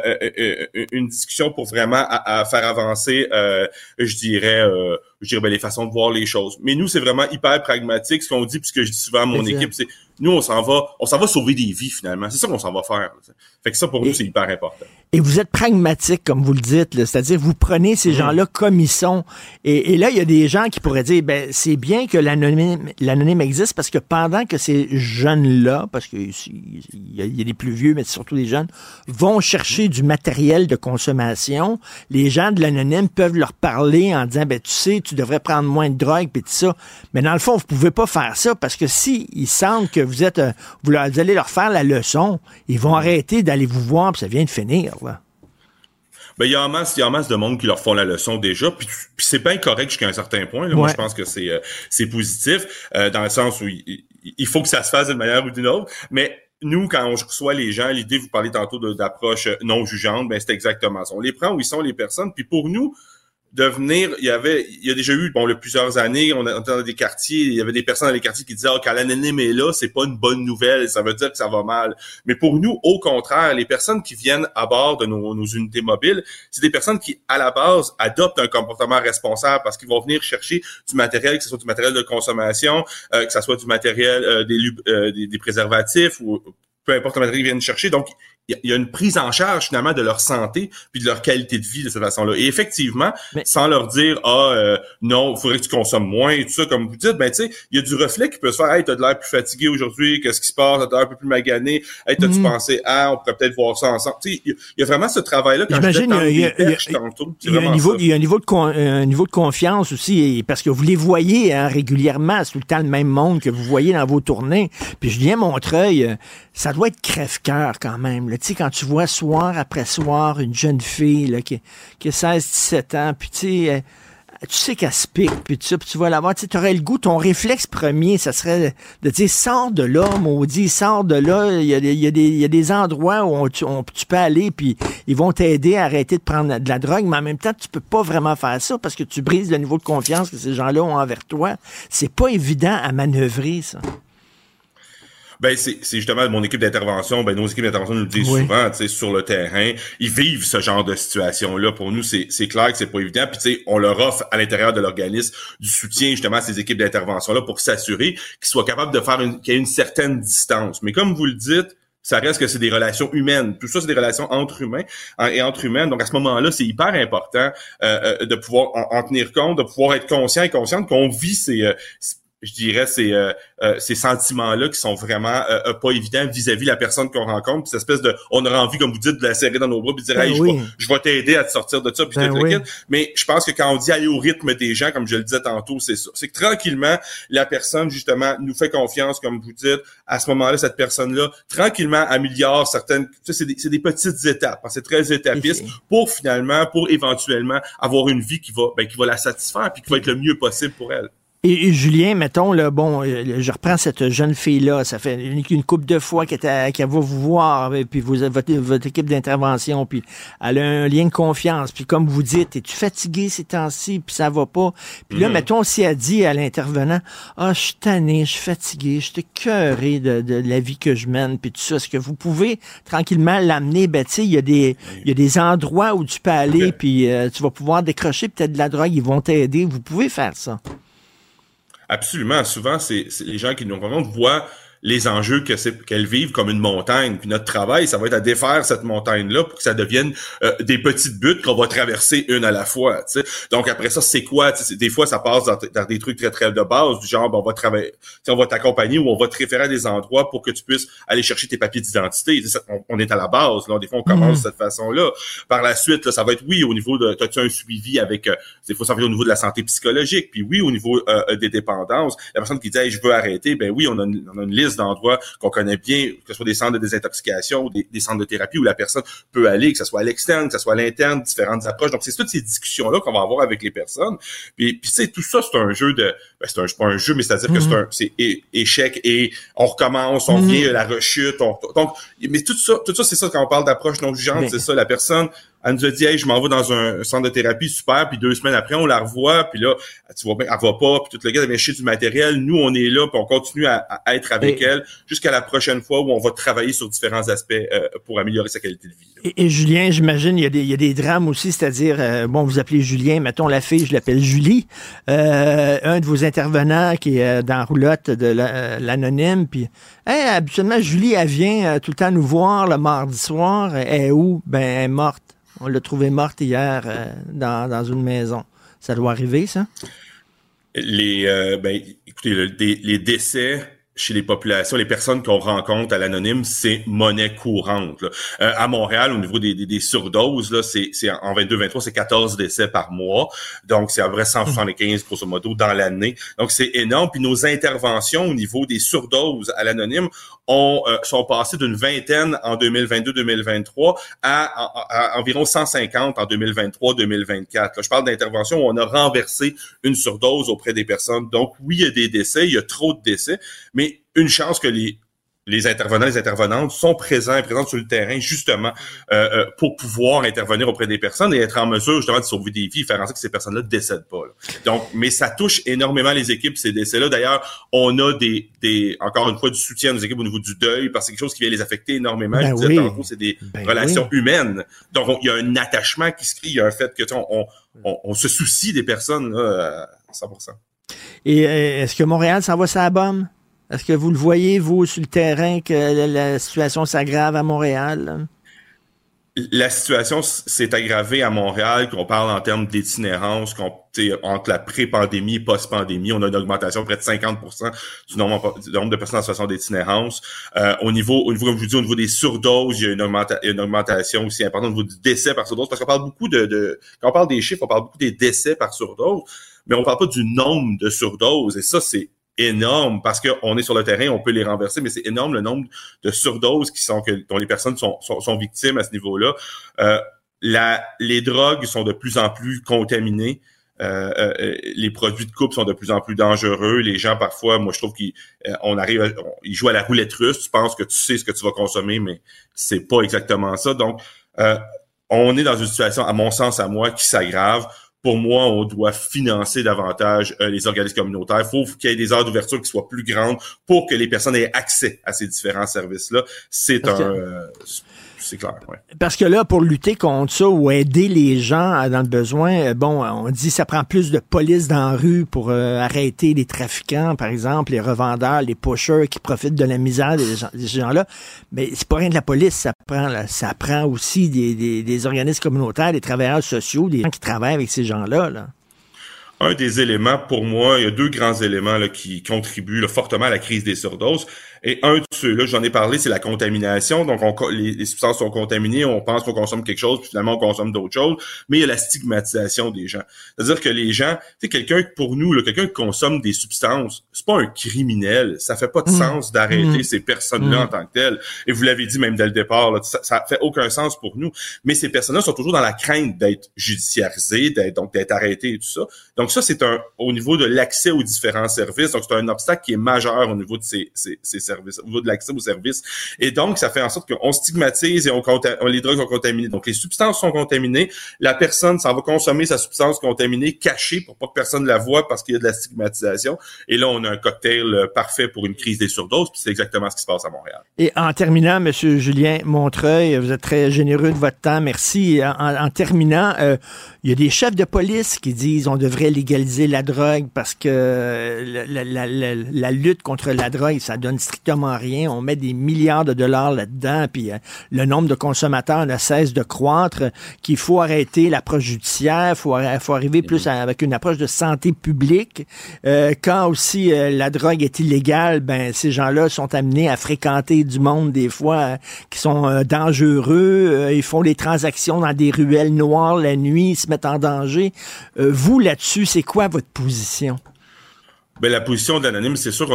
une discussion pour vraiment à faire avancer, je dirais les façons de voir les choses. Mais nous, c'est vraiment hyper pragmatique. Ce qu'on dit, puis ce que je dis souvent à mon équipe, c'est nous, on s'en va sauver des vies, finalement. C'est ça qu'on s'en va faire. Fait que ça, pour nous, c'est hyper important. Et vous êtes pragmatique, comme vous le dites, là, c'est-à-dire vous prenez ces gens-là comme ils sont. Et là, il y a des gens qui pourraient dire, ben c'est bien que l'anonyme existe parce que pendant que ces jeunes-là, parce qu'il y a des plus vieux, mais surtout des jeunes, vont chercher du matériel de consommation, les gens de l'anonyme peuvent leur parler en disant, ben tu sais, tu devrais prendre moins de drogue, puis tout ça. Mais dans le fond, vous pouvez pas faire ça parce que si ils sentent que vous allez leur faire la leçon, ils vont arrêter d'aller vous voir, puis ça vient de finir, là. Ben, il y a en masse de monde qui leur font la leçon déjà, puis c'est bien correct jusqu'à un certain point. Là. Moi, je pense que c'est positif, dans le sens où il faut que ça se fasse d'une manière ou d'une autre. Mais nous, quand on reçoit les gens, l'idée, vous parlez tantôt d'approche non jugeante, ben c'est exactement ça. On les prend où ils sont les personnes, puis pour nous, il y a déjà eu, plusieurs années, on était dans des quartiers, il y avait des personnes dans les quartiers qui disaient, quand l'anonyme est là, c'est pas une bonne nouvelle, ça veut dire que ça va mal. Mais pour nous, au contraire, les personnes qui viennent à bord de nos unités mobiles, c'est des personnes qui, à la base, adoptent un comportement responsable parce qu'ils vont venir chercher du matériel, que ce soit du matériel de consommation, que ce soit du matériel, des préservatifs ou peu importe le matériel qu'ils viennent chercher. Donc, il y a une prise en charge finalement de leur santé puis de leur qualité de vie de cette façon-là. Et effectivement, sans leur dire non, il faudrait que tu consommes moins et tout ça, comme vous dites, ben tu sais, il y a du reflet qui peut se faire. Hey, t'as de l'air plus fatigué aujourd'hui, qu'est-ce qui se passe, t'as l'air un peu plus magané. Hey, t'as-tu pensé on pourrait peut-être voir ça ensemble. Tu sais, il y a vraiment ce travail-là. Quand j'imagine il y a un niveau de confiance aussi, parce que vous les voyez régulièrement, c'est tout le temps le même monde que vous voyez dans vos tournées. Puis Julien Montreuil, ça doit être crève-cœur quand même. Tu sais, quand tu vois soir après soir une jeune fille là, qui a 16-17 ans, puis tu sais qu'elle se pique, puis tu vas la voir, tu aurais le goût, ton réflexe premier, ça serait de dire, sors de là, maudit, sors de là, il y a des endroits où tu peux aller, puis ils vont t'aider à arrêter de prendre de la drogue, mais en même temps, tu peux pas vraiment faire ça, parce que tu brises le niveau de confiance que ces gens-là ont envers toi. C'est pas évident à manœuvrer, ça. Ben c'est justement mon équipe d'intervention, nos équipes d'intervention nous le disent souvent, tu sais, sur le terrain, ils vivent ce genre de situation-là. Pour nous, c'est clair que c'est pas évident. Puis tu sais, on leur offre à l'intérieur de l'organisme du soutien justement à ces équipes d'intervention-là pour s'assurer qu'ils soient capables de faire qu'il y ait une certaine distance. Mais comme vous le dites, ça reste que c'est des relations humaines. Tout ça, c'est des relations entre humains et entre humaines. Donc, à ce moment-là, c'est hyper important de pouvoir en tenir compte, de pouvoir être conscient et consciente qu'on vit ces sentiments-là qui sont vraiment pas évidents vis-à-vis la personne qu'on rencontre, puis cette espèce de, on aurait envie, comme vous dites, de la serrer dans nos bras puis de dire je vais t'aider à te sortir de ça puis mais je pense que quand on dit aller au rythme des gens, comme je le disais tantôt, c'est ça, c'est que tranquillement la personne justement nous fait confiance, comme vous dites, à ce moment-là cette personne-là tranquillement améliore certaines, c'est des petites étapes, c'est très étapiste pour éventuellement avoir une vie qui va la satisfaire puis qui va être le mieux possible pour elle. Et Julien, mettons, là, je reprends cette jeune fille-là, ça fait une couple de fois qu'elle va vous voir, puis votre équipe d'intervention, puis elle a un lien de confiance, puis comme vous dites, es-tu fatigué ces temps-ci, puis ça va pas? Puis là, mettons, si elle dit à l'intervenant, je suis tanné, je suis fatigué, je suis écœuré de la vie que je mène, puis tout ça, est-ce que vous pouvez tranquillement l'amener? Ben, tu sais, il y a des endroits où tu peux aller, puis tu vas pouvoir décrocher peut-être de la drogue, ils vont t'aider, vous pouvez faire ça. Absolument. Souvent, c'est les gens qui nous rencontrent voient les enjeux qu'elles vivent comme une montagne. Puis notre travail, ça va être à défaire cette montagne-là pour que ça devienne des petites buttes qu'on va traverser une à la fois. T'sais. Donc après ça, c'est quoi? Des fois, ça passe dans des trucs très très de base, du genre on va travailler, on va t'accompagner ou on va te référer à des endroits pour que tu puisses aller chercher tes papiers d'identité. On est à la base. Là. Des fois, on commence de cette façon-là. Par la suite, là, ça va être au niveau de t'as-tu un suivi avec des fois ça va être au niveau de la santé psychologique, puis au niveau des dépendances. La personne qui dit je veux arrêter, ben oui, on a une liste d'endroits qu'on connaît bien, que ce soit des centres de désintoxication ou des centres de thérapie où la personne peut aller, que ce soit à l'externe, que ce soit à l'interne, différentes approches. Donc, c'est toutes ces discussions-là qu'on va avoir avec les personnes. Puis tu sais, tout ça, c'est un jeu de... c'est pas un jeu, mais c'est-à-dire que c'est échec et on recommence, on vient la rechute. Donc, mais tout ça, c'est ça quand on parle d'approche non jugeante, c'est ça, la personne... Elle nous a dit, hey, je m'en vais dans un centre de thérapie, super, puis 2 semaines après, on la revoit, puis là, tu vois bien, elle va pas, puis tout le gars, elle vient chier du matériel. Nous, on est là, puis on continue à être avec elle jusqu'à la prochaine fois où on va travailler sur différents aspects pour améliorer sa qualité de vie. Et Julien, j'imagine, il y a des drames aussi, c'est-à-dire, bon, vous appelez Julien, mettons la fille, je l'appelle Julie, un de vos intervenants qui est dans la roulotte de l'anonyme, puis habituellement, Julie, elle vient tout le temps nous voir le mardi soir. Elle est où? Ben, elle est morte. On l'a trouvée morte hier dans une maison. Ça doit arriver, ça? Écoutez, les décès chez les populations, les personnes qu'on rencontre à l'anonyme, c'est monnaie courante. Là. À Montréal, au niveau des surdoses, là, c'est en 22-23, c'est 14 décès par mois. Donc, c'est à peu près 175, grosso modo, dans l'année. Donc, c'est énorme. Puis nos interventions au niveau des surdoses à l'anonyme sont passées d'une vingtaine en 2022-2023 à environ 150 en 2023-2024. Là, je parle d'interventions où on a renversé une surdose auprès des personnes. Donc, oui, il y a des décès, il y a trop de décès, mais une chance que les intervenants, les intervenantes sont présentes sur le terrain, justement, pour pouvoir intervenir auprès des personnes et être en mesure, justement, de sauver des vies, faire en sorte que ces personnes-là ne décèdent pas. Là. Donc, mais ça touche énormément les équipes, ces décès-là. D'ailleurs, on a encore une fois, du soutien à nos équipes au niveau du deuil, parce que c'est quelque chose qui vient les affecter énormément. Je disais tantôt, c'est des relations humaines. Donc, il y a un attachement qui se crée, il y a un fait que, on se soucie des personnes, là, à 100%. Et est-ce que Montréal s'en va sur la bombe? Est-ce que vous le voyez, vous, sur le terrain, que la situation s'aggrave à Montréal? La situation s'est aggravée à Montréal, qu'on parle en termes d'itinérance, entre la pré-pandémie et post-pandémie, on a une augmentation de près de 50% du nombre de personnes en situation d'itinérance. Au niveau, comme je vous dis, au niveau des surdoses, il y a une augmentation aussi importante au niveau du décès par surdose, parce qu'on parle beaucoup quand on parle des chiffres, on parle beaucoup des décès par surdose, mais on parle pas du nombre de surdoses, et ça, c'est énorme parce qu'on est sur le terrain, on peut les renverser, mais c'est énorme le nombre de surdoses dont les personnes sont victimes à ce niveau-là. Les drogues sont de plus en plus contaminées. Les produits de coupe sont de plus en plus dangereux. Les gens, parfois, moi, je trouve qu'ils jouent à la roulette russe. Tu penses que tu sais ce que tu vas consommer, mais c'est pas exactement ça. Donc, on est dans une situation, à mon sens, à moi, qui s'aggrave. Pour moi, on doit financer davantage les organismes communautaires. Il faut qu'il y ait des heures d'ouverture qui soient plus grandes pour que les personnes aient accès à ces différents services-là. C'est clair, ouais. Parce que là, pour lutter contre ça ou aider les gens dans le besoin, on dit que ça prend plus de police dans la rue pour arrêter les trafiquants, par exemple, les revendeurs, les pushers qui profitent de la misère des gens-là. Mais c'est pas rien de la police, ça prend aussi des organismes communautaires, des travailleurs sociaux, des gens qui travaillent avec ces gens-là, là. Un des éléments, pour moi, il y a 2 grands éléments là, qui contribuent là, fortement à la crise des surdoses. Et un de ceux-là, j'en ai parlé, c'est la contamination. Donc, les substances sont contaminées, on pense qu'on consomme quelque chose, puis finalement, on consomme d'autres choses. Mais il y a la stigmatisation des gens. C'est-à-dire que les gens, tu sais, quelqu'un qui consomme des substances, c'est pas un criminel. Ça fait pas de sens d'arrêter ces personnes-là en tant que telles. Et vous l'avez dit même dès le départ, là, ça fait aucun sens pour nous. Mais ces personnes-là sont toujours dans la crainte d'être judiciarisées, d'être arrêtées et tout ça. Donc ça, c'est au niveau de l'accès aux différents services. Donc, c'est un obstacle qui est majeur au niveau de ces services, au niveau de l'accès aux services. Et donc, ça fait en sorte qu'on stigmatise et les drogues sont contaminées. Donc, les substances sont contaminées. La personne s'en va consommer sa substance contaminée, cachée pour pas que personne la voie parce qu'il y a de la stigmatisation. Et là, on a un cocktail parfait pour une crise des surdoses. Puis c'est exactement ce qui se passe à Montréal. Et en terminant, M. Julien Montreuil, vous êtes très généreux de votre temps. Merci. En terminant, il y a des chefs de police qui disent on devrait légaliser la drogue parce que la lutte contre la drogue, ça donne strictement rien. On met des milliards de dollars là-dedans, puis le nombre de consommateurs ne cesse de croître, qu'il faut arrêter l'approche judiciaire, faut arriver plus avec une approche de santé publique. Quand aussi la drogue est illégale, ces gens-là sont amenés à fréquenter du monde des fois qui sont dangereux. Ils font des transactions dans des ruelles noires la nuit, ils se mettent en danger. Vous, là-dessus, c'est quoi votre position? La position de l'anonyme, c'est sûr qu'on a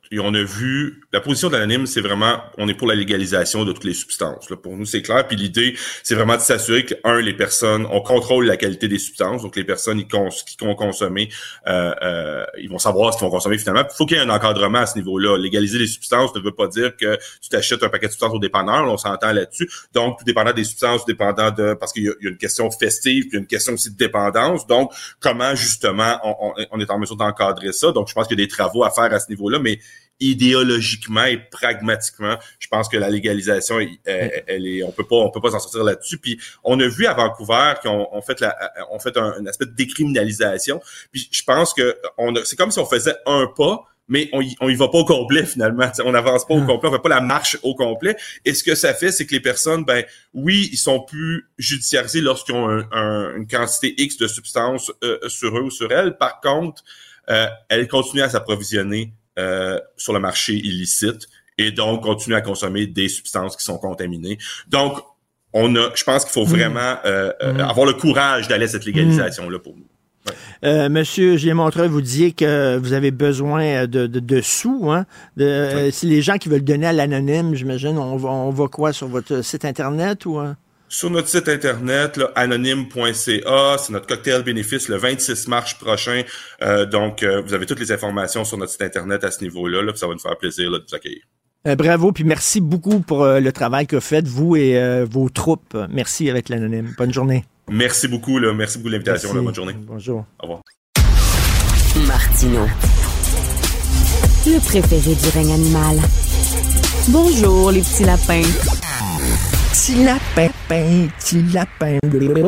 on a vu, la position d'Anonyme, c'est vraiment, on est pour la légalisation de toutes les substances. Là, pour nous, c'est clair. Puis l'idée, c'est vraiment de s'assurer que, les personnes, on contrôle la qualité des substances. Donc, les personnes qui vont consommer, ils vont savoir ce qu'ils vont consommer finalement. Il faut qu'il y ait un encadrement à ce niveau-là. Légaliser les substances ne veut pas dire que tu t'achètes un paquet de substances au dépanneur. Là, on s'entend là-dessus. Donc, tout dépendant des substances, parce qu'il y a une question festive, puis il y a une question aussi de dépendance. Donc, comment, justement, on est en mesure d'encadrer ça. Donc, je pense qu'il y a des travaux à faire à ce niveau-là, mais idéologiquement et pragmatiquement, je pense que la légalisation, elle est, on peut pas s'en sortir là-dessus. Puis on a vu à Vancouver qu'on fait un aspect de décriminalisation. Puis je pense que c'est comme si on faisait un pas, mais on y va pas au complet finalement. T'sais, on n'avance pas au complet, on fait pas la marche au complet. Et ce que ça fait, c'est que les personnes, oui, ils sont plus judiciarisés lorsqu'ils ont une quantité X de substances sur eux ou sur elles. Par contre, elles continuent à s'approvisionner sur le marché illicite et donc continuent à consommer des substances qui sont contaminées. Donc, je pense qu'il faut vraiment avoir le courage d'aller à cette légalisation-là pour nous. Ouais. Monsieur Julien Montreuil, vous disiez que vous avez besoin de sous, hein? Si les gens qui veulent donner à l'anonyme, j'imagine, on va quoi sur votre site Internet ou... Sur notre site Internet, là, anonyme.ca, c'est notre cocktail bénéfice le 26 mars prochain. Donc, vous avez toutes les informations sur notre site Internet à ce niveau-là. Là, puis ça va nous faire plaisir de vous accueillir. Bravo, puis merci beaucoup pour le travail que vous faites, vous et vos troupes. Merci avec l'anonyme. Bonne journée. Merci beaucoup de l'invitation. Là. Bonne journée. Bonjour. Au revoir. Martineau, le préféré du règne animal. Bonjour, les petits lapins. Petit lapin, petit lapin.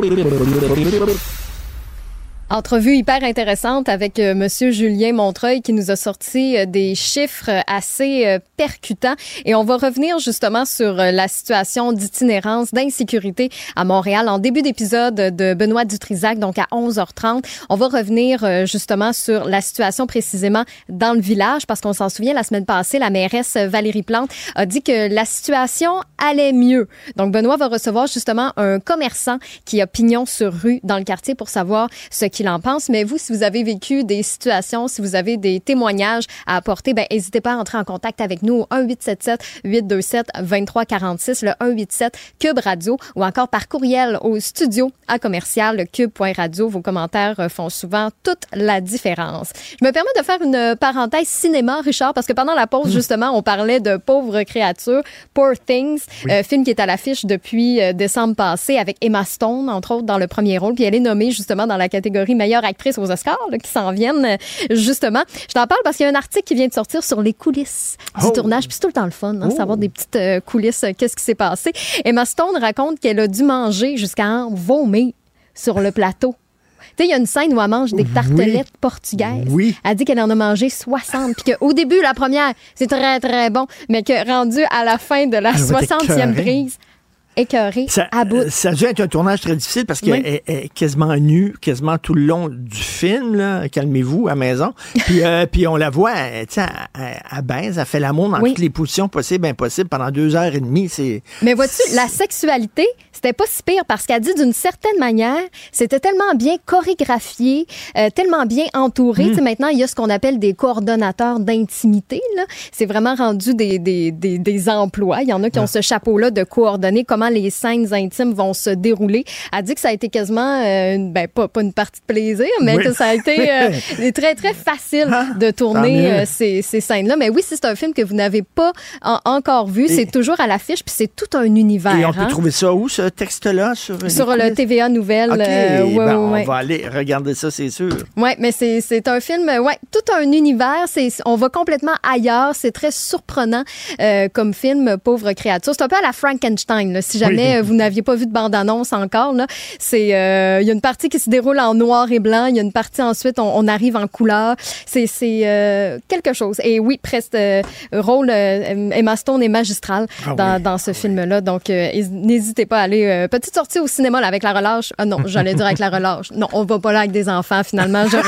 Entrevue hyper intéressante avec Monsieur Julien Montreuil qui nous a sorti des chiffres assez percutants. Et on va revenir justement sur la situation d'itinérance, d'insécurité à Montréal en début d'épisode de Benoît Dutrisac, donc à 11h30. On va revenir justement sur la situation précisément dans le village parce qu'on s'en souvient, la semaine passée, la mairesse Valérie Plante a dit que la situation allait mieux. Donc Benoît va recevoir justement un commerçant qui a pignon sur rue dans le quartier pour savoir ce qu'il en pense. Mais vous, si vous avez vécu des situations, si vous avez des témoignages à apporter, n'hésitez pas à entrer en contact avec nous au 1-877-827-2346, le 1-87-Cube Radio ou encore par courriel au studio@commercial-cube.radio. Vos commentaires font souvent toute la différence. Je me permets de faire une parenthèse cinéma, Richard, parce que pendant la pause, justement, on parlait de Pauvres créatures, Poor Things, film qui est à l'affiche depuis décembre passé avec Emma Stone, entre autres, dans le premier rôle. Puis elle est nommée justement dans la catégorie meilleure actrice aux Oscars là, qui s'en viennent justement. Je t'en parle parce qu'il y a un article qui vient de sortir sur les coulisses du tournage. Puis c'est tout le temps le fun, savoir des petites coulisses, qu'est-ce qui s'est passé. Emma Stone raconte qu'elle a dû manger jusqu'à en vomir sur le plateau. Tu sais, il y a une scène où elle mange des tartelettes portugaises. Oui. Elle dit qu'elle en a mangé 60. Puis qu'au début, la première, c'est très, très bon. Mais que rendu à la fin de la 60e prise, écœurée, à bout. Ça a dû être un tournage très difficile parce qu'elle est quasiment nue, quasiment tout le long du film. Là. Calmez-vous à la maison. Puis on la voit, elle baise, elle fait l'amour dans toutes les positions possibles et impossibles pendant 2h30. Mais vois-tu, la sexualité, c'était pas si pire parce qu'elle dit d'une certaine manière, c'était tellement bien chorégraphié, tellement bien entouré. Maintenant, il y a ce qu'on appelle des coordonnateurs d'intimité. Là. C'est vraiment rendu des emplois. Il y en a qui ont ce chapeau-là de coordonner comment les scènes intimes vont se dérouler. Elle dit que ça a été quasiment, pas une partie de plaisir, mais que ça a été très, très facile de tourner ces scènes-là. Mais oui, si c'est un film que vous n'avez pas encore vu, c'est toujours à l'affiche, puis c'est tout un univers. Et on peut trouver ça où, ce texte-là? Sur le TVA Nouvelles. OK, on va aller regarder ça, c'est sûr. Oui, mais c'est un film, tout un univers. On va complètement ailleurs. C'est très surprenant comme film, Pauvres créatures. C'est un peu à la Frankenstein, là, si jamais vous n'aviez pas vu de bande-annonce encore. Là, il y a une partie qui se déroule en noir et blanc. Il y a une partie ensuite, on arrive en couleur. C'est quelque chose. Et oui, rôle Emma Stone est magistral dans ce film-là. Donc, n'hésitez pas à aller. Petite sortie au cinéma là, avec la relâche. Ah non, j'allais dire avec la relâche. Non, on va pas là avec des enfants, finalement. Je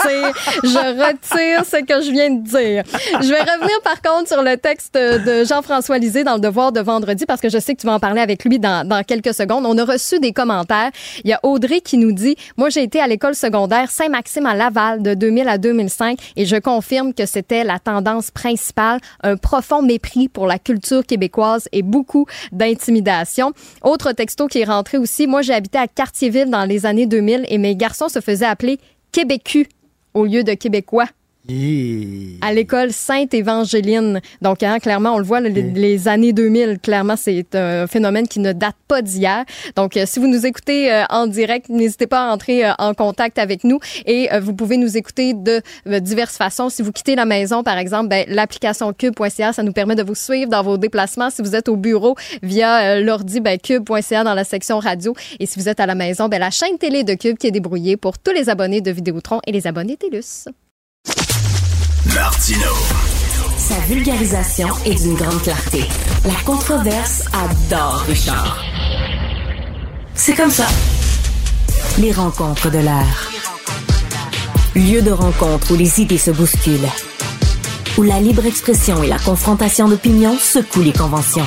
retire ce que je viens de dire. Je vais revenir, par contre, sur le texte de Jean-François Lisée dans Le Devoir de vendredi, parce que je sais que tu vas en parler avec lui dans quelques secondes. On a reçu des commentaires. Il y a Audrey qui nous dit « Moi, j'ai été à l'école secondaire Saint-Maxime à Laval de 2000 à 2005 et je confirme que c'était la tendance principale, un profond mépris pour la culture québécoise et beaucoup d'intimidation. » Autre texto qui est rentré aussi. « Moi, j'ai habité à Cartierville dans les années 2000 et mes garçons se faisaient appeler Québécus au lieu de Québécois. » À l'école Sainte-Évangéline. Donc, clairement, on le voit, les années 2000, clairement, c'est un phénomène qui ne date pas d'hier. Donc, si vous nous écoutez en direct, n'hésitez pas à entrer en contact avec nous et vous pouvez nous écouter de diverses façons. Si vous quittez la maison, par exemple, l'application cube.ca, ça nous permet de vous suivre dans vos déplacements. Si vous êtes au bureau via l'ordi, cube.ca dans la section radio. Et si vous êtes à la maison, la chaîne télé de Cube qui est débrouillée pour tous les abonnés de Vidéotron et les abonnés TELUS. Martino. Sa vulgarisation est d'une grande clarté. La controverse adore Richard. C'est comme ça. Les rencontres de l'heure. Lieu de rencontre où les idées se bousculent. Où la libre expression et la confrontation d'opinions secouent les conventions.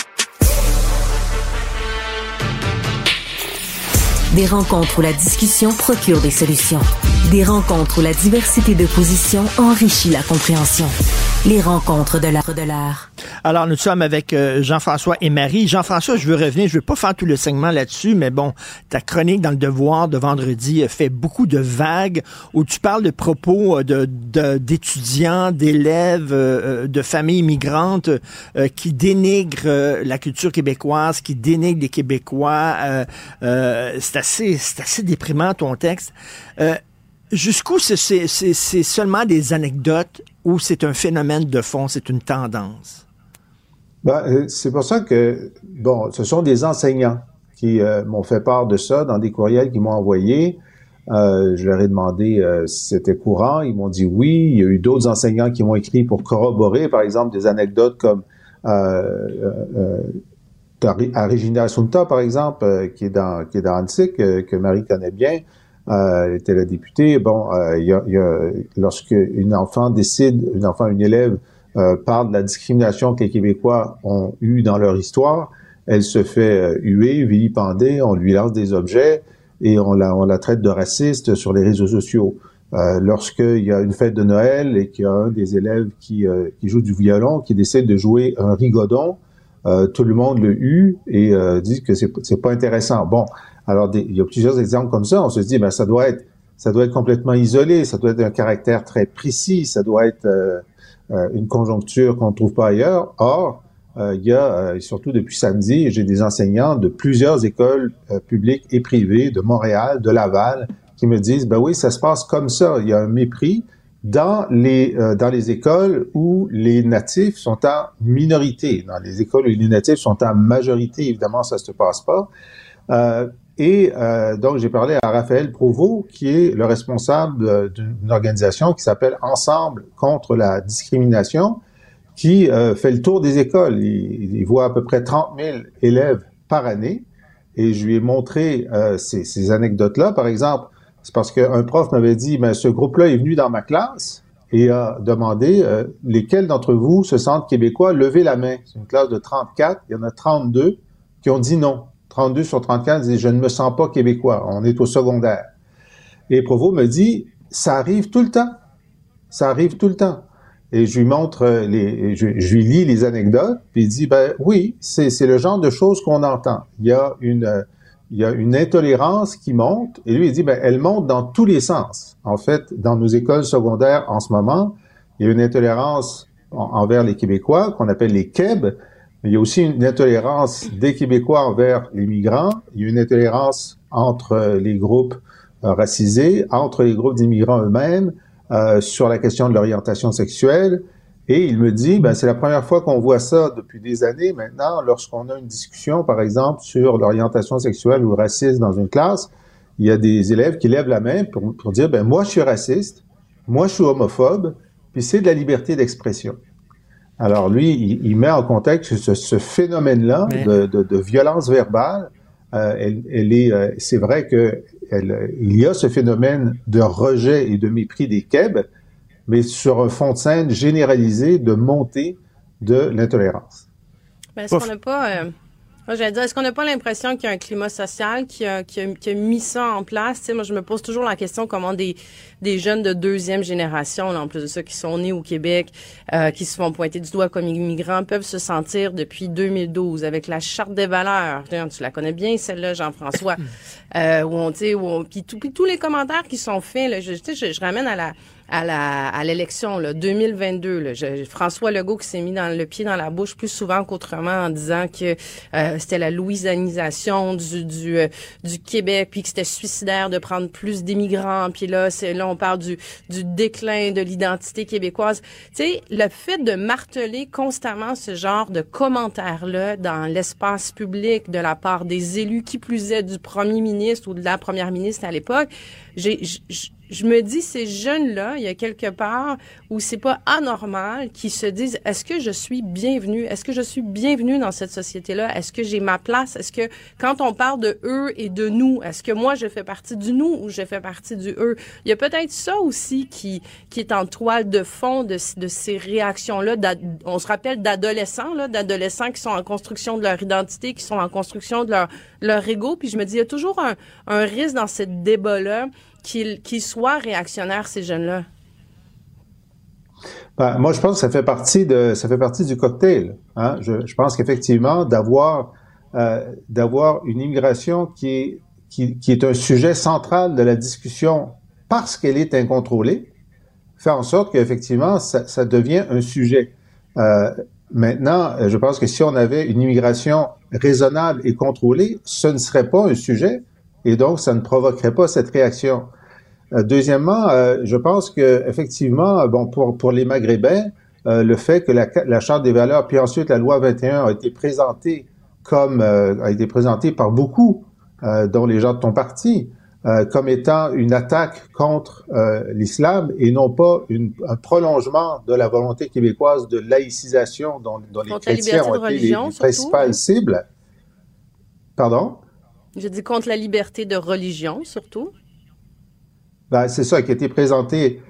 Des rencontres où la discussion procure des solutions. Des rencontres où la diversité de positions enrichit la compréhension. Les rencontres de l'heure. Alors, nous sommes avec Jean-François et Marie. Jean-François, je veux revenir, je veux pas faire tout le segment là-dessus, mais bon, ta chronique dans le Devoir de vendredi fait beaucoup de vagues où tu parles de propos d'étudiants, d'élèves, de familles immigrantes qui dénigrent la culture québécoise, qui dénigrent les Québécois. C'est assez déprimant, ton texte. Jusqu'où c'est seulement des anecdotes ou c'est un phénomène de fond, c'est une tendance? C'est pour ça que, ce sont des enseignants qui m'ont fait part de ça dans des courriels qu'ils m'ont envoyés. Je leur ai demandé si c'était courant. Ils m'ont dit oui. Il y a eu d'autres enseignants qui m'ont écrit pour corroborer, par exemple, des anecdotes comme à Regina Assunta, par exemple, qui est dans Annecy, que Marie connaît bien. Elle était la députée. Lorsque une élève parle de la discrimination que les Québécois ont eue dans leur histoire, elle se fait huer, vilipender, on lui lance des objets et on la traite de raciste sur les réseaux sociaux. Lorsqu'il y a une fête de Noël et qu'il y a un des élèves qui joue du violon, qui décide de jouer un rigodon, tout le monde le hue et dit que c'est pas intéressant. Bon. Alors, il y a plusieurs exemples comme ça. On se dit, ça doit être complètement isolé, ça doit être un caractère très précis, ça doit être une conjoncture qu'on ne trouve pas ailleurs. Or, il y a, surtout depuis samedi, j'ai des enseignants de plusieurs écoles publiques et privées de Montréal, de Laval, qui me disent, oui, ça se passe comme ça. Il y a un mépris dans les écoles où les natifs sont en minorité. Dans les écoles où les natifs sont en majorité, évidemment, ça se passe pas. Donc, j'ai parlé à Raphaël Provost, qui est le responsable d'une organisation qui s'appelle Ensemble contre la discrimination, qui fait le tour des écoles. Il voit à peu près 30 000 élèves par année. Et je lui ai montré ces anecdotes-là. Par exemple, c'est parce qu'un prof m'avait dit, ce groupe-là est venu dans ma classe et a demandé lesquels d'entre vous se sentent québécois, levez la main. C'est une classe de 34, il y en a 32 qui ont dit non. 32 sur 34 disent « Je ne me sens pas québécois. » On est au secondaire. Et Provost me dit « Ça arrive tout le temps. Ça arrive tout le temps. » Et je lui montre je lui lis les anecdotes, puis il dit « Oui, c'est le genre de choses qu'on entend. Il y a une intolérance qui monte. » Et lui, il dit « Elle monte dans tous les sens. En fait, dans nos écoles secondaires en ce moment, il y a une intolérance envers les Québécois qu'on appelle les Québs. Il y a aussi une intolérance des Québécois envers les migrants. Il y a une intolérance entre les groupes racisés, entre les groupes d'immigrants eux-mêmes, sur la question de l'orientation sexuelle. Et il me dit, c'est la première fois qu'on voit ça depuis des années maintenant. Lorsqu'on a une discussion, par exemple, sur l'orientation sexuelle ou le racisme dans une classe, il y a des élèves qui lèvent la main pour dire, moi, je suis raciste, moi, je suis homophobe, puis c'est de la liberté d'expression. Alors lui, il met en contexte ce phénomène-là de violence verbale. C'est vrai que il y a ce phénomène de rejet et de mépris des Québs, mais sur un fond de scène généralisé de montée de l'intolérance. Est-ce qu'on n'a pas Moi, j'allais dire, est-ce qu'on n'a pas l'impression qu'il y a un climat social qui a mis ça en place? Tu sais, moi, je me pose toujours la question comment des jeunes de deuxième génération, là, en plus de ça, qui sont nés au Québec, qui se font pointer du doigt comme immigrants, peuvent se sentir depuis 2012 avec la Charte des valeurs. Tu la connais bien, celle-là, Jean-François. Puis tous les commentaires qui sont faits, là, je ramène à l'élection, là, 2022, là, François Legault qui s'est mis le pied dans la bouche plus souvent qu'autrement en disant que c'était la louisianisation du Québec, puis que c'était suicidaire de prendre plus d'immigrants, puis là on parle du déclin de l'identité québécoise. Tu sais, le fait de marteler constamment ce genre de commentaires-là dans l'espace public de la part des élus, qui plus est du premier ministre ou de la première ministre à l'époque, je me dis, ces jeunes-là, il y a quelque part où c'est pas anormal qu'ils se disent, est-ce que je suis bienvenue? Est-ce que je suis bienvenue dans cette société-là? Est-ce que j'ai ma place? Est-ce que quand on parle de eux et de nous, est-ce que moi, je fais partie du nous ou je fais partie du eux? Il y a peut-être ça aussi qui est en toile de fond de ces réactions-là. On se rappelle d'adolescents qui sont en construction de leur identité, qui sont en construction de leur ego. Puis je me dis, il y a toujours un risque dans ce débat-là qu'ils soient réactionnaires, ces jeunes-là. Ben, moi, je pense que ça fait partie du cocktail. Hein? Je pense qu'effectivement, d'avoir une immigration qui est un sujet central de la discussion parce qu'elle est incontrôlée, fait en sorte qu'effectivement, ça devient un sujet. Maintenant, je pense que si on avait une immigration raisonnable et contrôlée, ce ne serait pas un sujet. Et donc, ça ne provoquerait pas cette réaction. Deuxièmement, je pense que effectivement, pour les Maghrébins, le fait que la Charte des valeurs, puis ensuite la loi 21 a été présentée par beaucoup, dont les gens de ton parti, comme étant une attaque contre l'islam et non pas un prolongement de la volonté québécoise de laïcisation dont les chrétiens ont été les principales cibles. Pardon? Je dis contre la liberté de religion, surtout. Ben, c'est ça qui a été présenté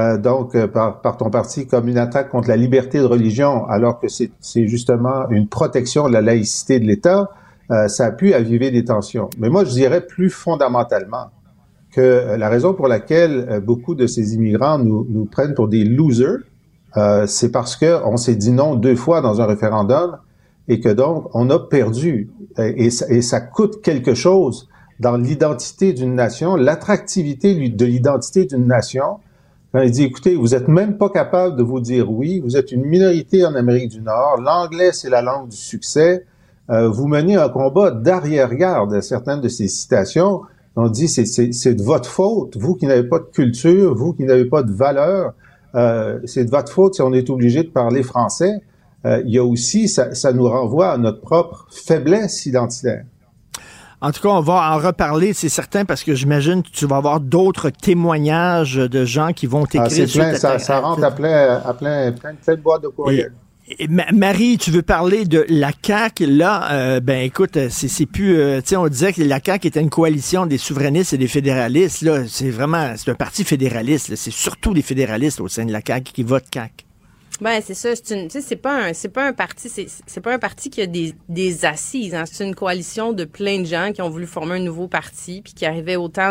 par ton parti comme une attaque contre la liberté de religion, alors que c'est justement une protection de la laïcité de l'État. Ça a pu aviver des tensions. Mais moi, je dirais plus fondamentalement que la raison pour laquelle beaucoup de ces immigrants nous prennent pour des losers, c'est parce que on s'est dit non 2 fois dans un référendum et que donc on a perdu. Et ça coûte quelque chose dans l'identité d'une nation, l'attractivité de l'identité d'une nation. Quand il dit, écoutez, vous êtes même pas capable de vous dire oui, vous êtes une minorité en Amérique du Nord, l'anglais c'est la langue du succès, vous menez un combat d'arrière-garde. Certaines de ces citations, on dit c'est de votre faute, vous qui n'avez pas de culture, vous qui n'avez pas de valeur, c'est de votre faute si on est obligé de parler français. Il y a aussi, ça nous renvoie à notre propre faiblesse identitaire. En tout cas, on va en reparler, c'est certain, parce que j'imagine que tu vas avoir d'autres témoignages de gens qui vont t'écrire. C'est plein, ça rentre à plein de boîtes de courriel. Et Marie, tu veux parler de la CAQ, là, écoute, c'est plus, tu sais, on disait que la CAQ était une coalition des souverainistes et des fédéralistes, là, c'est un parti fédéraliste, là, c'est surtout les fédéralistes au sein de la CAQ qui votent CAQ. Ben c'est ça, c'est pas un parti, c'est pas un parti qui a des assises, hein. C'est une coalition de plein de gens qui ont voulu former un nouveau parti puis qui arrivaient autant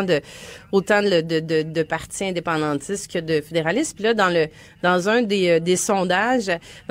de partis indépendantistes que de fédéralistes. Puis là dans un des sondages,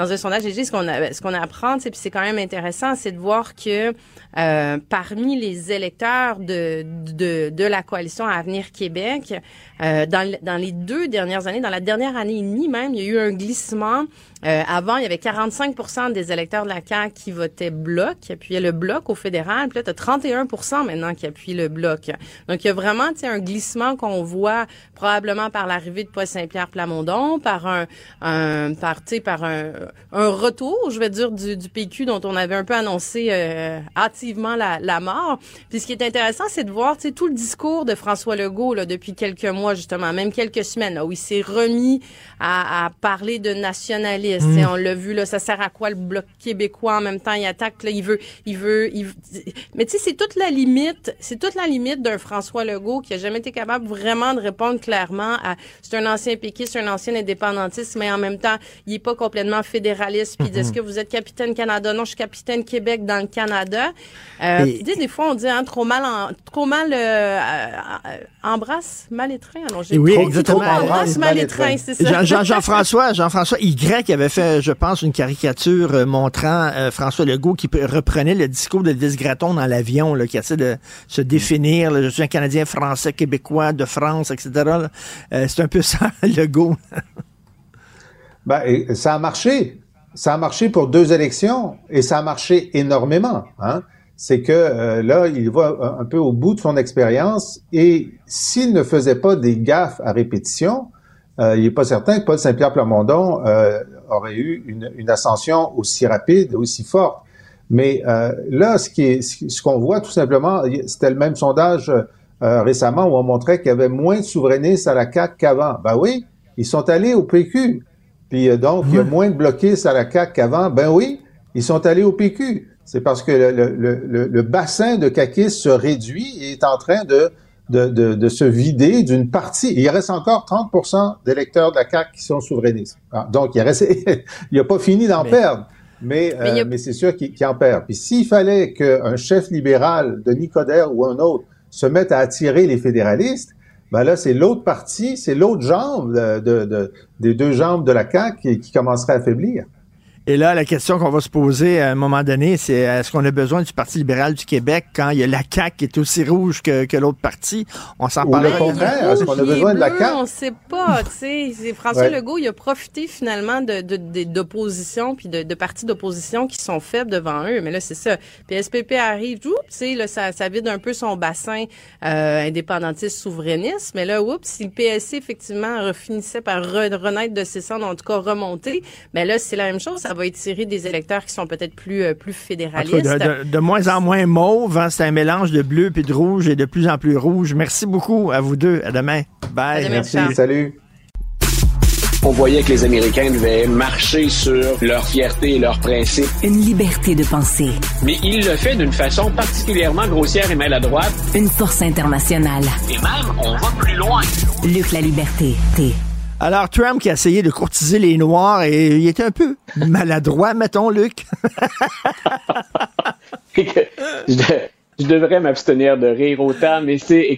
ce qu'on apprend, puis c'est quand même intéressant, c'est de voir que parmi les électeurs de la coalition Avenir Québec, dans les 2 dernières années, dans la dernière année et demie même, il y a eu un glissement. Avant, il y avait 45% des électeurs de la CAQ qui votaient Bloc, qui appuyaient le Bloc au fédéral. Puis là, tu as 31% maintenant qui appuient le Bloc. Donc, il y a vraiment un glissement qu'on voit probablement par l'arrivée de Paul Saint-Pierre Plamondon, par un retour, je vais dire, du PQ dont on avait un peu annoncé hâtivement la mort. Puis ce qui est intéressant, c'est de voir tout le discours de François Legault là, depuis quelques mois, justement, même quelques semaines, là, où il s'est remis à parler de nationalisme, nationaliste. On l'a vu, là, ça sert à quoi le Bloc québécois en même temps? Il attaque, là, il veut. Mais tu sais, c'est toute la limite d'un François Legault qui a jamais été capable vraiment de répondre clairement à, c'est un ancien péquiste, c'est un ancien indépendantiste, mais en même temps, il est pas complètement fédéraliste. Puis est-ce que vous êtes capitaine Canada? Non, je suis capitaine Québec dans le Canada. Des fois, on dit, trop mal embrasse mal étreint. Alors, exactement. Embrasse mal étreint, c'est ça. Jean-François Y avait fait, je pense, une caricature montrant François Legault qui reprenait le discours de Denis Gratton dans l'avion, là, qui essaie de se définir. Là, je suis un Canadien, Français, Québécois, de France, etc. C'est un peu ça, Legault. Ça a marché. Ça a marché pour 2 élections et ça a marché énormément. C'est que là, il va un peu au bout de son expérience et s'il ne faisait pas des gaffes à répétition, il n'est pas certain que Paul Saint-Pierre Plamondon aurait eu une ascension aussi rapide, aussi forte. Mais là, ce qu'on voit tout simplement, c'était le même sondage récemment où on montrait qu'il y avait moins de souverainistes à la CAQ qu'avant. Ben oui, ils sont allés au PQ. Puis donc, il y a moins de bloquistes à la CAQ qu'avant. Ben oui, ils sont allés au PQ. C'est parce que le bassin de caquistes se réduit et est en train de se vider d'une partie. Il reste encore 30% d'électeurs de la CAQ qui sont souverainistes. Donc, il n'a pas fini d'en perdre, mais c'est sûr qu'il en perd. Puis s'il fallait qu'un chef libéral, Denis Coderre ou un autre, se mette à attirer les fédéralistes, ben là, c'est l'autre partie, c'est l'autre jambe des 2 jambes de la CAQ qui commencerait à faiblir. Et là, la question qu'on va se poser à un moment donné, c'est est-ce qu'on a besoin du Parti libéral du Québec quand il y a la CAQ qui est aussi rouge que l'autre parti? On s'en parle. Ou le contraire, est-ce qu'on a besoin de la CAQ? On sait pas, tu sais. François Legault, il a profité finalement d'opposition puis de partis d'opposition qui sont faibles devant eux. Mais là, c'est ça. Puis SPP arrive, tu sais, là, ça vide un peu son bassin indépendantiste souverainiste. Mais là, si le PSC, effectivement, finissait par renaître de ses cendres, en tout cas remonter, mais là, c'est la même chose. Ça va étirer des électeurs qui sont peut-être plus fédéralistes. De moins en moins mauve, c'est un mélange de bleu puis de rouge et de plus en plus rouge. Merci beaucoup à vous deux. À demain. Bye. À demain, merci. Salut. On voyait que les Américains devaient marcher sur leur fierté et leurs principes. Une liberté de penser. Mais il le fait d'une façon particulièrement grossière et maladroite. Une force internationale. Et même, on va plus loin. Luc La Liberté. Alors, Trump qui a essayé de courtiser les Noirs et il était un peu maladroit, mettons, Luc. Je devrais m'abstenir de rire autant, mais c'est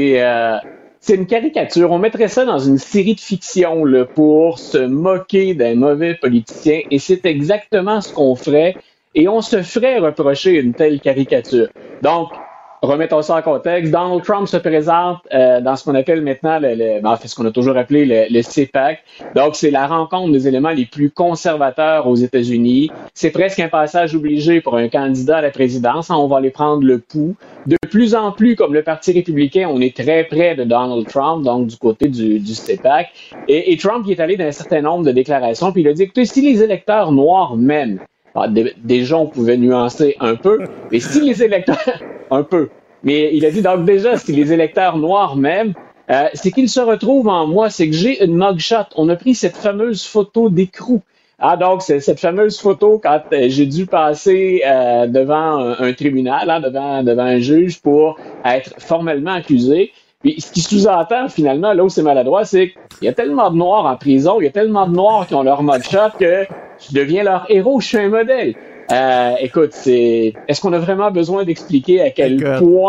une caricature. On mettrait ça dans une série de fiction là, pour se moquer d'un mauvais politicien et c'est exactement ce qu'on ferait et on se ferait reprocher une telle caricature. Donc, remettons ça en contexte. Donald Trump se présente dans ce qu'on appelle maintenant, ce qu'on a toujours appelé le CPAC. Donc, c'est la rencontre des éléments les plus conservateurs aux États-Unis. C'est presque un passage obligé pour un candidat à la présidence. On va aller prendre le pouls. De plus en plus, comme le Parti républicain, on est très près de Donald Trump, donc du côté du CPAC. Et Trump il est allé d'un certain nombre de déclarations, puis il a dit, écoutez, si les électeurs noirs m'aiment, déjà, on pouvait nuancer un peu, mais si les électeurs... un peu. Mais il a dit, donc déjà, si les électeurs noirs m'aiment, c'est qu'ils se retrouvent en moi, c'est que j'ai une mugshot. On a pris cette fameuse photo d'écrou. Donc, c'est cette fameuse photo quand j'ai dû passer devant un tribunal, devant un juge pour être formellement accusé. Puis, ce qui sous-entend, finalement, là où c'est maladroit, c'est qu'il y a tellement de Noirs en prison, il y a tellement de Noirs qui ont leur mugshot que je deviens leur héros, je suis un modèle. Écoute, est-ce qu'on a vraiment besoin d'expliquer à quel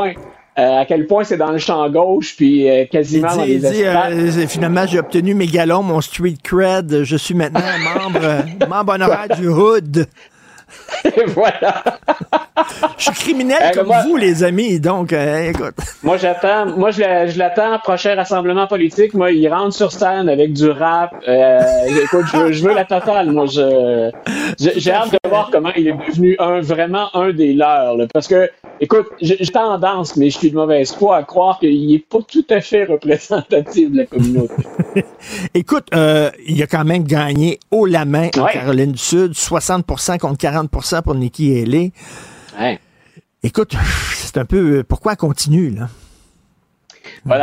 point c'est dans le champ gauche, puis quasiment dans les espaces? Finalement, j'ai obtenu mes galons, mon street cred. Je suis maintenant membre honoraire du Hood. Et voilà. Je suis criminel comme vous, les amis. Donc, écoute. Moi, je l'attends. Prochain rassemblement politique. Moi, il rentre sur scène avec du rap. Écoute, je veux la totale. Moi, j'ai hâte de voir comment il est devenu vraiment un des leurs. Là, parce que, écoute, j'ai tendance, mais je suis de mauvaise foi à croire qu'il n'est pas tout à fait représentatif de la communauté. Écoute, il a quand même gagné haut la main en Caroline du Sud, 60% contre 40% pour Nikki Haley. Ouais. Écoute, c'est un peu... Pourquoi elle continue, là?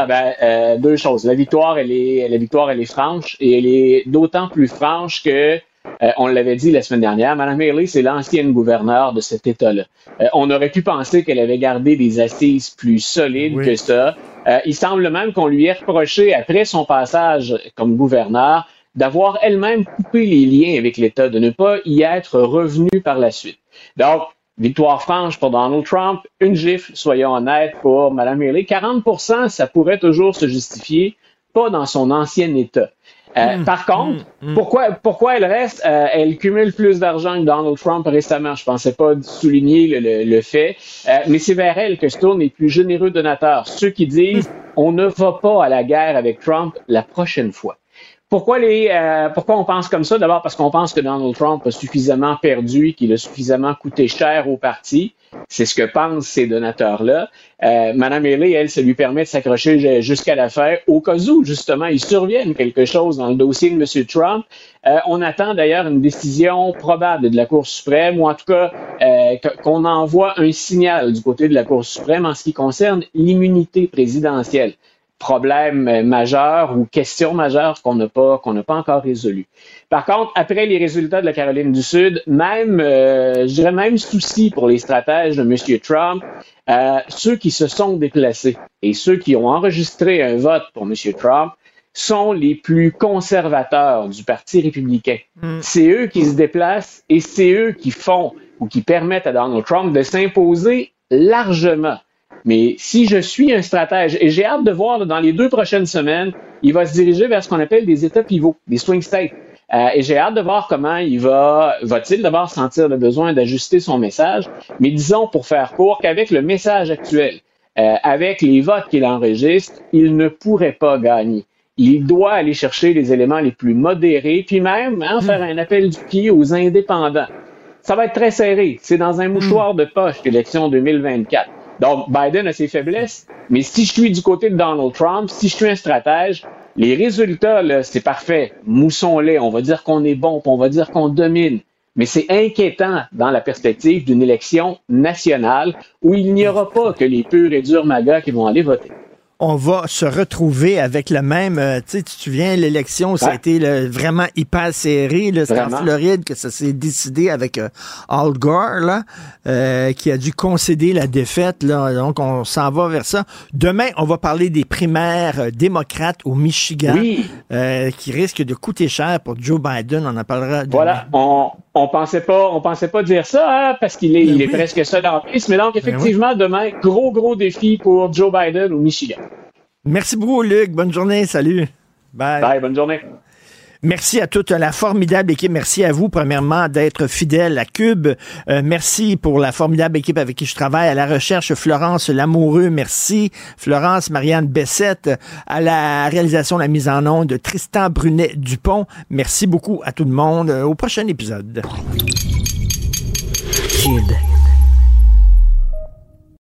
Voilà, deux choses. La victoire, elle est franche, et elle est d'autant plus franche que On l'avait dit la semaine dernière, Mme Haley, c'est l'ancienne gouverneure de cet État-là. On aurait pu penser qu'elle avait gardé des assises plus solides que ça. Il semble même qu'on lui ait reproché, après son passage comme gouverneur, d'avoir elle-même coupé les liens avec l'État, de ne pas y être revenue par la suite. Donc, victoire franche pour Donald Trump, une gifle, soyons honnêtes, pour Mme Haley. 40%, ça pourrait toujours se justifier, pas dans son ancien État. Par contre, pourquoi elle reste? Elle cumule plus d'argent que Donald Trump récemment. Je pensais pas souligner le fait. Mais c'est vers elle que se tournent les plus généreux donateurs. Ceux qui disent, on ne va pas à la guerre avec Trump la prochaine fois. Pourquoi on pense comme ça? D'abord parce qu'on pense que Donald Trump a suffisamment perdu, qu'il a suffisamment coûté cher au parti. C'est ce que pensent ces donateurs-là. Mme Haley, elle, ça lui permet de s'accrocher jusqu'à la fin, au cas où, justement, il survienne quelque chose dans le dossier de M. Trump. On attend d'ailleurs une décision probable de la Cour suprême, ou en tout cas qu'on envoie un signal du côté de la Cour suprême en ce qui concerne l'immunité présidentielle. Problème majeur ou question majeure qu'on n'a pas encore résolu. Par contre, après les résultats de la Caroline du Sud, je dirais même souci pour les stratèges de M. Trump, ceux qui se sont déplacés et ceux qui ont enregistré un vote pour M. Trump sont les plus conservateurs du Parti républicain. C'est eux qui se déplacent et c'est eux qui font ou qui permettent à Donald Trump de s'imposer largement. Mais si je suis un stratège, et j'ai hâte de voir dans les 2 prochaines semaines, il va se diriger vers ce qu'on appelle des États pivots, des swing states. Et j'ai hâte de voir comment va-t-il d'abord sentir le besoin d'ajuster son message. Mais disons, pour faire court, qu'avec le message actuel, avec les votes qu'il enregistre, il ne pourrait pas gagner. Il doit aller chercher les éléments les plus modérés, puis même faire un appel du pied aux indépendants. Ça va être très serré. C'est dans un mouchoir de poche l'élection 2024. Donc, Biden a ses faiblesses, mais si je suis du côté de Donald Trump, si je suis un stratège, les résultats, là, c'est parfait. Moussons-les, on va dire qu'on est bon, on va dire qu'on domine. Mais c'est inquiétant dans la perspective d'une élection nationale où il n'y aura pas que les purs et durs MAGA qui vont aller voter. On va se retrouver avec le même... tu te souviens, l'élection, ça a été vraiment hyper serré. C'est en Floride que ça s'est décidé avec Al Gore, là, qui a dû concéder la défaite. Là, donc, on s'en va vers ça. Demain, on va parler des primaires démocrates au Michigan, qui risquent de coûter cher pour Joe Biden. On en parlera demain. Voilà, on pensait pas dire ça, hein, parce qu'il est presque ça dans le piste. Mais donc, effectivement, demain, gros défi pour Joe Biden au Michigan. Merci beaucoup, Luc. Bonne journée. Salut. Bye. Bye, bonne journée. Merci à toute la formidable équipe. Merci à vous, premièrement, d'être fidèle à Cube. Merci pour la formidable équipe avec qui je travaille. À la recherche, Florence Lamoureux. Merci. Florence Marianne Bessette. À la réalisation, la mise en onde de Tristan Brunet-Dupont. Merci beaucoup à tout le monde. Au prochain épisode. Cube.